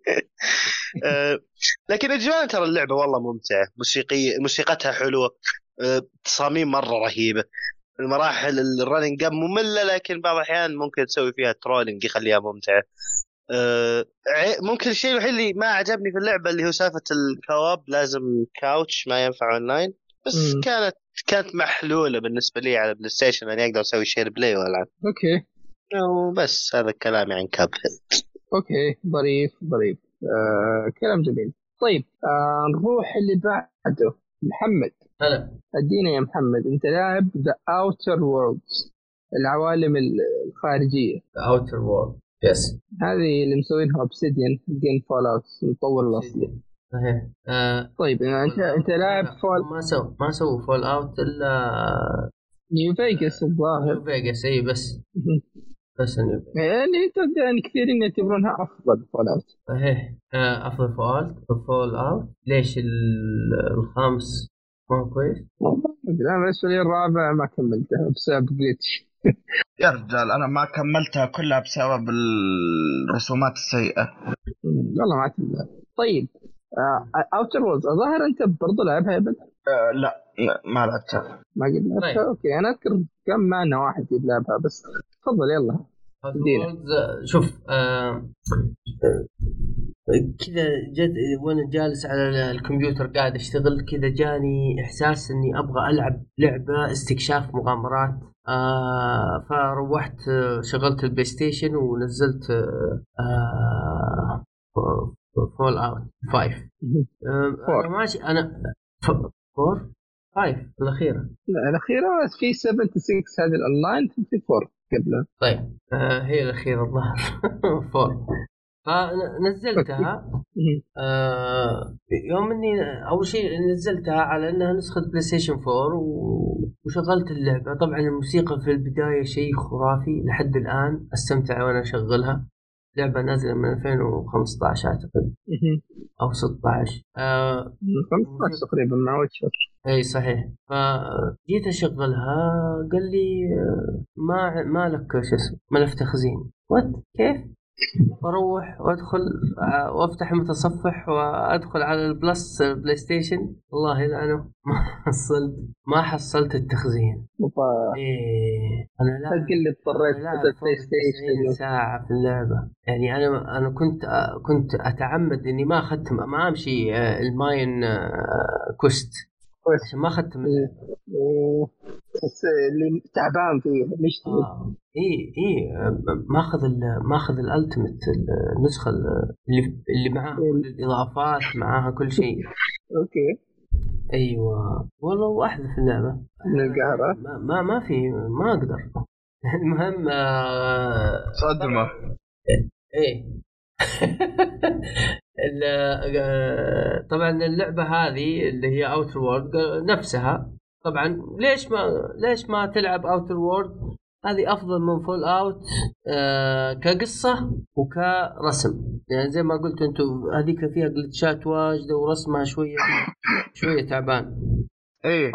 لكن اجمالا ترى اللعبه والله ممتعه، موسيقتها حلوه، تصاميم مره رهيبه. المراحل الرننج جيم ممله، لكن بعض الاحيان ممكن تسوي فيها ترولينج يخليها ممتعه. ممكن الشيء الوحيد اللي ما عجبني في اللعبه اللي هو سالفه الكواب، لازم كاوتش ما ينفع اونلاين، بس كانت محلوله بالنسبه لي على بلاي ستيشن، اني اقدر اسوي شير بلاي والعب. اوكي وبس هذا كلامي عن كابهيد. اوكي ظريف كلام جميل. طيب نروح اللي بعده. محمد، هلا ادينا يا محمد، انت لاعب ذا اوتر وورلدز، العوالم الخارجيه. اوتر وورلد يس، هذه اللي مسوينها اوبسيديان جيم فول اوت، المطور الاصلي. صحيح. طيب انت لاعب فول، ما سووا فول اوت الا نيو فيغاس الظاهر. نيو فيغاس اي بس نيو يعني يعني كثيرين يعتبرونها افضل فول اوت. صحيح. افضل فول اوت. ليش الخامس ما هو كويس؟ انا بالنسبه لي الرابع ما كملتها بسبب جليتش يا رجال انا ما كملتها كلها بسبب الرسومات السيئه والله ما أتمنى. طيب اوتر وورلدز الظاهر انت برضو لعبها يا بدر؟ لا ما لعبتها. ما قد لعبتها. طيب. اوكي انا اذكر كم معنا واحد يلعبها، بس تفضل يلا شوف. كذا جد وانا جالس على الكمبيوتر قاعد اشتغل كذا، جاني احساس اني ابغى العب لعبه استكشاف مغامرات. فروحت شغلت البلاي ستيشن ونزلت فول اوت 5. انا ماشي انا 5 الأخيرة. لا الأخيرة في 76 هذه الأونلاين، في 4 قبلها. طيب هي الأخيرة الظاهر 4. فنزلتها. يوم اني اول شيء نزلتها على انها نسخة بلاي ستيشن 4 وشغلت اللعبة. طبعا الموسيقى في البداية شيء خرافي، لحد الآن استمتع وانا اشغلها. لعبة نازلة من 2015 أعتقد أو 16. 15 تقريبا مع ويتشر. أي صحيح. فجيت أشغلها قال لي ما لك شو اسمه ملف تخزين. كيف؟ واروح وادخل وافتح المتصفح وادخل على البلس بلاي ستيشن، الله يلعنه ما حصلت التخزين. ايه انا لا اللي اضطريت بلاي ستيشن ساعه في اللعبه. يعني انا كنت اتعمد اني ما اخذت ما امشي الماين كوست عشان ما اخذت من بس اللي تعبان فيه مش ماخذ الالتيميت النسخه اللي معاها كل الاضافات معاها كل شيء. اوكي ايوه والله واحده في اللعبه من القهرة ما في ما اقدر. المهم صدمه ايه طبعا اللعبه هذه اللي هي اوتر وورد نفسها. طبعا ليش ما تلعب اوتر وورد؟ هذه افضل من فول اوت كقصه وكرسم. يعني زي ما قلت انتم هذيك فيها جلتشات واجده ورسمها شويه تعبان. ايه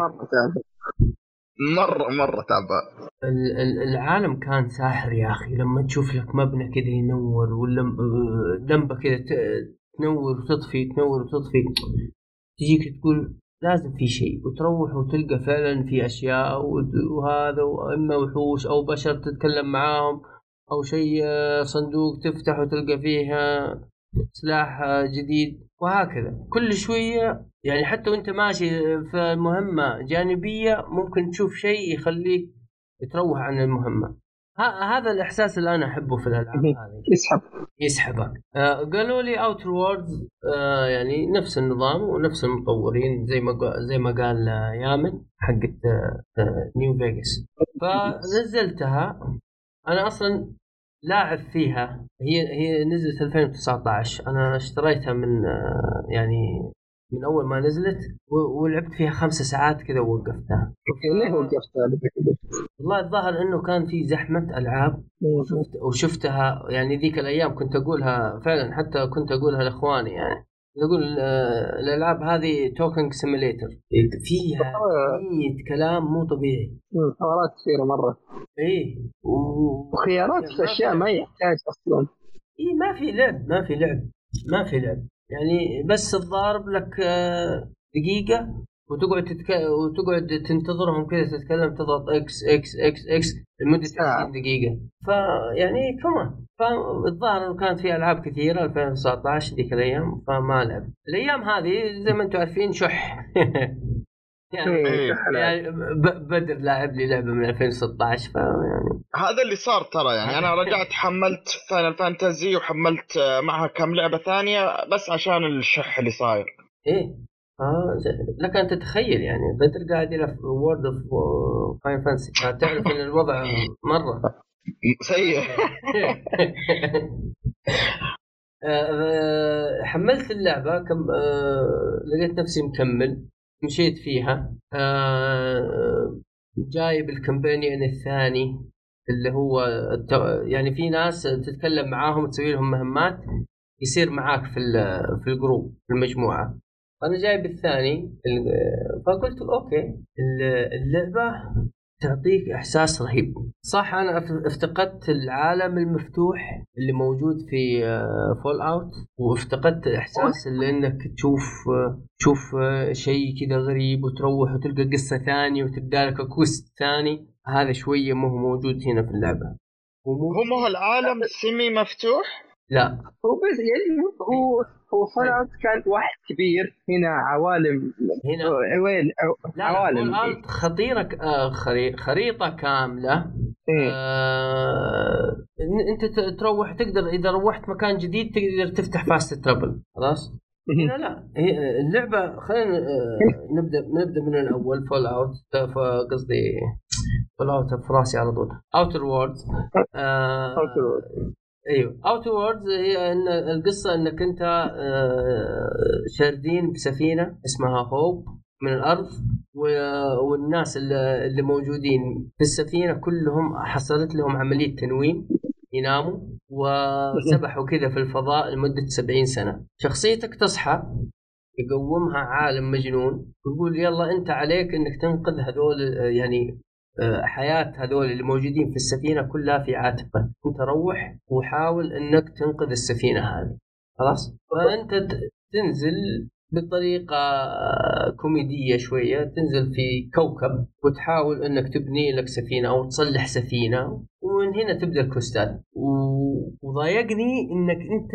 مره تعبان. العالم كان ساحر يا اخي. لما تشوف لك مبنى كذا ينور ولا لمبه كذا تنور وتطفي تجيك تقول لازم في شيء، وتروح وتلقى فعلا في أشياء وهذا، وإما وحوش أو بشر تتكلم معاهم أو شيء صندوق تفتح وتلقى فيها سلاح جديد، وهكذا كل شوية. يعني حتى وانت ماشي في مهمة جانبية ممكن تشوف شيء يخليك تروح عن المهمة. هذا الإحساس اللي أنا أحبه في الألعاب هذه، يسحبك. قالوا لي أوتر ووردز يعني نفس النظام ونفس المطورين زي ما قال يامن حقت نيو فيغاس. فنزلتها أنا أصلا لاعب فيها. هي نزلت 2019. أنا اشتريتها من يعني من أول ما نزلت ولعبت فيها 5 ساعات كذا ووقفتها. ليه وقفتها؟ والله الظاهر إنه كان في زحمة ألعاب وشفتها. يعني ذيك الأيام كنت أقولها فعلا، حتى كنت أقولها لإخواني. يعني نقول الألعاب هذه توكينج سيميليتر فيها كمية كلام مو طبيعي، حوارات كثيرة مرة. إيه وخيارات في أشياء ما يحتاج أصلا. إيه ما في لعب يعني بس الضارب لك دقيقة وتقعد تنتظرهم كذا تتكلم، تضغط اكس اكس اكس اكس لمدة 20 دقيقة. فيعني كمان فالظاهر كانت في ألعاب كثيرة 2019 ذيك الأيام فما لعب. الأيام هذه زي ما أنتم عارفين شح يعني بدر لاعب لي لعبة من 2016 يعني هذا اللي صار ترى. يعني أنا رجعت حملت فاينل فانتازي وحملت معها كم لعبة ثانية بس عشان الشح اللي صاير. إيه لك أن تتخيل يعني بدر قاعد يلعب وورد اوف فاين فانسي، تعرف ان الوضع مرة سيء. حملت اللعبة لقيت نفسي مكمل، مشيت فيها. جايب الكامبانيون الثاني اللي هو يعني في ناس تتكلم معاهم تسوي لهم مهمات يصير معاك في الجروب في المجموعة. أنا جايب الثاني فقلت أوكي اللعبة تعطيك إحساس رهيب. صح أنا افتقدت العالم المفتوح اللي موجود في فول أوت، وافتقدت إحساس اللي إنك تشوف شيء كذا غريب وتروح وتلقى قصة ثانية وتبدأ لك كوست ثاني. هذا شوية مو موجود هنا في اللعبة. هو العالم سيمي مفتوح. لا هو بس يعني هو فول كان واحد كبير. هنا عوالم عوالم خطيرة خريطة كاملة. انت تروح تقدر اذا روحت مكان جديد تقدر تفتح فاست ترابل خلاص. هنا لا، هي اللعبة خلينا نبدأ من الأول. فول أوت قصدي فول أوت في راسي على طول. أوتر ووردز ايوه اوتر ووردز هي ان القصه انك انت شاردين بسفينه اسمها هوب من الارض، والناس اللي موجودين في السفينه كلهم حصلت لهم عمليه تنويم يناموا وسبحوا كذا في الفضاء لمدة 70 سنة. شخصيتك تصحى يقومها عالم مجنون ويقول يلا أنت عليك أنك تنقذ هذول يعني حياة هذول اللي موجودين في السفينة كلها في عاتقك، أنت روح وحاول أنك تنقذ السفينة هذه. خلاص، فأنت تنزل بطريقة كوميدية شوية، تنزل في كوكب وتحاول أنك تبني لك سفينة أو تصلح سفينة، ومن هنا تبدأ الكوستات. وضايقني أنك أنت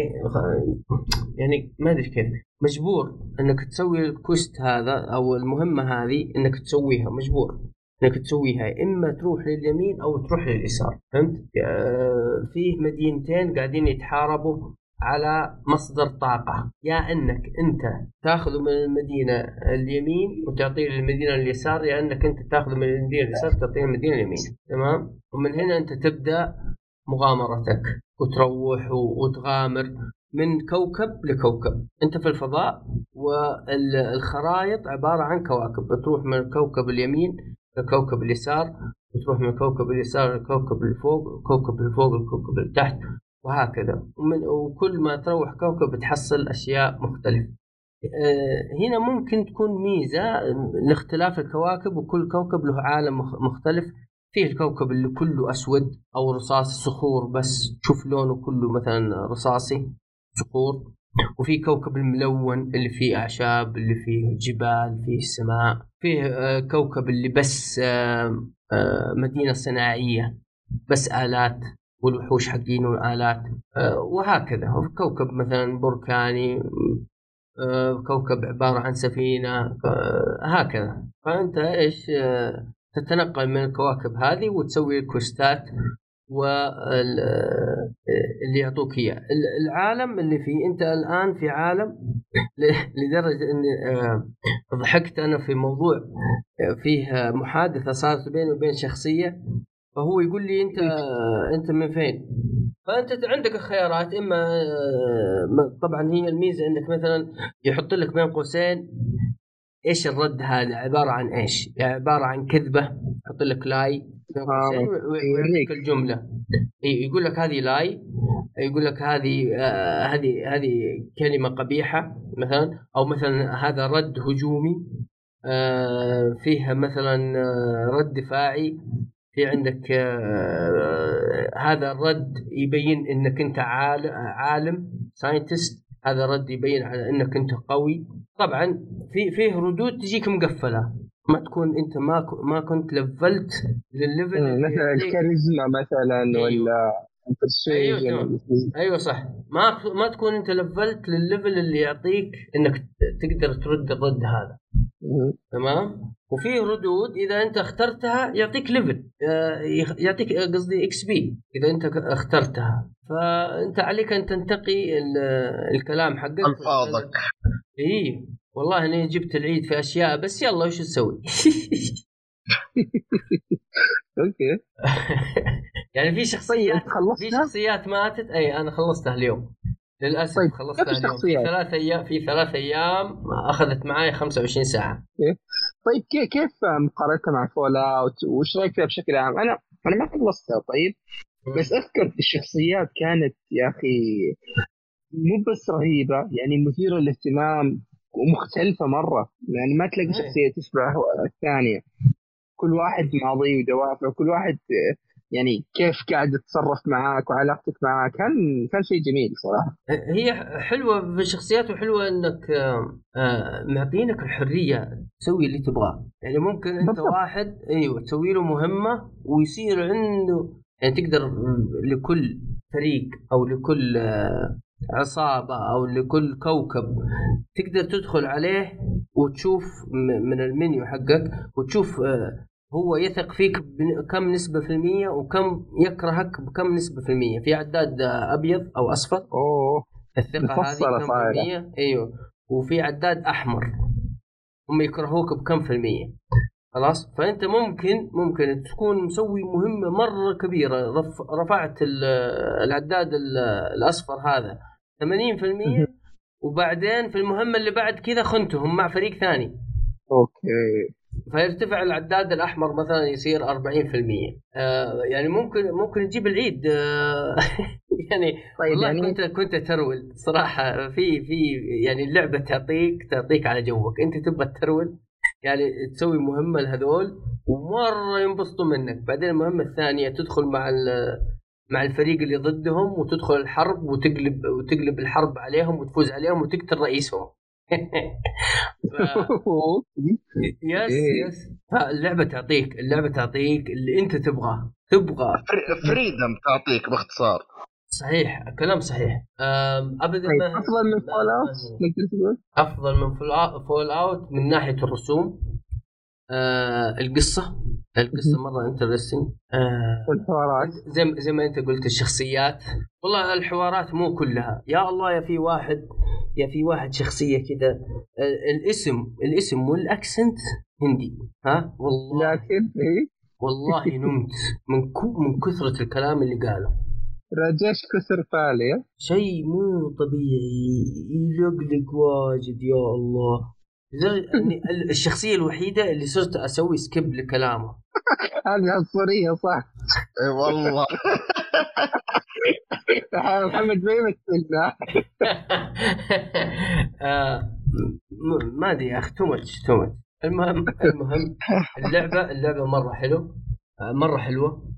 يعني ما أدري كيف مجبور أنك تسوي الكوست هذا أو المهمة هذه، أنك تسويها مجبور انك تسويها، اما تروح لليمين او تروح لليسار. فهمت؟ فيه مدينتين قاعدين يتحاربوا على مصدر طاقة، يا انك انت تاخذ من المدينة اليمين وتعطيه للمدينة اليسار، يا انك انت تاخذ من المدينة اليسار وتعطيه للمدينة اليمين. تمام؟ ومن هنا انت تبدأ مغامرتك وتروح وتغامر من كوكب لكوكب. انت في الفضاء والخرائط عبارة عن كواكب، بتروح من الكوكب اليمين لكوكب اليسار، وتروح من كوكب اليسار لكوكب الفوق، كوكب الفوق الكوكب التحت، وهكذا. وكل ما تروح كوكب بتحصل أشياء مختلفة. هنا ممكن تكون ميزة لاختلاف الكواكب، وكل كوكب له عالم مختلف. فيه الكوكب اللي كله أسود أو رصاص صخور بس، شوف لونه كله مثلا رصاصي صخور. وفي كوكب الملون اللي فيه أعشاب، اللي فيه جبال، فيه سماء. فيه كوكب اللي بس مدينة صناعية بس آلات، والوحوش حقينه آلات، وهكذا. كوكب مثلا بركاني، كوكب عبارة عن سفينة، هكذا. فأنت إيش تتنقل من الكواكب هذه وتسوي الكوستات واللي يعطوك إياه. العالم اللي فيه أنت الآن في عالم لدرجة أن ضحكت أنا في موضوع فيه محادثة صارت بيني وبين شخصية، فهو يقول لي أنت من فين؟ فأنت عندك الخيارات، إما طبعا هي الميزة أنك مثلا يحط لك بين قوسين إيش الرد هذا عبارة عن إيش، يعني عبارة عن كذبة، يحط لك لاي ويعطيك الجملة، يقول لك هذه لاي، يقول لك هذه كلمة قبيحة مثلا، أو مثلا هذا رد هجومي، فيها مثلا رد دفاعي. في عندك هذا الرد يبين انك انت عالم ساينتست، هذا رد يبين على انك انت قوي. طبعا فيه ردود تجيك مقفله، ما تكون انت ما كنت لفلت للليفل مثلا الكاريزما مثلا. أيوة. ولا ايوه صح، ما تكون انت لفلت للليفل اللي يعطيك انك تقدر ترد الرد هذا. تمام. وفيه ردود اذا انت اخترتها يعطيك ليفل، يعطيك قصدي اكس بي اذا انت اخترتها. فانت عليك ان تنتقي الكلام حقك، الفاظك. ايه والله اني جبت العيد في اشياء، بس يلا وش تسوي؟ اوكي. يعني في شخصيات ماتت. اي انا خلصتها اليوم للاسف. طيب. خلصتها اليوم في 3 ايام اخذت معي 25 ساعه. طيب كيف مقارنتها مع فول اوت؟ وش رايك فيها بشكل عام؟ انا ما خلصتها. طيب بس اذكر الشخصيات كانت يا اخي مو بس رهيبه، يعني مثيره للاهتمام ومختلفه مره، يعني ما تلاقي شخصيه تشبه الثانيه. كل واحد ماضي ودوافع، وكل واحد يعني كيف قاعد تتصرف معاك وعلاقتك معاك. كان شيء جميل صراحة. هي حلوة بالشخصيات، وحلوة انك معطينك الحرية تسوي اللي تبغاه. يعني ممكن انت بالضبط. واحد ايوه تسوي له مهمة ويصير عنده، يعني تقدر لكل فريق او لكل عصابة او لكل كوكب تقدر تدخل عليه وتشوف من المنيو حقك، وتشوف هو يثق فيك بكم نسبة في المية، وكم يكرهك بكم نسبة في المية. في عداد أبيض أو أصفر، الثقة هذه كم في المية. أيوه. وفي عداد أحمر، هم يكرهوك بكم في المية. خلاص. فأنت ممكن تكون مسوي مهمة مرة كبيرة، رفعت العداد الأصفر هذا 80%، وبعدين في المهمة اللي بعد كذا خنتهم مع فريق ثاني. اوكي. فيرتفع العداد الأحمر مثلا يصير 40%. يعني ممكن نجيب العيد. يعني طيب والله يعني كنت ترول صراحة في يعني اللعبة تعطيك على جوك، أنت تبغى ترول يعني تسوي مهمة لهذول ومرة ينبسطوا منك. بعدين المهمة الثانية تدخل مع الفريق اللي ضدهم وتدخل الحرب وتقلب الحرب عليهم وتفوز عليهم وتقتل رئيسهم. ف... يس فاللعبة تعطيك اللي انت تبغى فريدم تعطيك باختصار. صحيح، كلام صحيح. ابدا طيب ما افضل من فول اوت نقدر تقول افضل من فول اوت من ناحية الرسوم. القصة مرة انترستنج. والحوارات زي ما انت قلت الشخصيات، والله الحوارات مو كلها يا الله. يا في واحد شخصية كذا الاسم والاكسنت هندي. ها والله لكن والله نمت من كثرة الكلام اللي قاله. راجيش كسر فالي شيء مو طبيعي، يلقلق واجد يا الله. أني الشخصية الوحيدة اللي صرت أسوي سكيب لكلامه. هذه عنصرية صح. اي والله. محمد ما يمثلنا. ما أدري يا أخي تومتش. المهم اللعبة مرة حلوة.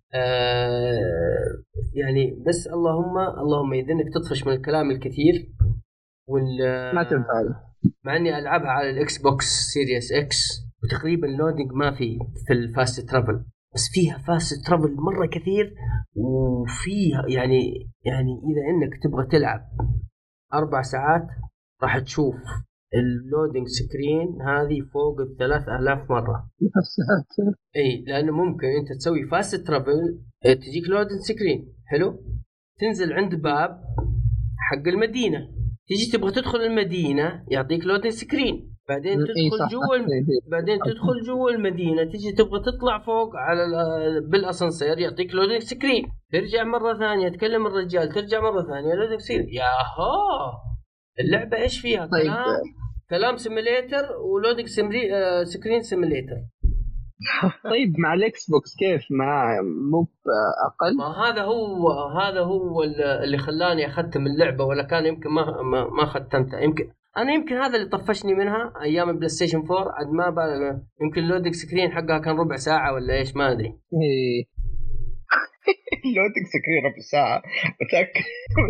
يعني بس اللهم يذنك تطفش من الكلام الكثير ما تنفع. مع اني العبها على الاكس بوكس سيريس اكس وتقريبا لودنج ما في الفاست ترافل، بس فيها فاست ترافل مره كثير. وفيها يعني اذا انك تبغى تلعب 4 ساعات راح تشوف اللودنج سكرين هذه فوق 3000 مره. اي لانه ممكن انت تسوي فاست ترافل تجيك لودنج سكرين حلو، تنزل عند باب حق المدينه، تيجي تبغى تدخل المدينة يعطيك لودنج سكرين، بعدين تدخل جوا المدينة، تيجي تبغى تطلع فوق على بالأسانسير يعطيك لودنج سكرين، ترجع مرة ثانية تكلم الرجال ترجع مرة ثانية لودنج سكرين. ياها اللعبة ايش فيها؟ طيب. كلام سيميليتر ولودنج سكرين سيميليتر. طيب مع الاكس بوكس كيف مو اقل؟ ما هذا هو اللي خلاني اختم اللعبه، ولا كان يمكن ما ختمتها. يمكن هذا اللي طفشني منها ايام البلاي ستيشن 4. عاد ما بالغ يمكن اللودنج سكرين حقها كان ربع ساعه ولا ايش ما ادري. اللودنج سكرين ربع ساعه متاكد؟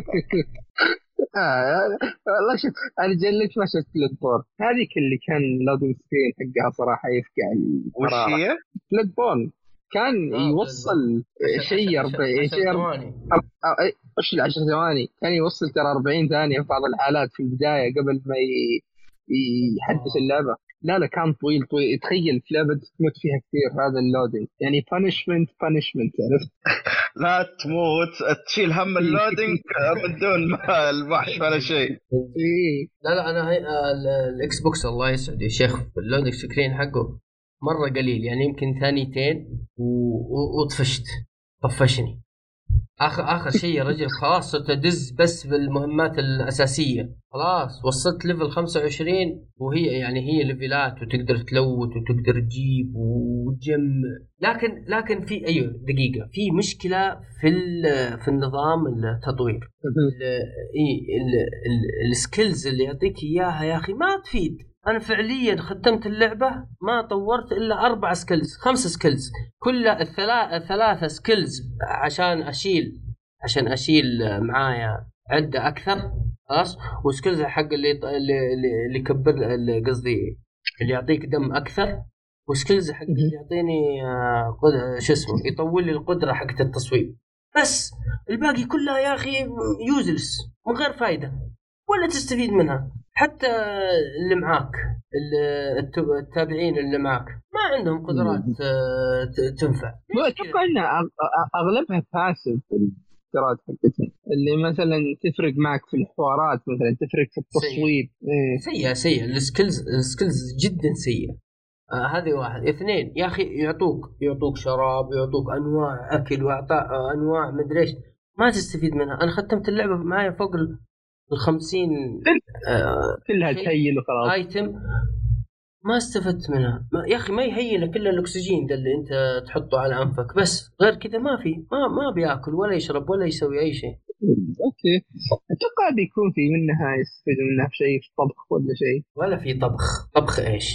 والله شوف انا جلت ما شفت بلاد هذيك اللي كان اللودنج سكرين حقها صراحه يفقع الحراره. وش هي؟ بلاد بورن كان يوصل شيء 40 ثواني. ايش 10 ثواني كان يوصل ترى 40 ثانيه في بعض الحالات في البدايه قبل ما يحدث اللعبه. لا كان طويل تخيل في لعبه تموت فيها كثير هذا اللودنج يعني بانشمنت عرفت. لا تموت تشيل هم اللودنج بدون ما الوحش ولا شيء. لا انا الاكس بوكس الله يسعد يا شيخ اللودنج سكرين حقه مره قليل، يعني يمكن ثانيتين طفشني. اخر شيء يا رجل خلاص صرت ادز بس بالمهمات الاساسيه، خلاص وصلت ليفل 25 وهي يعني هي ليفلات وتقدر تلوت وتقدر تجيب وتجمع. لكن في دقيقه في مشكله في النظام التطوير. السكيلز اللي يعطيك اياها يا اخي ما تفيد. أنا فعليا ختمت اللعبة ما طورت إلا 4 سكيلز 5 سكيلز كلها 3 سكيلز عشان أشيل معايا عدة أكثر خلاص، وسكيلز حق اللي يكبر قصدي اللي يعطيك دم أكثر، وسكيلز حق اللي يعطيني يطول لي القدرة حق التصويب. بس الباقي كلها يا أخي يوزلس من غير فايدة ولا تستفيد منها. حتى اللي معاك التابعين اللي معاك ما عندهم قدرات تنفع. أتوقع أن أغلبها باسف القدرات حقتها اللي مثلا تفرق معك في الحوارات، مثلا تفرق في التصويب. سيئة السكيلز جدا سيئة. هذه 1. 2 يا أخي يعطوك شراب، يعطوك أنواع أكل وأعطاء أنواع مدريش ما تستفيد منها. أنا ختمت اللعبة معايا فوق 50 كلها تهيل وخلاص ايتم ما استفدت منها. يا اخي ما يهيئ لك الا الاكسجين ده اللي انت تحطه على انفك بس، غير كذا ما في، ما بياكل ولا يشرب ولا يسوي اي شيء. اوكي، اتوقع بيكون في منها يستفيد منها في شيء، في الطبخ ولا شيء. ولا في طبخ ايش؟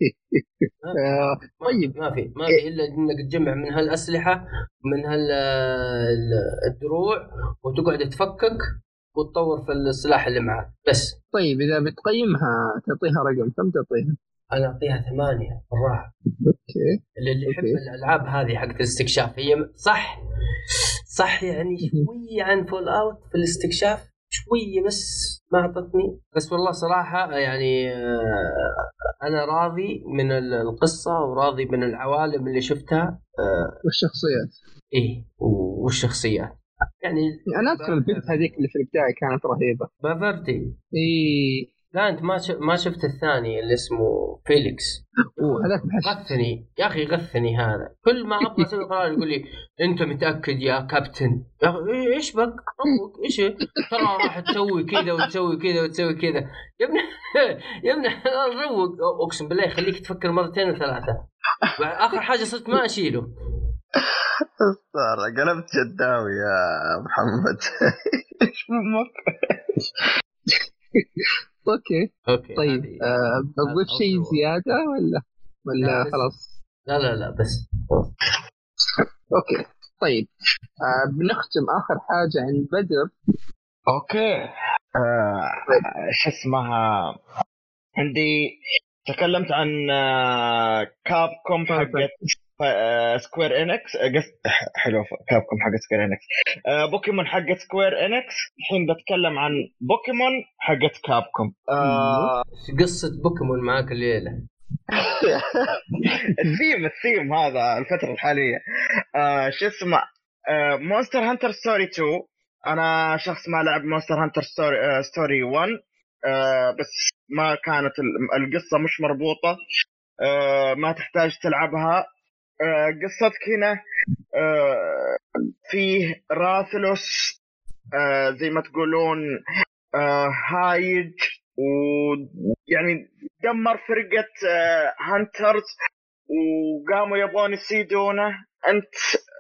طيب، ما في الا انك تجمع من هالاسلحه ومن الدروع وتقعد تفكك وتطور في السلاح اللي معك بس. طيب اذا بتقيمها تعطيها رقم كم تعطيها؟ انا اعطيها 8 بالراحه. اوكي، اللي يحب الالعاب هذه حقت الاستكشاف، هي صح يعني شويه عن فول اوت في الاستكشاف شويه، بس ما اعطتني. بس والله صراحه يعني انا راضي من القصه وراضي من العوالم اللي شفتها والشخصيات. ايه والشخصيات يعني. انا اذكر البنت هذيك اللي في البدايه كانت رهيبه، بافرتي. ايه. لا انت ما شفت الثاني اللي اسمه فيليكس. هذاك غثني يا اخي، غثني هذا. كل ما ابغى اسوي قرار يقول لي انت متاكد يا كابتن؟ يا اخي ايش بك روق ايش ترى راح تسوي كذا وتسوي كذا وتسوي كذا يا ابني. يا ابني روق، اقسم بالله يخليك تفكر مرتين وثلاثه. اخر حاجه صرت ما اشيله. صار قلبت جداوي يا محمد. ايش امك؟ اوكي طيب، بقول شيء زياده ولا خلاص؟ لا بس اوكي طيب، بنختم اخر حاجه عند بدر. اوكي، شو اسمها عندي، تكلمت عن كاب كوم حقت سكوير انكس، حلو كاب كوم حقت سكوير انكس. بوكيمون حقت سكوير انكس. الحين بتكلم عن بوكيمون حقت كاب كوم. قصة بوكيمون معاك الليلة. الثيم هذا الفترة الحالية. شو اسمه، مونستر هانتر ستوري 2. انا شخص ما لعب مونستر هانتر ستوري 1، بس ما كانت القصة مش مربوطة، ما تحتاج تلعبها. قصتك هنا فيه راثلوس، زي ما تقولون هايج، ويعني دمر فرقة هانترز وقاموا يبغون يصيدونه. انت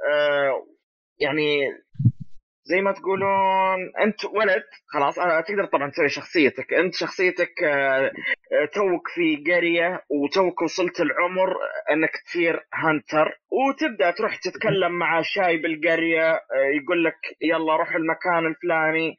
يعني زي ما تقولون انت ولد خلاص، تقدر طبعا تسوي شخصيتك. انت شخصيتك توك في قرية وتوك وصلت العمر انك تصير هانتر، وتبدأ تروح تتكلم مع شايب القرية، يقول لك يلا روح المكان الفلاني،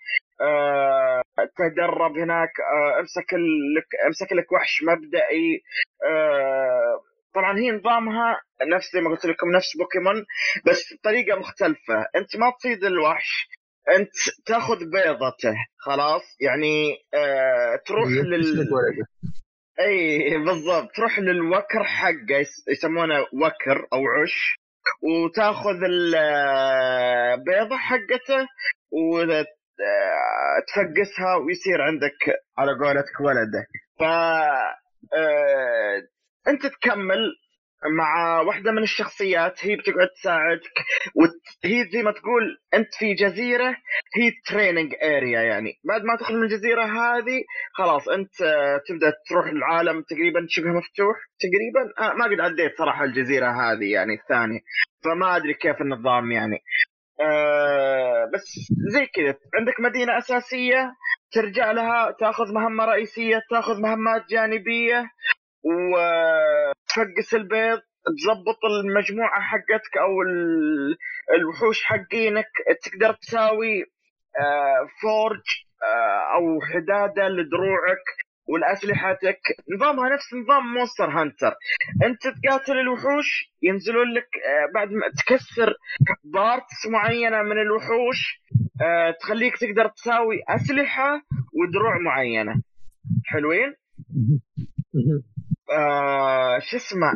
تدرب هناك، امسك لك وحش مبدئي. طبعا هي نظامها نفس زي ما قلت لكم نفس بوكيمون، بس بطريقة مختلفة. انت ما تصيد الوحش، انت تاخذ بيضته خلاص، يعني تروح اي بالضبط، تروح للوكر حقه، يسمونه وكر او عش، وتاخذ البيضة حقته وتفقسها ويصير عندك على قولتك ولده. ف انت تكمل مع واحدة من الشخصيات، هي بتقعد تساعدك، وهي زي ما تقول انت في جزيرة، هي تريننج اريا. يعني بعد ما تخرج من الجزيرة هذه خلاص انت تبدأ تروح العالم تقريبا شبه مفتوح تقريبا. ما قد عديت صراحة الجزيرة هذه يعني الثانية، فما ادري كيف النظام يعني. بس زي كذا عندك مدينة أساسية ترجع لها، تأخذ مهمة رئيسية، تأخذ مهمات جانبية، وتفقس البيض، تضبط المجموعة حقتك أو الوحوش حقينك. تقدر تساوي فورج أو حدادة لدروعك والأسلحتك. نظامها نفس نظام مونستر هانتر، أنت تقاتل الوحوش ينزلون لك بعد ما تكسر بارتس معينة من الوحوش، تخليك تقدر تساوي أسلحة ودروع معينة. حلوين. شو اسمه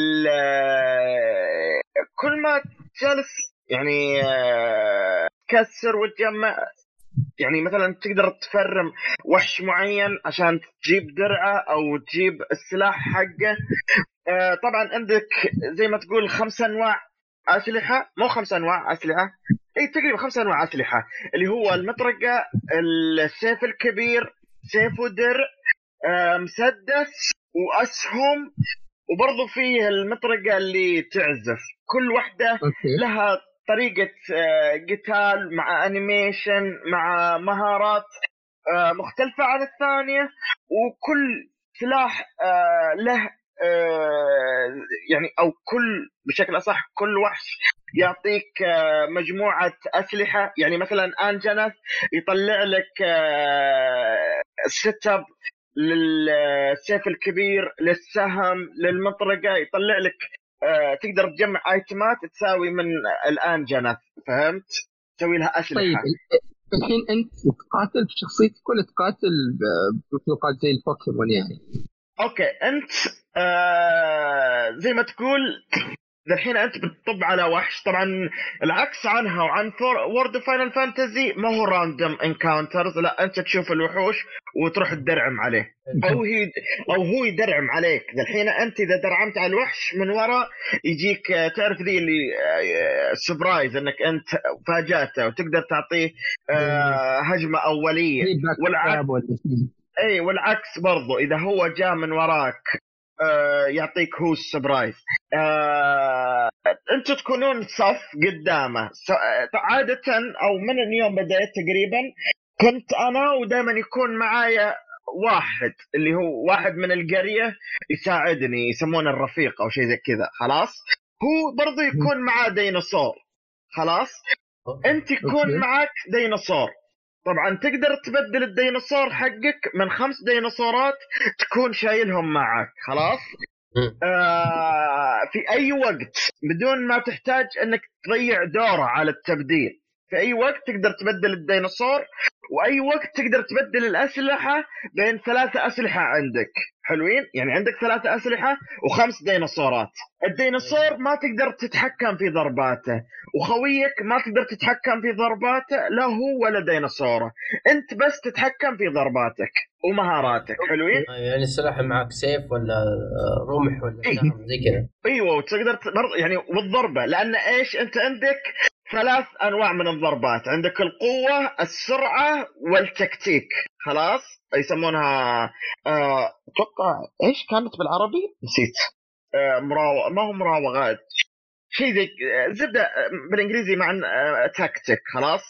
كل ما جالس يعني تكسر وتجمع، يعني مثلا تقدر تفرم وحش معين عشان تجيب درعه او تجيب السلاح حقه. طبعا عندك زي ما تقول 5 انواع اسلحه، مو 5 انواع اسلحه، اي تقريبا 5 انواع اسلحه، اللي هو المطرقه، السيف الكبير، سيف ودرع، مسدس، واسهم، وبرضه فيه المطرقه اللي تعزف. كل واحده لها طريقه قتال مع انيميشن مع مهارات مختلفه عن الثانيه. وكل سلاح له يعني او كل بشكل اصح كل وحش يعطيك مجموعه اسلحه. يعني مثلا انجنث يطلع لك سيت اب للسيف الكبير، للسهم، للمطرقه، يطلع لك تقدر تجمع ايتمات تساوي من الانجنث، فهمت؟ تسوي لها اسلحه. طيب الحين انت تقاتل بشخصيتك ولا تقاتل بمخلوقات زي البوكيمون يعني؟ اوكي، انت زي ما تقول الحين انت بتطب على وحش. طبعا العكس عنها وعن وورد فاينل فانتزي، ما هو راندوم انكاونترز، لا انت تشوف الوحوش وتروح تدرعم عليه، او هو يدرعم عليك. الحين انت اذا درعمت على الوحش من ورا يجيك تعرف ذي اللي سبرايز، انك انت فاجأته وتقدر تعطيه هجمة اولية. والعكس والعكس برضو اذا هو جاء من وراك يعطيك هو السبرايز. انتوا تكونون صف قدامه عادة، او من يوم بدأت تقريبا كنت انا ودائما يكون معايا واحد اللي هو واحد من القرية يساعدني، يسمونه الرفيق او شيء زي كذا. خلاص، هو برضو يكون معاه ديناصور. خلاص، انت يكون معك ديناصور. طبعا تقدر تبدل الديناصور حقك من 5 ديناصورات تكون شايلهم معك. خلاص، في اي وقت بدون ما تحتاج انك تضيع دورة على التبديل. في اي وقت تقدر تبدل الديناصور، واي وقت تقدر تبدل الاسلحة بين 3 اسلحة عندك. حلوين، يعني عندك 3 اسلحة و5 ديناصورات. الديناصور ما تقدر تتحكم في ضرباته، وخويك ما تقدر تتحكم في ضرباته، لا هو ولا ديناصوره، انت بس تتحكم في ضرباتك ومهاراتك. حلوين، يعني السلاح معك سيف ولا رمح ولا سهم زي كذا؟ ايوه، وتقدر برضه يعني والضربه، لان ايش انت عندك 3 انواع من الضربات. عندك القوه، السرعه، والتكتيك. خلاص، يسمونها اتوقع ايش كانت بالعربي نسيت. ما هو مراوغات، شيء زي زبده بالانجليزي مع تاكتيك. خلاص،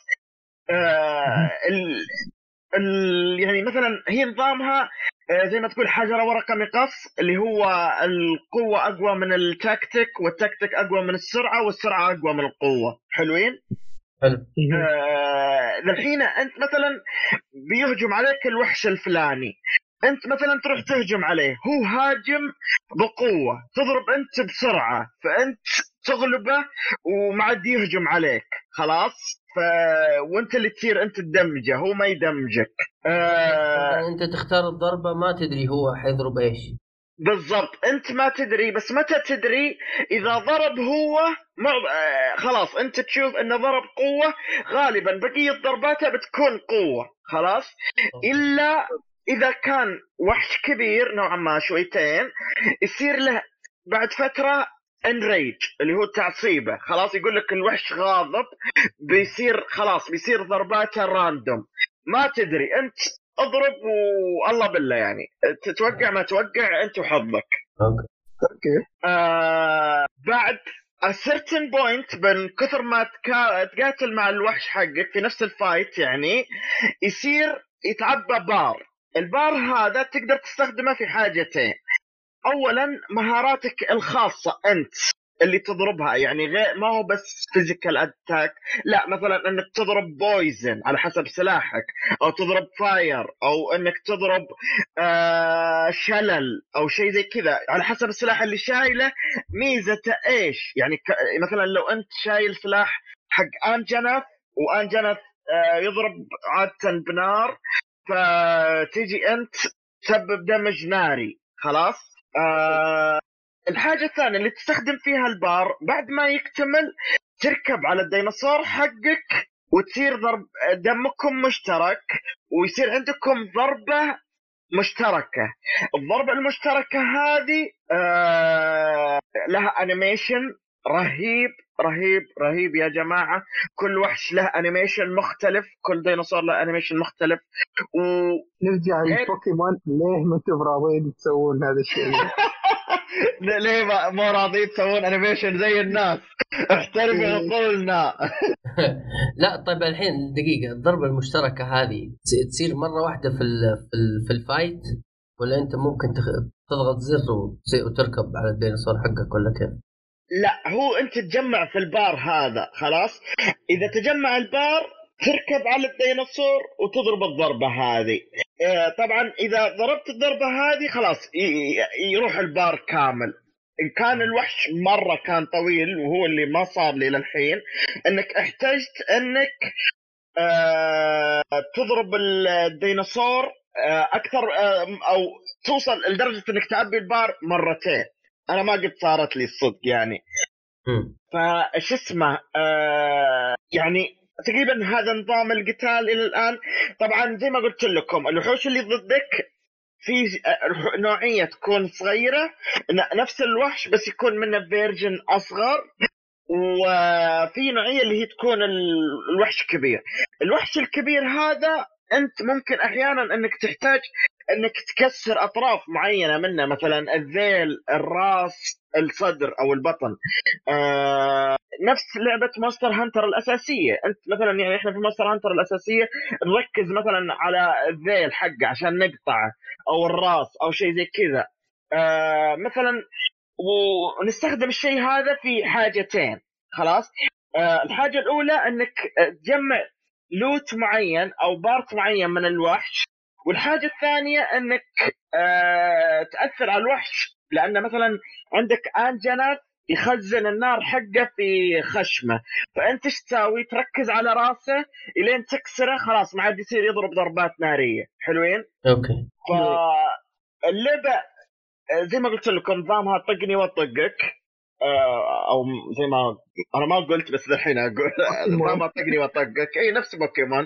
يعني مثلا هي نظامها زي ما تقول حجره ورقه مقص، اللي هو القوه اقوى من التكتيك، والتكتيك اقوى من السرعه، والسرعه اقوى من القوه. حلوين. حلو. الحين انت مثلا بيهجم عليك الوحش الفلاني، انت مثلا تروح تهجم عليه، هو هاجم بقوه، تضرب انت بسرعه، فانت تغلبه وما عاد يهجم عليك. خلاص، وانت اللي تصير انت تدمجه، هو ما يدمجك. طبعا انت تختار الضربة، ما تدري هو حيضرب ايش بالضبط، انت ما تدري، بس متى تدري؟ اذا ضرب هو خلاص انت تشوف انه ضرب قوة، غالبا بقية ضرباته بتكون قوة. خلاص، الا اذا كان وحش كبير نوعا ما شويتين، يصير له بعد فترة انريج اللي هو تعصيبه. خلاص، يقول لك الوحش غاضب، بيصير خلاص بيصير ضرباته راندوم، ما تدري، انت اضرب والله بالله، يعني تتوقع ما توقع انت وحظك. اوكي. بعد a certain point من كثر ما تقاتل مع الوحش حقك في نفس الفايت، يعني يصير يتعبى بار. البار هذا تقدر تستخدمه في حاجتين. اولا مهاراتك الخاصة انت اللي تضربها، يعني غير ما هو بس فيزيكال اتاك، لا، مثلا انك تضرب بويزن على حسب سلاحك، او تضرب فاير، او انك تضرب شلل او شيء زي كذا على حسب السلاح اللي شايله. ميزته ايش؟ يعني مثلا لو انت شايل سلاح حق انجنث، وانجنث يضرب عادة بنار، فتيجي انت تسبب دمج ناري. خلاص، الحاجة الثانية اللي تستخدم فيها البار، بعد ما يكتمل تركب على الديناصور حقك وتصير ضرب دمكم مشترك، ويصير عندكم ضربة مشتركة. الضربة المشتركة هذه لها انيميشن رهيب رهيب رهيب يا جماعة. كل وحش له أنيميشن مختلف، كل ديناصور له أنيميشن مختلف. نرجع للبوكيمون، ليه ما انتم راضيين تسوون هذا الشيء؟ ليه ما راضيين تسوون أنيميشن زي الناس؟ احترموا عقولنا. لا طيب الحين دقيقة، الضربة المشتركة هذه تصير مرة واحدة في الفايت، ولا أنت ممكن تضغط زر وتركب على الديناصور حقك ولا كيف؟ لا، هو أنت تجمع في البار هذا خلاص. إذا تجمع البار تركب على الديناصور وتضرب الضربة هذه. طبعا إذا ضربت الضربة هذه خلاص يروح البار كامل. إن كان الوحش مرة كان طويل، وهو اللي ما صار لي للحين، إنك احتجت إنك تضرب الديناصور أكثر، أو توصل لدرجة إنك تعبي البار مرتين. أنا ما قد صارت لي الصدق يعني. فايش اسمه يعني تقريبا هذا نظام القتال الى الان. طبعا زي ما قلت لكم، الوحوش اللي ضدك في نوعيه تكون صغيره نفس الوحش بس يكون منه فيرجن اصغر، وفي نوعيه اللي هي تكون الوحش كبير. الوحش الكبير هذا انت ممكن احيانا انك تحتاج انك تكسر اطراف معينه منه، مثلا الذيل، الراس، الصدر او البطن. نفس لعبه مونستر هانتر الاساسيه. انت مثلا يعني احنا في مونستر هانتر الاساسيه نركز مثلا على الذيل حقه عشان نقطعه، او الراس او شيء زي كذا مثلا. ونستخدم الشيء هذا في حاجتين خلاص. الحاجه الاولى انك تجمع لوت معين او بارت معين من الوحش، والحاجة الثانية انك تأثر على الوحش، لان مثلا عندك انجنات يخزن النار حقه في خشمه، فانت ايش تسوي؟ تركز على راسه الين تكسره، خلاص ما عاد يصير يضرب ضربات نارية. حلوين. اوكي. فاللعبة زي ما قلت لكم نظامها طقني وطقك، او زي ما انا ما قلت بس الحين اقول نظامها طقني وطقك، اي نفس بوكيمون.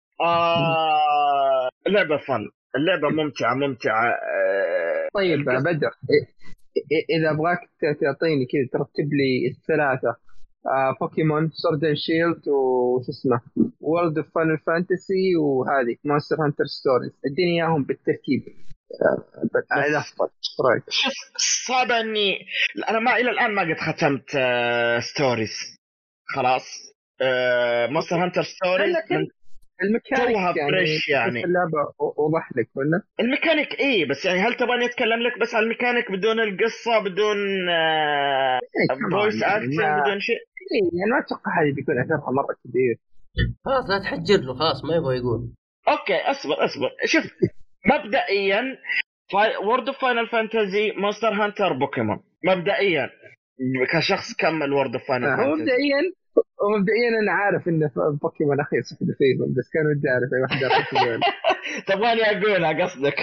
اللعبة فن، اللعبة ممتعة. طيب بدر، إذا أبغاك تعطيني كذا ترتب لي الثلاثة، بوكيمون سورد اند شيلد وش اسمه وورلد اوف فاينل فانتسي وهذه مونستر هانتر ستوريز، اديني اياهم بالترتيب على افضل رايك. صعب اني انا ما الى الان ما قد ختمت ستوريز خلاص. مونستر هانتر ستوريز الميكانيك يعني اللعبة وضح لك ولا الميكانيك ايه، بس يعني هل تبغاني اتكلم لك بس على الميكانيك بدون القصة، بدون فويس اكتنج، بدون شيء؟ يعني ما اتوقع هذه بيكون اثرها مرة كبير. خلاص لا تحجر له، خلاص ما يبغى يقول. اوكي اصبر شوف. مبدئيا وورد اوف فاينل فانتزي، مونستر هانتر، بوكيمون. مبدئيا كشخص كمل وورد اوف فاينل فانتزي. مبدئيا انا عارف ان بوكيمون اخي صحبه فيهم، بس كان ودي اعرف اي واحد يعرف. تبغاني اقولها قصدك؟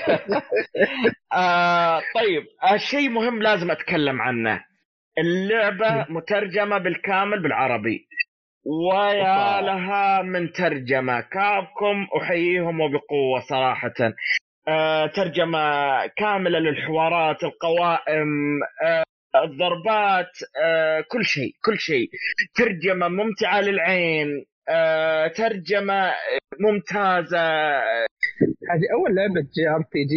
طيب شيء مهم لازم اتكلم عنه. اللعبة مترجمة بالكامل بالعربي، ويا لها من ترجمة. كابكم أحييهم وبقوة صراحة. ترجمة كاملة للحوارات، القوائم، الضربات، كل شيء. ترجمة ممتعة للعين، ترجمة ممتازة. هذه أول لعبة JRPG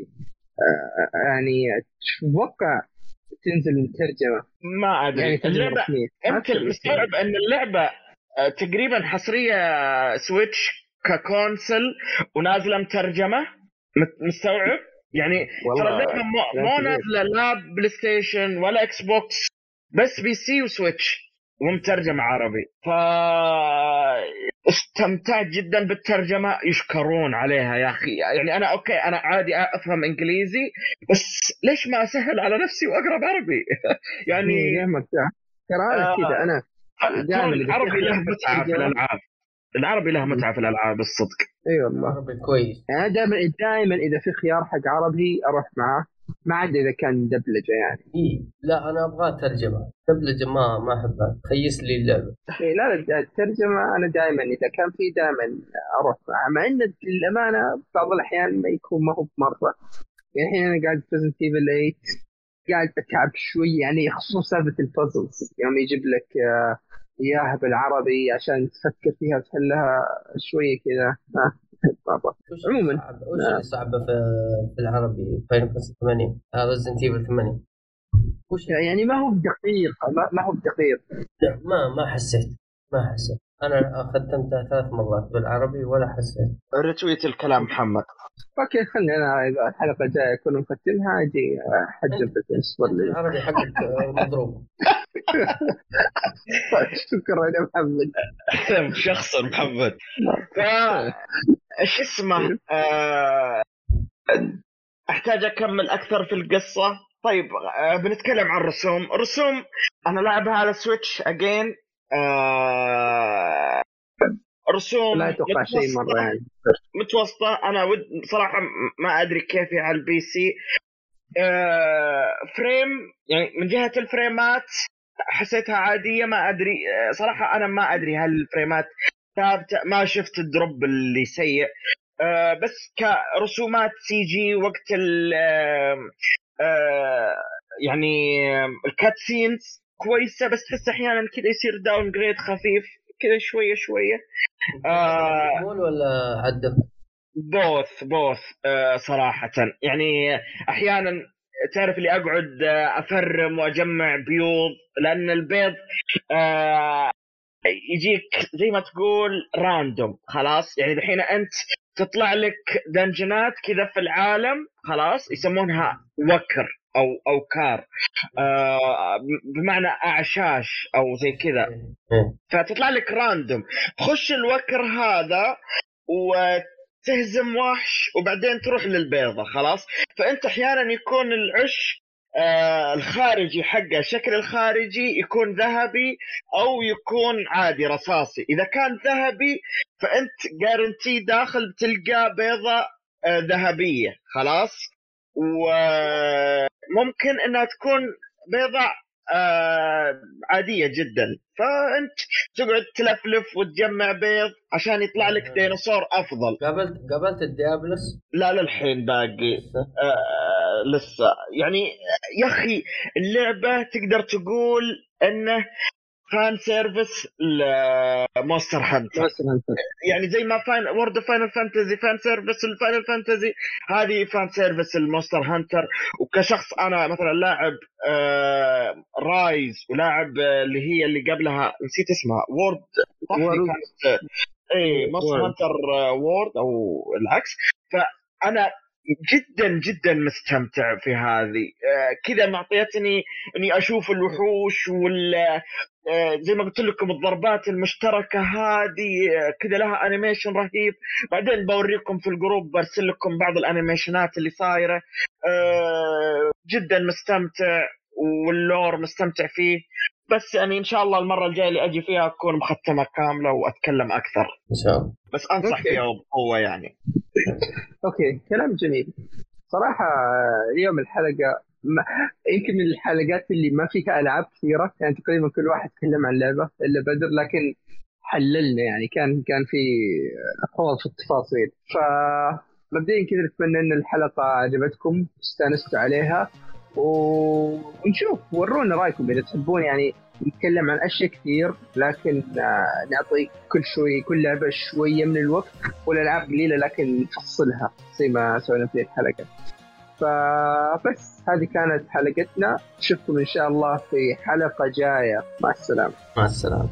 يعني تتوقع تنزل مترجمة؟ ما أدري يعني اللعبة أنت مستوعب أن اللعبة تقريبا حصرية سويتش ككونسل ونازلة مترجمة؟ مستوعب؟ يعني ترى اللعبة مو نازلة لا بلاي ستيشن ولا اكس بوكس، بس بي سي وسويتش ومترجمة عربي. استمتعت جدا بالترجمة، يشكرون عليها يا أخي. يعني أنا أوكي أنا عادي أفهم إنجليزي، بس ليش ما أسهل على نفسي وأقرب عربي؟ يعني ترى أنا كذا أنا العربي له متعة في الألعاب، العربي له متعة في الألعاب الصدق. اي والله عربي كويس. انا دائما اذا في خيار حق عربي اروح معه، ما عدا اذا كان دبلجه يعني. لا انا ابغى ترجمه، دبلجه ما احبها، خيس لي اللعبه. لا الترجمه انا دائما اذا كان في دائما اروح معه، مع ان الامانه بعض الاحيان ما يكون ما هو بمره. يعني الحين انا قاعد في ريزنت ايفل 8 قاعد اتعب شوي يعني، خصوصا سالفه البازلز يوم يجيب لك إياها بالعربي عشان تفكر فيها وتحلها شوية كذا. عموما وش اللي صعب في العربي؟ فاينل فانتسي 8 ريزدنت ايفل 8 يعني ما هو بدقيق، ما هو بدقيق. ما حسيت انا ختمتها 3 مرات بالعربي ولا حسيت. رتويت الكلام محمد. اوكي خلني انا اذا الحلقه الجايه اكون مختمها اجي احجب بالنسبه لي العربي حقك مضروب. شكرا يا محمد. شخصا محمد. ايش اسمه احتاج اكمل اكثر في القصه. طيب بنتكلم عن الرسوم. انا لعبها على سويتش اجين. رسوم لا يتوقع شيء مره يعني متوسطه. انا صراحه ما ادري كيف على البي سي. فريم يعني من جهه الفريمات حسيتها عاديه. ما ادري صراحه، انا ما ادري هل الفريمات ثابته. ما شفت الدروب اللي سيء. بس كرسومات سي جي وقت يعني الكات سينز كويسه، بس تحس احيانا كذا يصير داون جريد خفيف كذا شويه. مول ولا عدل؟ بوث صراحه. يعني احيانا تعرف اللي اقعد افرم واجمع بيوض، لان البيض يجيك زي ما تقول راندوم. خلاص يعني الحين انت تطلع لك دنجنات كذا في العالم، خلاص يسمونها وكر او كار، بمعنى اعشاش او زي كذا. فتطلع لك راندوم، تخش الوكر هذا وتهزم وحش وبعدين تروح للبيضة. خلاص فانت احيانا يكون العش الخارجي حقه، الشكل الخارجي يكون ذهبي او يكون عادي رصاصي. اذا كان ذهبي فانت جارنتي داخل بتلقى بيضة ذهبية. خلاص وممكن انها تكون بيضة عادية جدا، فانت تقعد تلفلف وتجمع بيض عشان يطلع لك ديناصور افضل. قابلت الديابلس؟ لا للحين باقي لسه. يعني يا اخي اللعبة تقدر تقول انه فان سيرفيس لمونستر هانتر. يعني زي ما وورد فاينل فانتزي فان سيرفيس الفاينل فانتزي، هذه فان سيرفيس المونستر هانتر. وكشخص انا مثلا لاعب رايز ولاعب اللي هي اللي قبلها نسيت اسمها وورد كانت مونستر هانتر وورد او العكس. فانا جدا جدا مستمتع في هذه. كذا معطيتني اني اشوف الوحوش زي ما قلت لكم الضربات المشتركة هذه كذا لها انيميشن رهيب. بعدين بوريكم في الجروب، برسل لكم بعض الانيميشنات اللي صايرة. جدا مستمتع واللور مستمتع فيه. بس يعني ان شاء الله المرة الجاية اللي اجي فيها اكون مختمة كاملة واتكلم اكثر ان شاء الله. بس انصح فيها بقوة يعني. اوكي كلام جميل صراحة. اليوم الحلقة يمكن من الحلقات اللي ما فيها ألعاب كثيرة، يعني تقريبا كل واحد تكلم عن لعبة إلا بدر، لكن حللنا يعني كان في خوض في التفاصيل. فمبدئيا كذا نتمنى أن الحلقة عجبتكم استانستوا عليها، ونشوف ورونا رأيكم إذا تحبون يعني نتكلم عن أشياء كثير، لكن نعطي كل لعبة شوية من الوقت، والألعاب قليلة لكن نفصلها زي ما سوينا في الحلقة. فبس هذه كانت حلقتنا، نشوفكم إن شاء الله في حلقة جاية. مع السلامة. مع السلامة.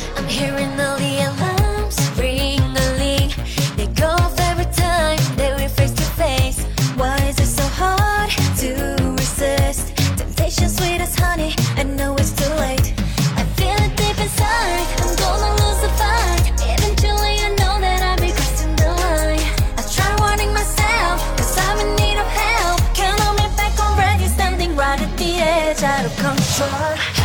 Sweet as honey, I know it's too late. I feel it deep inside, I'm gonna lose the fight. Eventually I know that I'll be crossing the line. I try warning myself, cause I'm in need of help. Can't hold me back already, standing right at the edge, out of control.